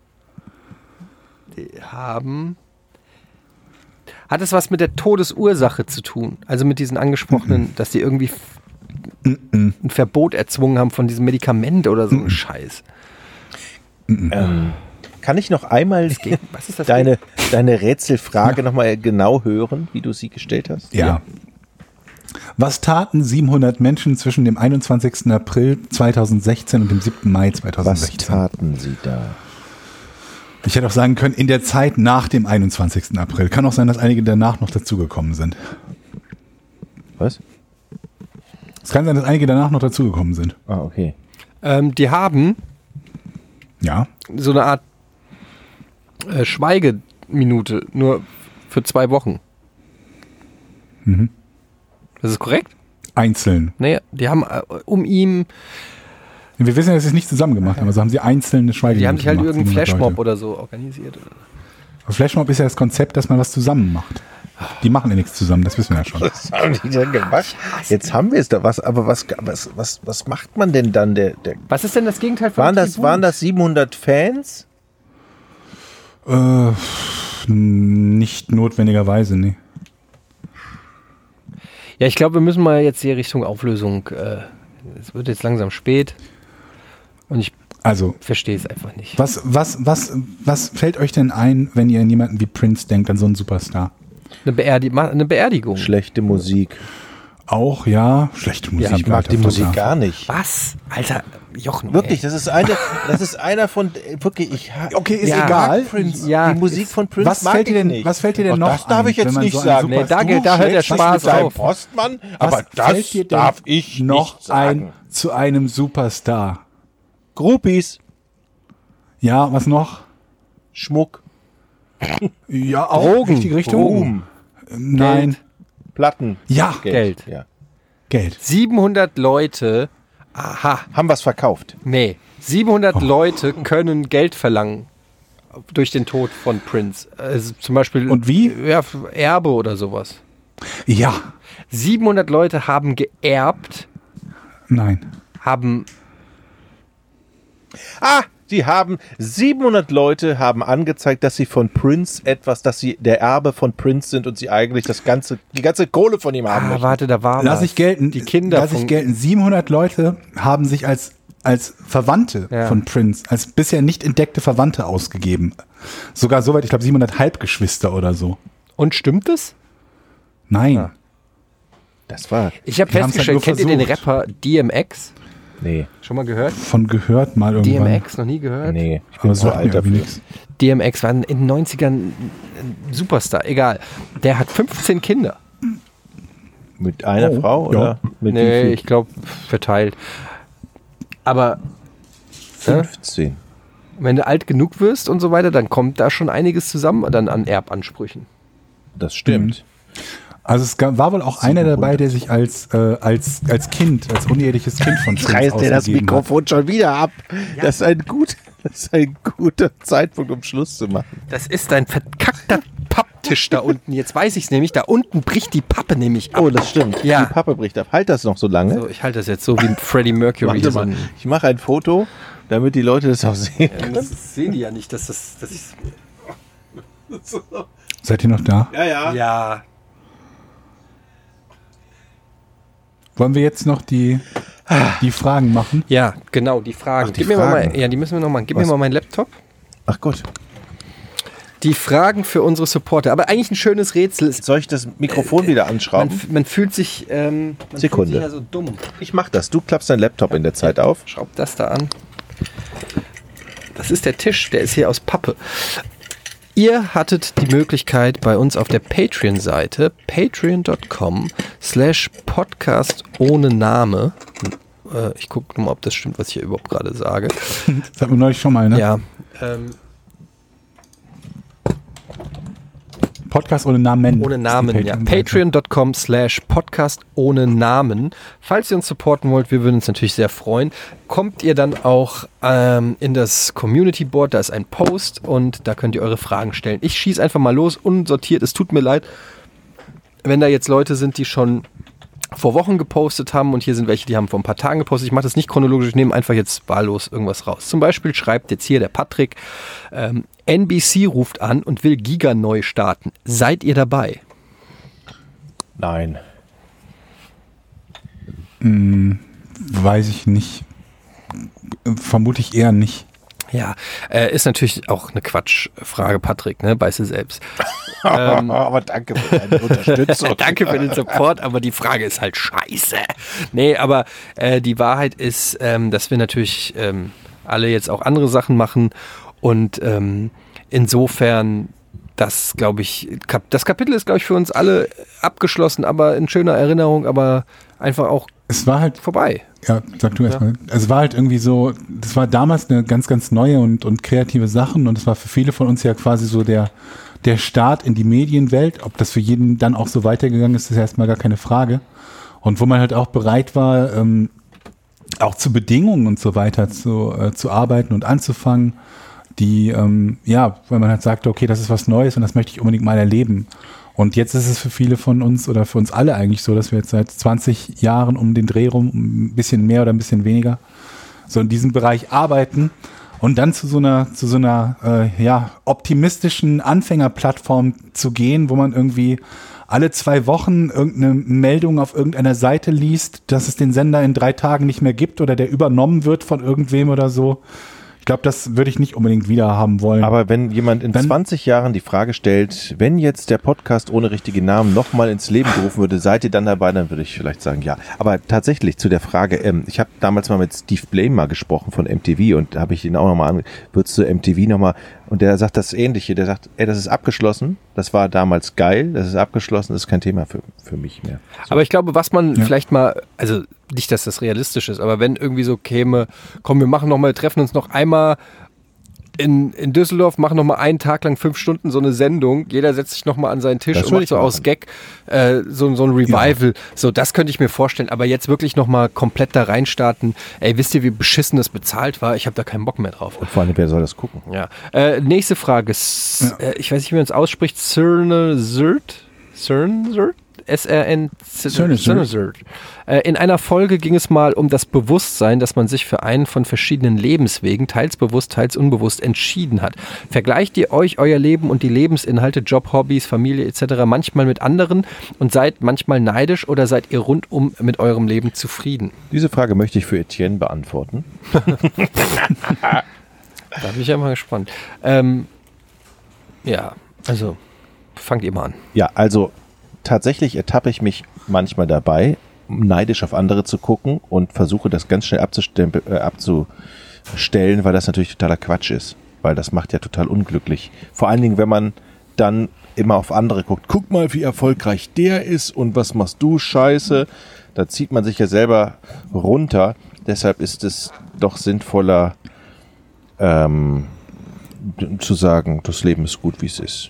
Die haben... Hat es was mit der Todesursache zu tun? Also mit diesen angesprochenen, dass die irgendwie f- ein Verbot erzwungen haben von diesem Medikament oder so ein Scheiß. Ähm, kann ich noch einmal Gegen- was ist das deine, deine Rätselfrage noch mal genau hören, wie du sie gestellt hast? Ja. Was taten siebenhundert Menschen zwischen dem einundzwanzigsten April zweitausendsechzehn und dem siebten Mai Was zweitausendsechzehn? taten sie da? Ich hätte auch sagen können, in der Zeit nach dem einundzwanzigsten April. Kann auch sein, dass einige danach noch dazugekommen sind. Was? Es kann sein, dass einige danach noch dazugekommen sind. Ah, okay. Ähm, die haben Ja. so eine Art äh, Schweigeminute, nur für zwei Wochen. Mhm. Das ist korrekt? Einzeln. Naja, die haben äh, um ihn, Wir wissen ja, dass sie es nicht zusammen gemacht haben. Also haben sie einzelne Schweigeminuten die haben sich halt gemacht, irgendeinen siebenhundert Flashmob Leute. oder so organisiert. Aber Flashmob ist ja das Konzept, dass man was zusammen macht. Die machen ja nichts zusammen, das wissen wir ja schon. Was haben die denn gemacht? Jetzt haben wir es da. Was, aber was, was, was, was macht man denn dann? Der, der, Was ist denn das Gegenteil von waren, das, Tribut? waren das siebenhundert Fans? Äh, nicht notwendigerweise, nee. Ja, ich glaube, wir müssen mal jetzt hier Richtung Auflösung. Äh, es wird jetzt langsam spät. Und ich Also, verstehe es einfach nicht. was, was, was, was fällt euch denn ein, wenn ihr an jemanden wie Prince denkt, an so einen Superstar? Eine, Beerdi ma- eine Beerdigung. Schlechte Musik. Auch, ja, schlechte Musik. Ich mag Alter, die Musik Alter. gar nicht. Was? Alter, Jochen. Wirklich, ey. das ist eine, das ist einer von, wirklich, ich ha- Okay, ist Ja. egal. Prince, Ja, die Musik von Prince Was mag fällt dir ich denn, nicht. was fällt dir denn Ach, noch das darf ein, ich jetzt wenn man nicht so einen sagen. Nee, da- Du da hört der schlägst mich Spaß mit deinem auf. Postmann, Was aber das fällt dir denn darf ich noch nicht sagen. ein zu einem Superstar? Groupies, Ja, was noch? Schmuck, Ja, auch Drogen. richtige Richtung. Ruhm, Nein. Platten, Ja, Geld. Ja. Geld. siebenhundert Leute, aha, Haben was verkauft. nee, siebenhundert Leute können Geld verlangen durch den Tod von Prince. Also zum Beispiel Und wie? Ja, Erbe oder sowas. Ja. siebenhundert Leute haben geerbt, Nein. haben Ah, sie haben, siebenhundert Leute haben angezeigt, dass sie von Prince etwas, dass sie der Erbe von Prince sind und sie eigentlich das ganze, die ganze Kohle von ihm haben Ah, möchten. warte, da war Lass was. ich gelten. Die Kinder Lass ich von- gelten. siebenhundert Leute haben sich als, als Verwandte Ja. von Prince, als bisher nicht entdeckte Verwandte ausgegeben. Sogar soweit, ich glaube, siebenhundert Halbgeschwister oder so. Und stimmt es? Nein. Ah. Das war, Ich habe Die haben's festgestellt, halt kennt nur ihr den versucht. Rapper D M X? nee, Schon mal gehört? Von gehört mal D irgendwann. M X, noch nie gehört? nee, ich Aber bin zu sagt mir alt irgendwie dafür. nichts. D M X war in den neunzigern ein Superstar, egal. Der hat fünfzehn Kinder. Mit einer Oh, Frau ja. oder mit wie Nee, viel? ich glaube verteilt. Aber fünfzehn. wenn du alt genug wirst und so weiter, dann kommt da schon einiges zusammen dann an Erbansprüchen. Das stimmt. Also es gab, war wohl auch einer dabei, der sich als, äh, als, als Kind, als uneheliches Kind von Prince ausgegeben hat. schon wieder ab. Das ist ein gut, das ist ein guter Zeitpunkt, um Schluss zu machen. Das ist ein verkackter Papptisch da unten. Jetzt weiß ich es nämlich. Da unten bricht die Pappe nämlich ab. Oh, das stimmt. Ja. Die Pappe bricht ab. Halt das noch so lange. So, ich halte das jetzt so wie Freddie Mercury. Warte so mal. ein- Ich mache ein Foto, damit die Leute das auch sehen. Das sehen die ja nicht, dass das. Dass ich Seid ihr noch da? Ja, ja. ja. Wollen wir jetzt noch die, die Fragen machen? Ja, genau, die Fragen. Ach, die gib mir mal Fragen. mein, ja, die müssen wir noch mal. Gib Was? mir mal meinen Laptop. Ach Gott. Die Fragen für unsere Supporter. Aber eigentlich ein schönes Rätsel. Es- Soll ich das Mikrofon wieder Man, anschrauben? f- man fühlt sich, ähm, man Sekunde. Fühlt sich ja so dumm. Ich mach das. Du klappst deinen Laptop in der Zeit auf. Schraub das da an. Das ist der Tisch, der ist hier aus Pappe. Ihr hattet die Möglichkeit bei uns auf der Patreon-Seite patreon.com slash podcast ohne Name. Äh, ich gucke mal, ob das stimmt, was ich hier überhaupt gerade sage. Das hatten wir neulich schon mal, ne? Ja. Ähm, Podcast ohne Namen. ohne ist die Namen, ja. Patreon-Seite. Patreon.com slash podcast ohne Namen. Falls ihr uns supporten wollt, wir würden uns natürlich sehr freuen. Kommt ihr dann auch ähm, in das Community Board, da ist ein Post und da könnt ihr eure Fragen stellen. Ich schieße einfach mal los, unsortiert, es tut mir leid, wenn da jetzt Leute sind, die schon vor Wochen gepostet haben und hier sind welche, die haben vor ein paar Tagen gepostet. Ich mache das nicht chronologisch, ich nehme einfach jetzt wahllos irgendwas raus. Zum Beispiel schreibt jetzt hier der Patrick, ähm, N B C ruft an und will Giga neu starten. Seid ihr dabei? Nein. Weiß ich nicht. Vermute ich eher nicht. Ja, äh, ist natürlich auch eine Quatschfrage, Patrick, ne? Beiße selbst. ähm, Aber danke für deine Unterstützung. Danke für den Support, aber die Frage ist halt scheiße. Nee, aber äh, die Wahrheit ist, ähm, dass wir natürlich ähm, alle jetzt auch andere Sachen machen und ähm, insofern das, glaube ich, Kap das Kapitel ist, glaube ich, für uns alle abgeschlossen, aber in schöner Erinnerung, aber einfach auch Es war halt, vorbei. ja, sag du erst mal. Es war halt irgendwie so, das war damals eine ganz, ganz neue und, und kreative Sachen und es war für viele von uns ja quasi so der, der Start in die Medienwelt. Ob das für jeden dann auch so weitergegangen ist, ist erstmal gar keine Frage. Und wo man halt auch bereit war, ähm, auch zu Bedingungen und so weiter zu, äh, zu arbeiten und anzufangen, die, ähm, ja, weil man halt sagte, okay, das ist was Neues und das möchte ich unbedingt mal erleben. Und jetzt ist es für viele von uns oder für uns alle eigentlich so, dass wir jetzt seit zwanzig Jahren um den Dreh rum, ein bisschen mehr oder ein bisschen weniger, so in diesem Bereich arbeiten und dann zu so einer, zu so einer, äh, ja, optimistischen Anfängerplattform zu gehen, wo man irgendwie alle zwei Wochen irgendeine Meldung auf irgendeiner Seite liest, dass es den Sender in drei Tagen nicht mehr gibt oder der übernommen wird von irgendwem oder so. Ich glaube, das würde ich nicht unbedingt wieder haben wollen. Aber wenn jemand in wenn, zwanzig Jahren die Frage stellt, wenn jetzt der Podcast ohne richtige Namen nochmal ins Leben gerufen würde, seid ihr dann dabei? Dann würde ich vielleicht sagen, ja. Aber tatsächlich zu der Frage, ähm, ich habe damals mal mit Steve Blame mal gesprochen von M T V und da habe ich ihn auch nochmal an, würdest du M T V nochmal, und der sagt das Ähnliche, der sagt, ey, das ist abgeschlossen, das war damals geil, das ist abgeschlossen, das ist kein Thema für, für mich mehr. So. Aber ich glaube, was man Ja. vielleicht mal, also nicht, dass das realistisch ist, aber wenn irgendwie so käme, komm, wir machen noch mal, treffen uns noch einmal in, in Düsseldorf, machen noch mal einen Tag lang fünf Stunden so eine Sendung, jeder setzt sich noch mal an seinen Tisch Das und würde macht ich so machen. aus Gag äh, so, so ein Revival. So, das könnte ich mir vorstellen, aber jetzt wirklich noch mal komplett da reinstarten, ey, wisst ihr, wie beschissen das bezahlt war? Ich habe da keinen Bock mehr drauf. Und vor allem, wer soll das gucken? Ja. Äh, nächste Frage. S- Ja. äh, ich weiß nicht, wie man es ausspricht. Cernazert? Cernazert? S R N Cernazert. Cernazert. Äh, In einer Folge ging es mal um das Bewusstsein, dass man sich für einen von verschiedenen Lebenswegen, teils bewusst, teils unbewusst, entschieden hat. Vergleicht ihr euch, euer Leben und die Lebensinhalte, Job, Hobbys, Familie et cetera manchmal mit anderen und seid manchmal neidisch oder seid ihr rundum mit eurem Leben zufrieden? Diese Frage möchte ich für Etienne beantworten. Da bin ich ja mal gespannt. Ähm, ja, also fangt ihr mal an. Ja, also tatsächlich ertappe ich mich manchmal dabei, neidisch auf andere zu gucken und versuche das ganz schnell abzustempel, äh, abzustellen, weil das natürlich totaler Quatsch ist. Weil das macht ja total unglücklich. Vor allen Dingen, wenn man dann immer auf andere guckt. Guck mal, wie erfolgreich der ist und was machst du, Scheiße. Da zieht man sich ja selber runter. Deshalb ist es doch sinnvoller, ähm, zu sagen, das Leben ist gut, wie es ist.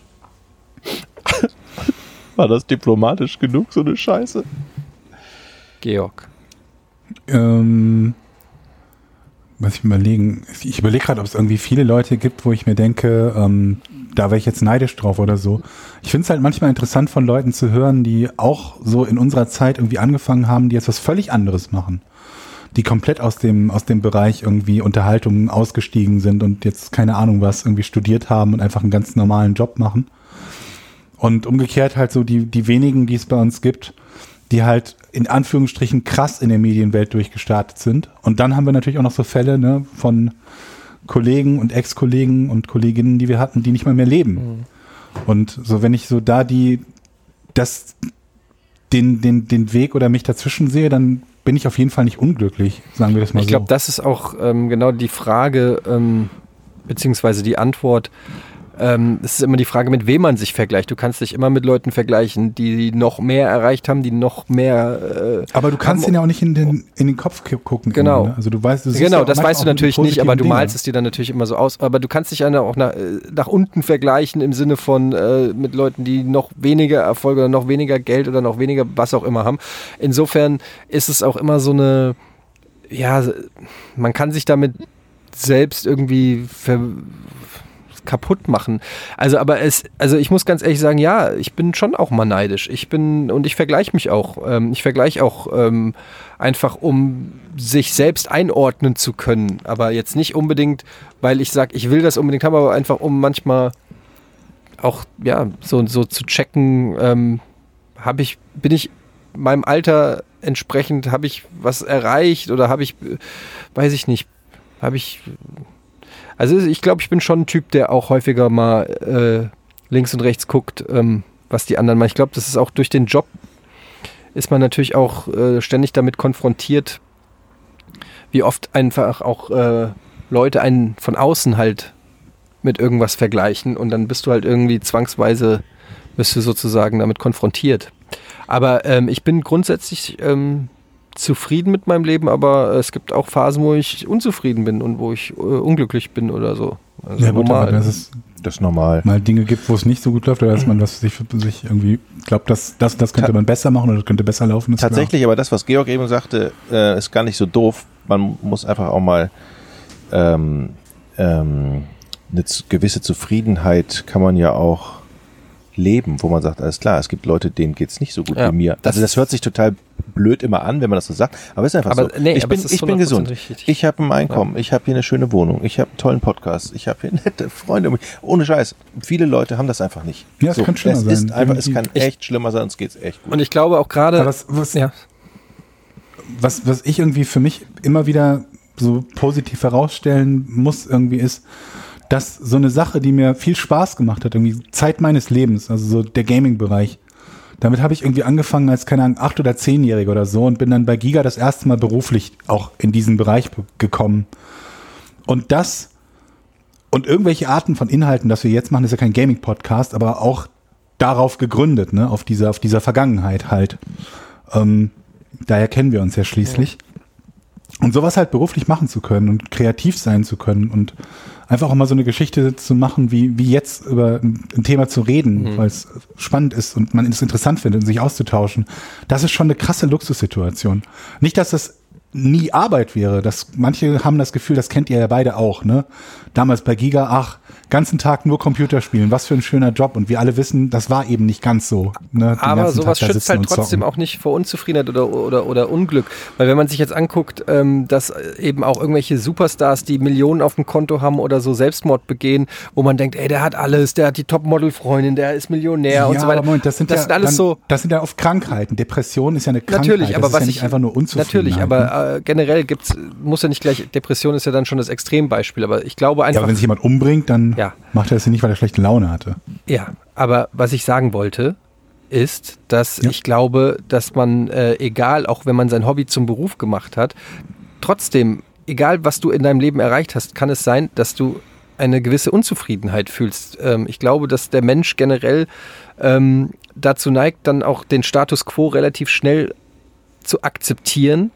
War das diplomatisch genug, so eine Scheiße? Georg. Ähm, was ich überlegen, ich überlege gerade, ob es irgendwie viele Leute gibt, wo ich mir denke, ähm, da wäre ich jetzt neidisch drauf oder so. Ich finde es halt manchmal interessant von Leuten zu hören, die auch so in unserer Zeit irgendwie angefangen haben, die jetzt was völlig anderes machen. Die komplett aus dem, aus dem Bereich irgendwie Unterhaltung ausgestiegen sind und jetzt keine Ahnung was irgendwie studiert haben und einfach einen ganz normalen Job machen. Und umgekehrt halt so die, die wenigen, die es bei uns gibt, die halt in Anführungsstrichen krass in der Medienwelt durchgestartet sind. Und dann haben wir natürlich auch noch so Fälle, ne, von Kollegen und Ex-Kollegen und Kolleginnen, die wir hatten, die nicht mal mehr leben. Mhm. Und so, wenn ich so da die, das, den, den, den Weg oder mich dazwischen sehe, dann bin ich auf jeden Fall nicht unglücklich, sagen wir das mal ich so. Ich glaube, das ist auch ähm, genau die Frage, ähm, beziehungsweise die Antwort. Ähm, es ist immer die Frage, mit wem man sich vergleicht. Du kannst dich immer mit Leuten vergleichen, die noch mehr erreicht haben, die noch mehr. Äh, aber du kannst haben, ihnen ja auch nicht in den, in den Kopf gucken. Genau. Immer, ne? Also du weißt, du genau, ja das weißt du natürlich nicht, aber du Dinge. malst es dir dann natürlich immer so aus. Aber du kannst dich ja auch nach, nach unten vergleichen im Sinne von äh, mit Leuten, die noch weniger Erfolg oder noch weniger Geld oder noch weniger was auch immer haben. Insofern ist es auch immer so eine, ja, man kann sich damit selbst irgendwie ver kaputt machen. Also, aber es, also ich muss ganz ehrlich sagen, ja, ich bin schon auch mal neidisch. Ich bin, und ich vergleiche mich auch. Ähm, ich vergleiche auch ähm, einfach, um sich selbst einordnen zu können. Aber jetzt nicht unbedingt, weil ich sage, ich will das unbedingt haben, aber einfach, um manchmal auch, ja, so, so zu checken, ähm, habe ich, bin ich meinem Alter entsprechend, habe ich was erreicht oder habe ich, weiß ich nicht, habe ich Also ich glaube, ich bin schon ein Typ, der auch häufiger mal äh, links und rechts guckt, ähm, was die anderen machen. Ich glaube, das ist auch durch den Job, ist man natürlich auch äh, ständig damit konfrontiert, wie oft einfach auch äh, Leute einen von außen halt mit irgendwas vergleichen und dann bist du halt irgendwie zwangsweise, bist du sozusagen damit konfrontiert. Aber ähm, ich bin grundsätzlich ähm, zufrieden mit meinem Leben, aber es gibt auch Phasen, wo ich unzufrieden bin und wo ich äh, unglücklich bin oder so. Also ja, gut, aber dass es das ist normal. Mal Dinge gibt, wo es nicht so gut läuft oder dass man was sich, sich irgendwie glaubt, dass das, das könnte man besser machen oder das könnte besser laufen. Das Tatsächlich, aber das, was Georg eben sagte, äh, ist gar nicht so doof. Man muss einfach auch mal ähm, ähm, eine gewisse Zufriedenheit kann man ja auch leben, wo man sagt, alles klar, es gibt Leute, denen geht's nicht so gut ja, wie mir. das Also das hört sich total blöd immer an, wenn man das so sagt, aber es ist einfach aber, so. Nee, ich bin, ich bin gesund, richtig. Ich habe ein Einkommen, ja. Ich habe hier eine schöne Wohnung, ich habe einen tollen Podcast, ich habe hier nette Freunde. Ohne Scheiß, viele Leute haben das einfach nicht. Ja, es so, kann schlimmer es sein. Ist einfach, es kann ich, echt schlimmer sein, uns geht's echt gut. Und ich glaube auch gerade, was, was, ja. was, was ich irgendwie für mich immer wieder so positiv herausstellen muss irgendwie ist, dass so eine Sache, die mir viel Spaß gemacht hat, irgendwie Zeit meines Lebens, also so der Gaming-Bereich, damit habe ich irgendwie angefangen als, keine Ahnung, acht- oder zehnjähriger oder so und bin dann bei Giga das erste Mal beruflich auch in diesen Bereich gekommen. Und das und irgendwelche Arten von Inhalten, das wir jetzt machen, ist ja kein Gaming-Podcast, aber auch darauf gegründet, ne, auf dieser, auf dieser Vergangenheit halt. Ähm, daher kennen wir uns ja schließlich. Ja. Und sowas halt beruflich machen zu können und kreativ sein zu können und einfach auch mal so eine Geschichte zu machen, wie, wie jetzt über ein Thema zu reden, mhm. weil es spannend ist und man es interessant findet und sich auszutauschen. Das ist schon eine krasse Luxussituation. Nicht, dass das nie Arbeit wäre. Das, manche haben das Gefühl, das kennt ihr ja beide auch, ne? Damals bei Giga, ach, ganzen Tag nur Computer spielen, was für ein schöner Job. Und wir alle wissen, das war eben nicht ganz so. Ne? Aber sowas schützt halt trotzdem auch nicht vor Unzufriedenheit oder, oder, oder Unglück. Weil wenn man sich jetzt anguckt, ähm, dass eben auch irgendwelche Superstars, die Millionen auf dem Konto haben oder so Selbstmord begehen, wo man denkt, ey, der hat alles, der hat die Top-Model-Freundin, der ist Millionär ja, und so weiter. Aber Moment, das sind das ja sind alles dann, so. Das sind ja oft Krankheiten. Depression ist ja eine Krankheit. Natürlich, aber das was ist ja ich, nicht einfach nur Unzufriedenheit. Natürlich, aber äh, generell gibt's, muss ja nicht gleich, Depression ist ja dann schon das Extrembeispiel, aber ich glaube einfach. Ja, aber wenn sich jemand umbringt, dann ja. macht er das ja nicht, weil er schlechte Laune hatte. Ja, aber was ich sagen wollte, ist, dass ja. ich glaube, dass man, äh, egal, auch wenn man sein Hobby zum Beruf gemacht hat, trotzdem, egal was du in deinem Leben erreicht hast, kann es sein, dass du eine gewisse Unzufriedenheit fühlst. Ähm, ich glaube, dass der Mensch generell ähm, dazu neigt, dann auch den Status quo relativ schnell zu akzeptieren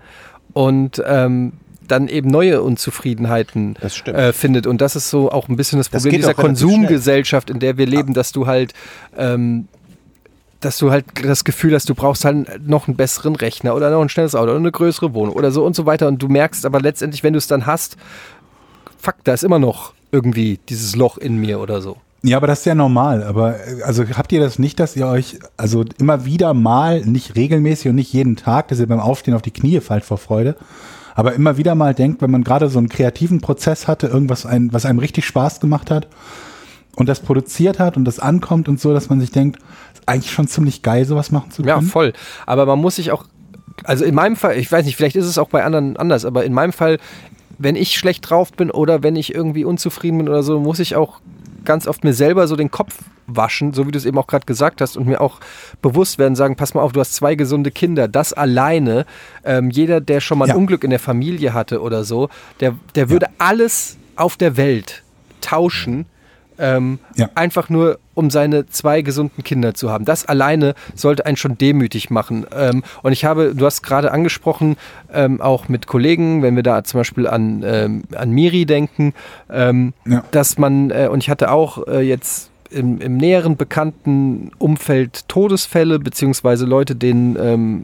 und ähm, dann eben neue Unzufriedenheiten äh, findet. Und das ist so auch ein bisschen das Problem das dieser Konsumgesellschaft, in der wir leben, dass du halt ähm, dass du halt das Gefühl hast, du brauchst halt noch einen besseren Rechner oder noch ein schnelles Auto oder eine größere Wohnung oder so und so weiter. Und du merkst aber letztendlich, wenn du es dann hast, fuck, da ist immer noch irgendwie dieses Loch in mir oder so. Ja, aber das ist ja normal. Aber also habt ihr das nicht, dass ihr euch also immer wieder mal, nicht regelmäßig und nicht jeden Tag, dass ihr beim Aufstehen auf die Knie fallt vor Freude, aber immer wieder mal denkt, wenn man gerade so einen kreativen Prozess hatte, irgendwas, ein, was einem richtig Spaß gemacht hat und das produziert hat und das ankommt und so, dass man sich denkt, ist eigentlich schon ziemlich geil, sowas machen zu können. Ja, voll. Aber man muss sich auch, also in meinem Fall, ich weiß nicht, vielleicht ist es auch bei anderen anders, aber in meinem Fall, wenn ich schlecht drauf bin oder wenn ich irgendwie unzufrieden bin oder so, muss ich auch ganz oft mir selber so den Kopf waschen, so wie du es eben auch gerade gesagt hast und mir auch bewusst werden, sagen, pass mal auf, du hast zwei gesunde Kinder, das alleine, ähm, jeder, der schon mal ein ja. Unglück in der Familie hatte oder so, der, der würde ja. alles auf der Welt tauschen, ähm, ja. einfach nur, um seine zwei gesunden Kinder zu haben. Das alleine sollte einen schon demütig machen. Ähm, und ich habe, du hast gerade angesprochen, ähm, auch mit Kollegen, wenn wir da zum Beispiel an, ähm, an Miri denken, ähm, ja. dass man, äh, und ich hatte auch äh, jetzt im, im näheren bekannten Umfeld Todesfälle, beziehungsweise Leute, denen ähm,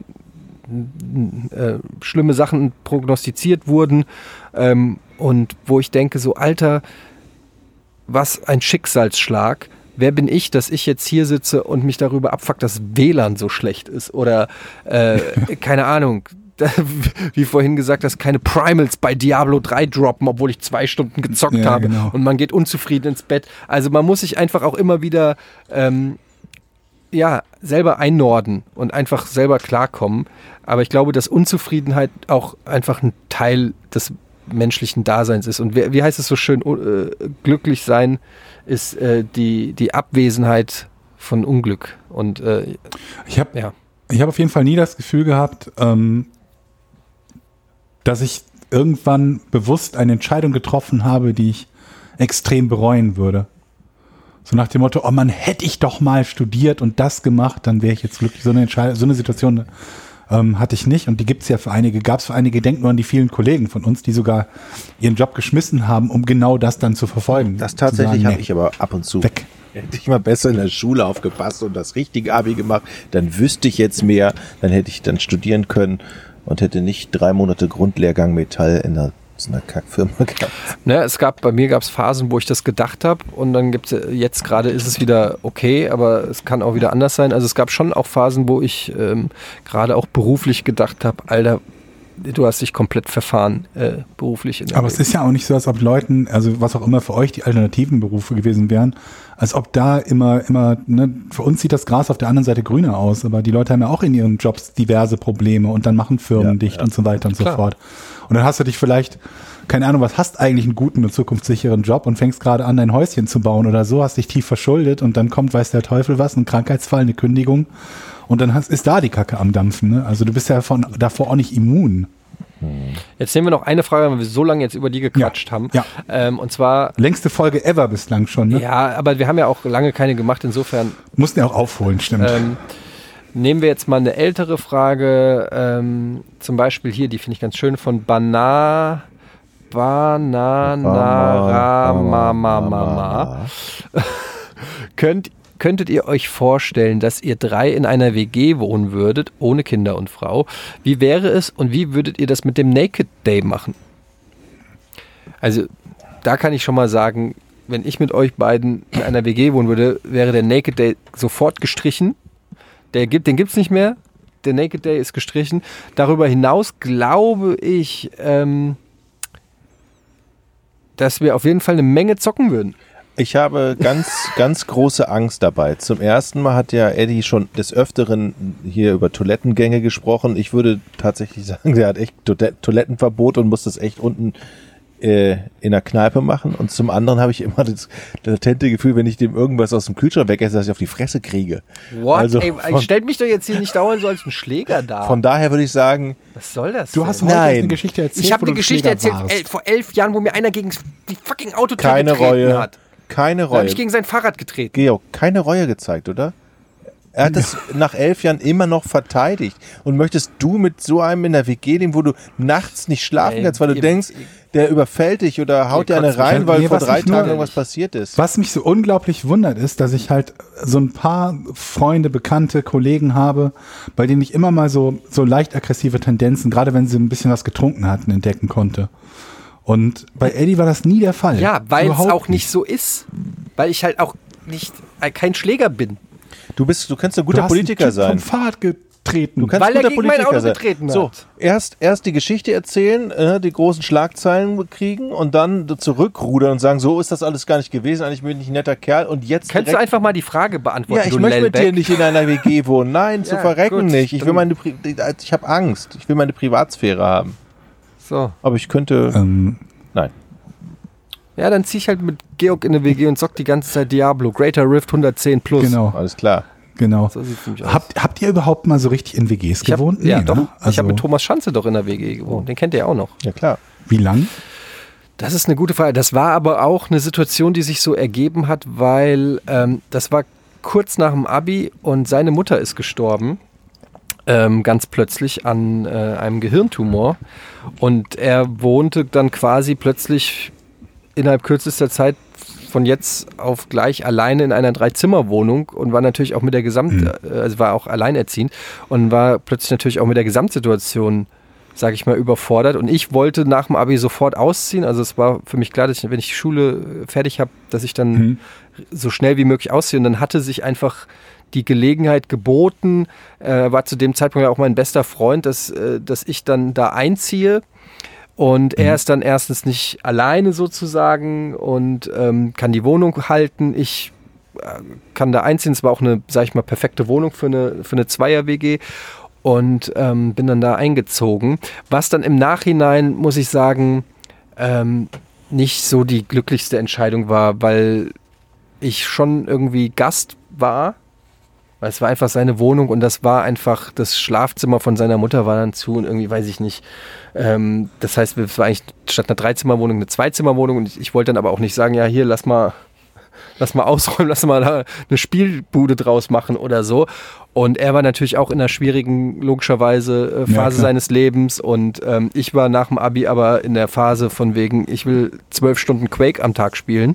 äh, schlimme Sachen prognostiziert wurden, ähm, und wo ich denke, so Alter, was ein Schicksalsschlag. Wer bin ich, dass ich jetzt hier sitze und mich darüber abfuckt, dass W L A N so schlecht ist? Oder, äh, keine Ahnung, wie vorhin gesagt, dass keine Primals bei Diablo drei droppen, obwohl ich zwei Stunden gezockt ja, habe. Genau. Und man geht unzufrieden ins Bett. Also man muss sich einfach auch immer wieder ähm, ja, selber einnorden und einfach selber klarkommen. Aber ich glaube, dass Unzufriedenheit auch einfach ein Teil des menschlichen Daseins ist. Und wie, wie heißt es so schön, uh, glücklich sein ist äh, die, die Abwesenheit von Unglück. Und äh, ich habe ja. ich hab auf jeden Fall nie das Gefühl gehabt, ähm, dass ich irgendwann bewusst eine Entscheidung getroffen habe, die ich extrem bereuen würde. So nach dem Motto, oh man, hätte ich doch mal studiert und das gemacht, dann wäre ich jetzt glücklich. So eine Entscheidung, so eine Situation ähm, hatte ich nicht. Und die gibt es ja für einige, gab es für einige. Denkt nur an die vielen Kollegen von uns, die sogar ihren Job geschmissen haben, um genau das dann zu verfolgen. Das tatsächlich habe nee, ich aber ab und zu. Weg. Hätte ich mal besser in der Schule aufgepasst und das richtige Abi gemacht, dann wüsste ich jetzt mehr, dann hätte ich dann studieren können und hätte nicht drei Monate Grundlehrgang Metall in einer, in einer Kackfirma gehabt. Ne, es gab, bei mir gab es Phasen, wo ich das gedacht habe und dann gibt es, jetzt gerade ist es wieder okay, aber es kann auch wieder anders sein. Also es gab schon auch Phasen, wo ich ähm, gerade auch beruflich gedacht habe, Alter, du hast dich komplett verfahren, äh, beruflich. In Aber es ist ja auch nicht so, als ob Leuten, also was auch immer für euch die alternativen Berufe gewesen wären, als ob da immer, immer, ne, für uns sieht das Gras auf der anderen Seite grüner aus, aber die Leute haben ja auch in ihren Jobs diverse Probleme und dann machen Firmen Ja, dicht ja. und so weiter und Klar. so fort. Und dann hast du dich vielleicht, keine Ahnung, was hast eigentlich einen guten und zukunftssicheren Job und fängst gerade an, dein Häuschen zu bauen oder so, hast dich tief verschuldet und dann kommt, weiß der Teufel was, ein Krankheitsfall, eine Kündigung und dann hast, ist da die Kacke am Dampfen. Ne? Also du bist ja von, davor auch nicht immun. Jetzt nehmen wir noch eine Frage, weil wir so lange jetzt über die gequatscht Ja, haben. ja. Ähm, und zwar, Längste Folge ever bislang schon. Ne? ja, aber wir haben ja auch lange keine gemacht, insofern Mussten ja auch aufholen, stimmt. ähm, nehmen wir jetzt mal eine ältere Frage, ähm, zum Beispiel hier, die finde ich ganz schön, von Bana, Bananaramamamama. Könnt, könntet ihr euch vorstellen, dass ihr drei in einer W G wohnen würdet, ohne Kinder und Frau? Wie wäre es und wie würdet ihr das mit dem Naked Day machen? Also, da kann ich schon mal sagen, wenn ich mit euch beiden in einer W G wohnen würde, wäre der Naked Day sofort gestrichen. Der gibt, den gibt es nicht mehr. Der Naked Day ist gestrichen. Darüber hinaus glaube ich, ähm, dass wir auf jeden Fall eine Menge zocken würden. Ich habe ganz, ganz große Angst dabei. Zum ersten Mal hat ja Eddie schon des Öfteren hier über Toilettengänge gesprochen. Ich würde tatsächlich sagen, der hat echt Toilettenverbot und muss das echt unten äh, in der Kneipe machen. Und zum anderen habe ich immer das latente Gefühl, wenn ich dem irgendwas aus dem Kühlschrank wegesse, dass ich auf die Fresse kriege. What? Also Ey, von, stellt mich doch jetzt hier nicht dauernd so als ein Schläger dar. von daher würde ich sagen, Was soll das Du denn? hast heute Nein. eine Geschichte erzählt. Ich habe wo eine du Geschichte Schläger erzählt warst. el- vor elf Jahren, wo mir einer gegen die fucking Autotür keine getreten Reue. hat. Keine Da habe Reue. ich gegen sein Fahrrad getreten. Georg, keine Reue gezeigt, oder? Er hat es nach elf Jahren immer noch verteidigt. Und möchtest du mit so einem in der W G leben, wo du nachts nicht schlafen Ey, kannst, weil du ihr- denkst, der überfällt dich oder haut dir eine kotzt mich rein, an. weil Nee, vor was drei mich nur- Tagen irgendwas passiert ist. Was mich so unglaublich wundert, ist, dass ich halt so ein paar Freunde, Bekannte, Kollegen habe, bei denen ich immer mal so, so leicht aggressive Tendenzen, gerade wenn sie ein bisschen was getrunken hatten, entdecken konnte. Und bei Eddie war das nie der Fall. Ja, weil es Überhaupt auch nicht so ist. Weil ich halt auch nicht äh, kein Schläger bin. Du bist, du kannst ein Du guter hast Politiker einen Typ sein. vom Fahrrad getreten. Du kannst Weil ein er guter gegen mein Politiker Auto sein. getreten So, hat. erst, erst die Geschichte erzählen, äh, die großen Schlagzeilen kriegen und dann zurückrudern und sagen, so ist das alles gar nicht gewesen, eigentlich bin ich ein netter Kerl und jetzt Könntest du direkt, einfach mal die Frage beantworten, ja, ich du möchte mit Lellbeck? dir nicht in einer W G wohnen. Nein, zu Ja, verrecken gut, nicht. Ich will dann- meine, Pri- ich habe Angst. Ich will meine Privatsphäre haben. So. Aber ich könnte, ähm, nein. Ja, dann zieh ich halt mit Georg in eine W G und zock die ganze Zeit Diablo. Greater Rift hundertzehn plus. genau, Alles klar. genau. So sieht's nämlich aus. Habt, habt ihr überhaupt mal so richtig in W Gs ich hab, gewohnt? ja, Nee, doch. ne? Ich Also, habe mit Thomas Schanze doch in der W G gewohnt. Den kennt ihr ja auch noch. Ja, klar. wie lang? Das ist eine gute Frage. Das war aber auch eine Situation, die sich so ergeben hat, weil ähm, das war kurz nach dem Abi und seine Mutter ist gestorben. Ähm, ganz plötzlich an äh, einem Gehirntumor. Und er wohnte dann quasi plötzlich innerhalb kürzester Zeit von jetzt auf gleich alleine in einer Dreizimmerwohnung und war natürlich auch mit der Gesamt, Mhm. äh, also war auch alleinerziehend und war plötzlich natürlich auch mit der Gesamtsituation, sage ich mal, überfordert. Und ich wollte nach dem Abi sofort ausziehen. Also es war für mich klar, dass ich, wenn ich die Schule fertig habe, dass ich dann Mhm. so schnell wie möglich ausziehe. Und dann hatte sich einfach die Gelegenheit geboten, äh, war zu dem Zeitpunkt ja auch mein bester Freund, dass, äh, dass ich dann da einziehe. Und er ist dann erstens nicht alleine sozusagen und ähm, kann die Wohnung halten. Ich äh, kann da einziehen. Es war auch eine, sag ich mal, perfekte Wohnung für eine, für eine Zweier-W G. Und ähm, bin dann da eingezogen. Was dann im Nachhinein, muss ich sagen, ähm, nicht so die glücklichste Entscheidung war, weil ich schon irgendwie Gast war. Weil es war einfach seine Wohnung und das war einfach, das Schlafzimmer von seiner Mutter war dann zu und irgendwie weiß ich nicht. Ähm, das heißt, es war eigentlich statt einer Dreizimmerwohnung eine Zweizimmerwohnung und ich, ich wollte dann aber auch nicht sagen, ja hier, lass mal, lass mal ausräumen, lass mal da eine Spielbude draus machen oder so. Und er war natürlich auch in einer schwierigen, logischerweise, äh, Ja, Phase klar. seines Lebens und ähm, ich war nach dem Abi aber in der Phase von wegen, ich will zwölf Stunden Quake am Tag spielen.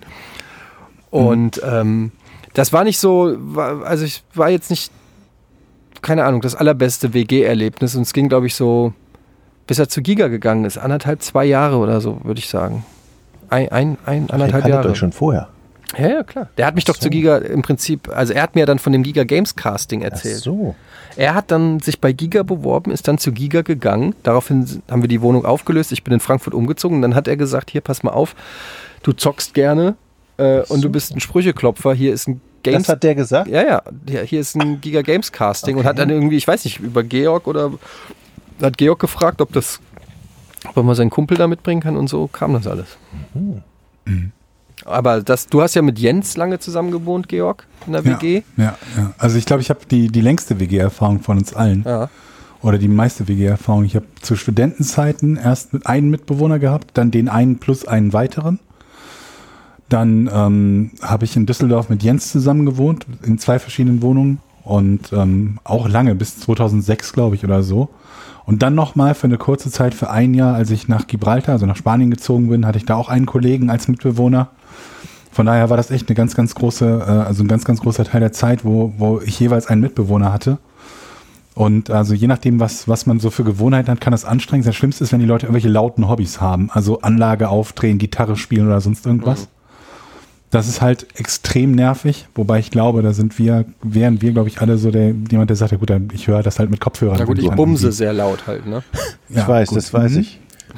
Und ähm, das war nicht so, war, also ich war jetzt nicht, keine Ahnung, das allerbeste W G-Erlebnis und es ging, glaube ich, so, bis er zu Giga gegangen ist, anderthalb, zwei Jahre oder so, würde ich sagen. Ein, ein, ein Ihr anderthalb kanntet Jahre. euch schon vorher. Ja, ja, klar. Der hat mich doch so. zu Giga im Prinzip, also er hat mir dann von dem Giga Games Casting erzählt. Ach so. Er hat dann sich bei Giga beworben, ist dann zu Giga gegangen. Daraufhin haben wir die Wohnung aufgelöst. Ich bin in Frankfurt umgezogen. Und dann hat er gesagt, hier, pass mal auf, du zockst gerne äh, und du bist ein Sprücheklopfer. Hier ist ein Games... Das hat der gesagt? Ja, ja. Hier, hier ist ein Giga Games Casting. Okay. Und hat dann irgendwie, ich weiß nicht, über Georg oder... Hat Georg gefragt, ob das... Ob er mal seinen Kumpel da mitbringen kann und so kam das alles. Mhm. Aber das, du hast ja mit Jens lange zusammen gewohnt, Georg, in der W G. Ja, ja, ja. Also ich glaube, ich habe die, die längste W G-Erfahrung von uns allen. Ja. Oder die meiste W G-Erfahrung. Ich habe zu Studentenzeiten erst mit einen Mitbewohner gehabt, dann den einen plus einen weiteren. Dann ähm, habe ich in Düsseldorf mit Jens zusammen gewohnt, in zwei verschiedenen Wohnungen. Und ähm, auch lange, bis zweitausendsechs, glaube ich, oder so. Und dann nochmal für eine kurze Zeit, für ein Jahr, als ich nach Gibraltar, also nach Spanien gezogen bin, hatte ich da auch einen Kollegen als Mitbewohner. Von daher war das echt eine ganz, ganz große, äh, also ein ganz, ganz großer Teil der Zeit, wo, wo ich jeweils einen Mitbewohner hatte. Und also je nachdem, was, was man so für Gewohnheiten hat, kann das anstrengend sein. Das Schlimmste ist, wenn die Leute irgendwelche lauten Hobbys haben, also Anlage aufdrehen, Gitarre spielen oder sonst irgendwas. Mhm. Das ist halt extrem nervig, wobei ich glaube, da sind wir, wären wir, glaube ich, alle so der, jemand, der sagt, ja gut, ich höre das halt mit Kopfhörern. Na gut, ich bumse sehr laut halt, ne? Ich ja, weiß, gut. das weiß mhm. ich.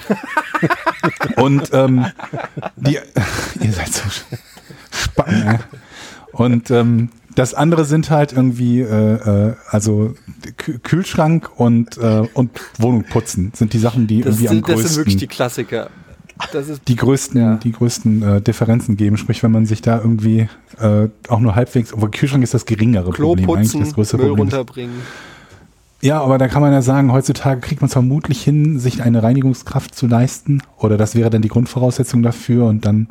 Und ähm, die, ihr seid so spannend, ne? Und ähm, das andere sind halt irgendwie, äh, äh, also K- Kühlschrank und, äh, und Wohnung putzen sind die Sachen, die das irgendwie sind, am größten... Das sind wirklich die Klassiker. Das ist, die größten, ja. die größten äh, Differenzen geben. Sprich, wenn man sich da irgendwie äh, auch nur halbwegs, obwohl Kühlschrank ist das geringere Klo Problem, putzen, eigentlich das größere Müll Problem. runterbringen. Ja, aber da kann man ja sagen, heutzutage kriegt man es vermutlich hin, sich eine Reinigungskraft zu leisten. Oder das wäre dann die Grundvoraussetzung dafür. Und dann,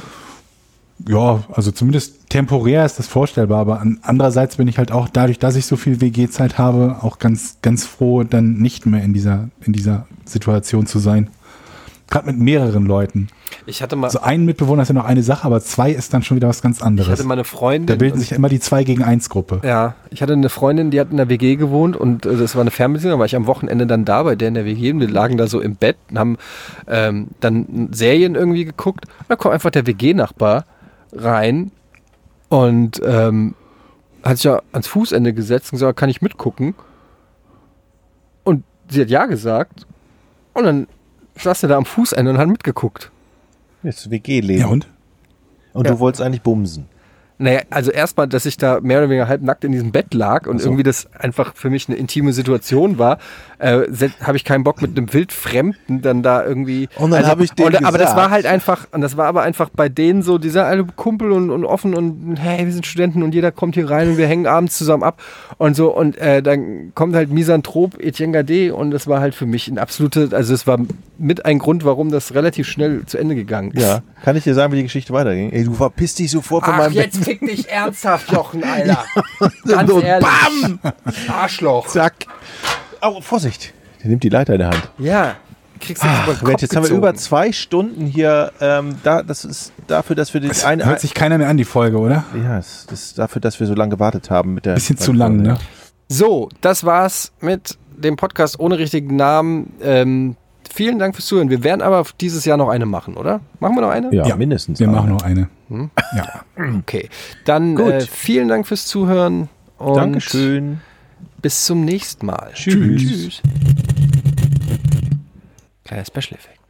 ja, also zumindest temporär ist das vorstellbar. Aber an, andererseits bin ich halt auch dadurch, dass ich so viel W G-Zeit habe, auch ganz, ganz froh, dann nicht mehr in dieser, in dieser Situation zu sein. Gerade mit mehreren Leuten. Ich hatte mal. So ein Mitbewohner ist ja noch eine Sache, aber zwei ist dann schon wieder was ganz anderes. Ich hatte mal eine Freundin. Da bilden sich immer die zwei gegen eins Gruppe. Ja, ich hatte eine Freundin, die hat in der W G gewohnt und äh, das war eine Fernbeziehung, da war ich am Wochenende dann da bei der in der W G und wir lagen da so im Bett und haben ähm, dann Serien irgendwie geguckt. Und da kommt einfach der W G-Nachbar rein und ähm, hat sich ja ans Fußende gesetzt und gesagt, kann ich mitgucken? Und sie hat ja gesagt und dann saß er da am Fußende und hat mitgeguckt. Jetzt W G-Leben. Ja und? Und ja. du wolltest eigentlich bumsen. Naja, also erstmal, dass ich da mehr oder weniger halbnackt in diesem Bett lag und so. irgendwie das einfach für mich eine intime Situation war, äh, habe ich keinen Bock mit einem Wildfremden dann da irgendwie... Und dann also, habe ich den und, Aber gesagt. das war halt einfach, und das war aber einfach bei denen so, dieser alte Kumpel und, und offen und hey, wir sind Studenten und jeder kommt hier rein und wir hängen abends zusammen ab und so und äh, dann kommt halt Misanthrop Etienne Gade und das war halt für mich ein absolute, also es war mit ein Grund, warum das relativ schnell zu Ende gegangen ist. Ja, kann ich dir sagen, wie die Geschichte weiterging? Ey, du verpisst dich sofort von Ach, meinem jetzt Bett. fick dich ernsthaft, Jochen, Alter. Ganz und ehrlich. bam! Arschloch. Zack. Oh, Vorsicht. Der nimmt die Leiter in der Hand. Ja. Kriegst du Ach, über den Mensch, Kopf jetzt haben wir gezogen. über zwei Stunden hier. Ähm, da, das ist dafür, dass wir den Das einen. hört sich keiner mehr an, die Folge, oder? Ja, das ist dafür, dass wir so lange gewartet haben mit der. Bisschen zu lang, ne? So, das war's mit dem Podcast ohne richtigen Namen. Ähm, vielen Dank fürs Zuhören. Wir werden aber dieses Jahr noch eine machen, oder? Machen wir noch eine? Ja, Ja, mindestens. Wir eine. machen noch eine. Hm? Ja. Okay. Dann Gut. äh, vielen Dank fürs Zuhören. Und Dankeschön. bis zum nächsten Mal. Tschüss. Tschüss. Kleiner Special-Effekt.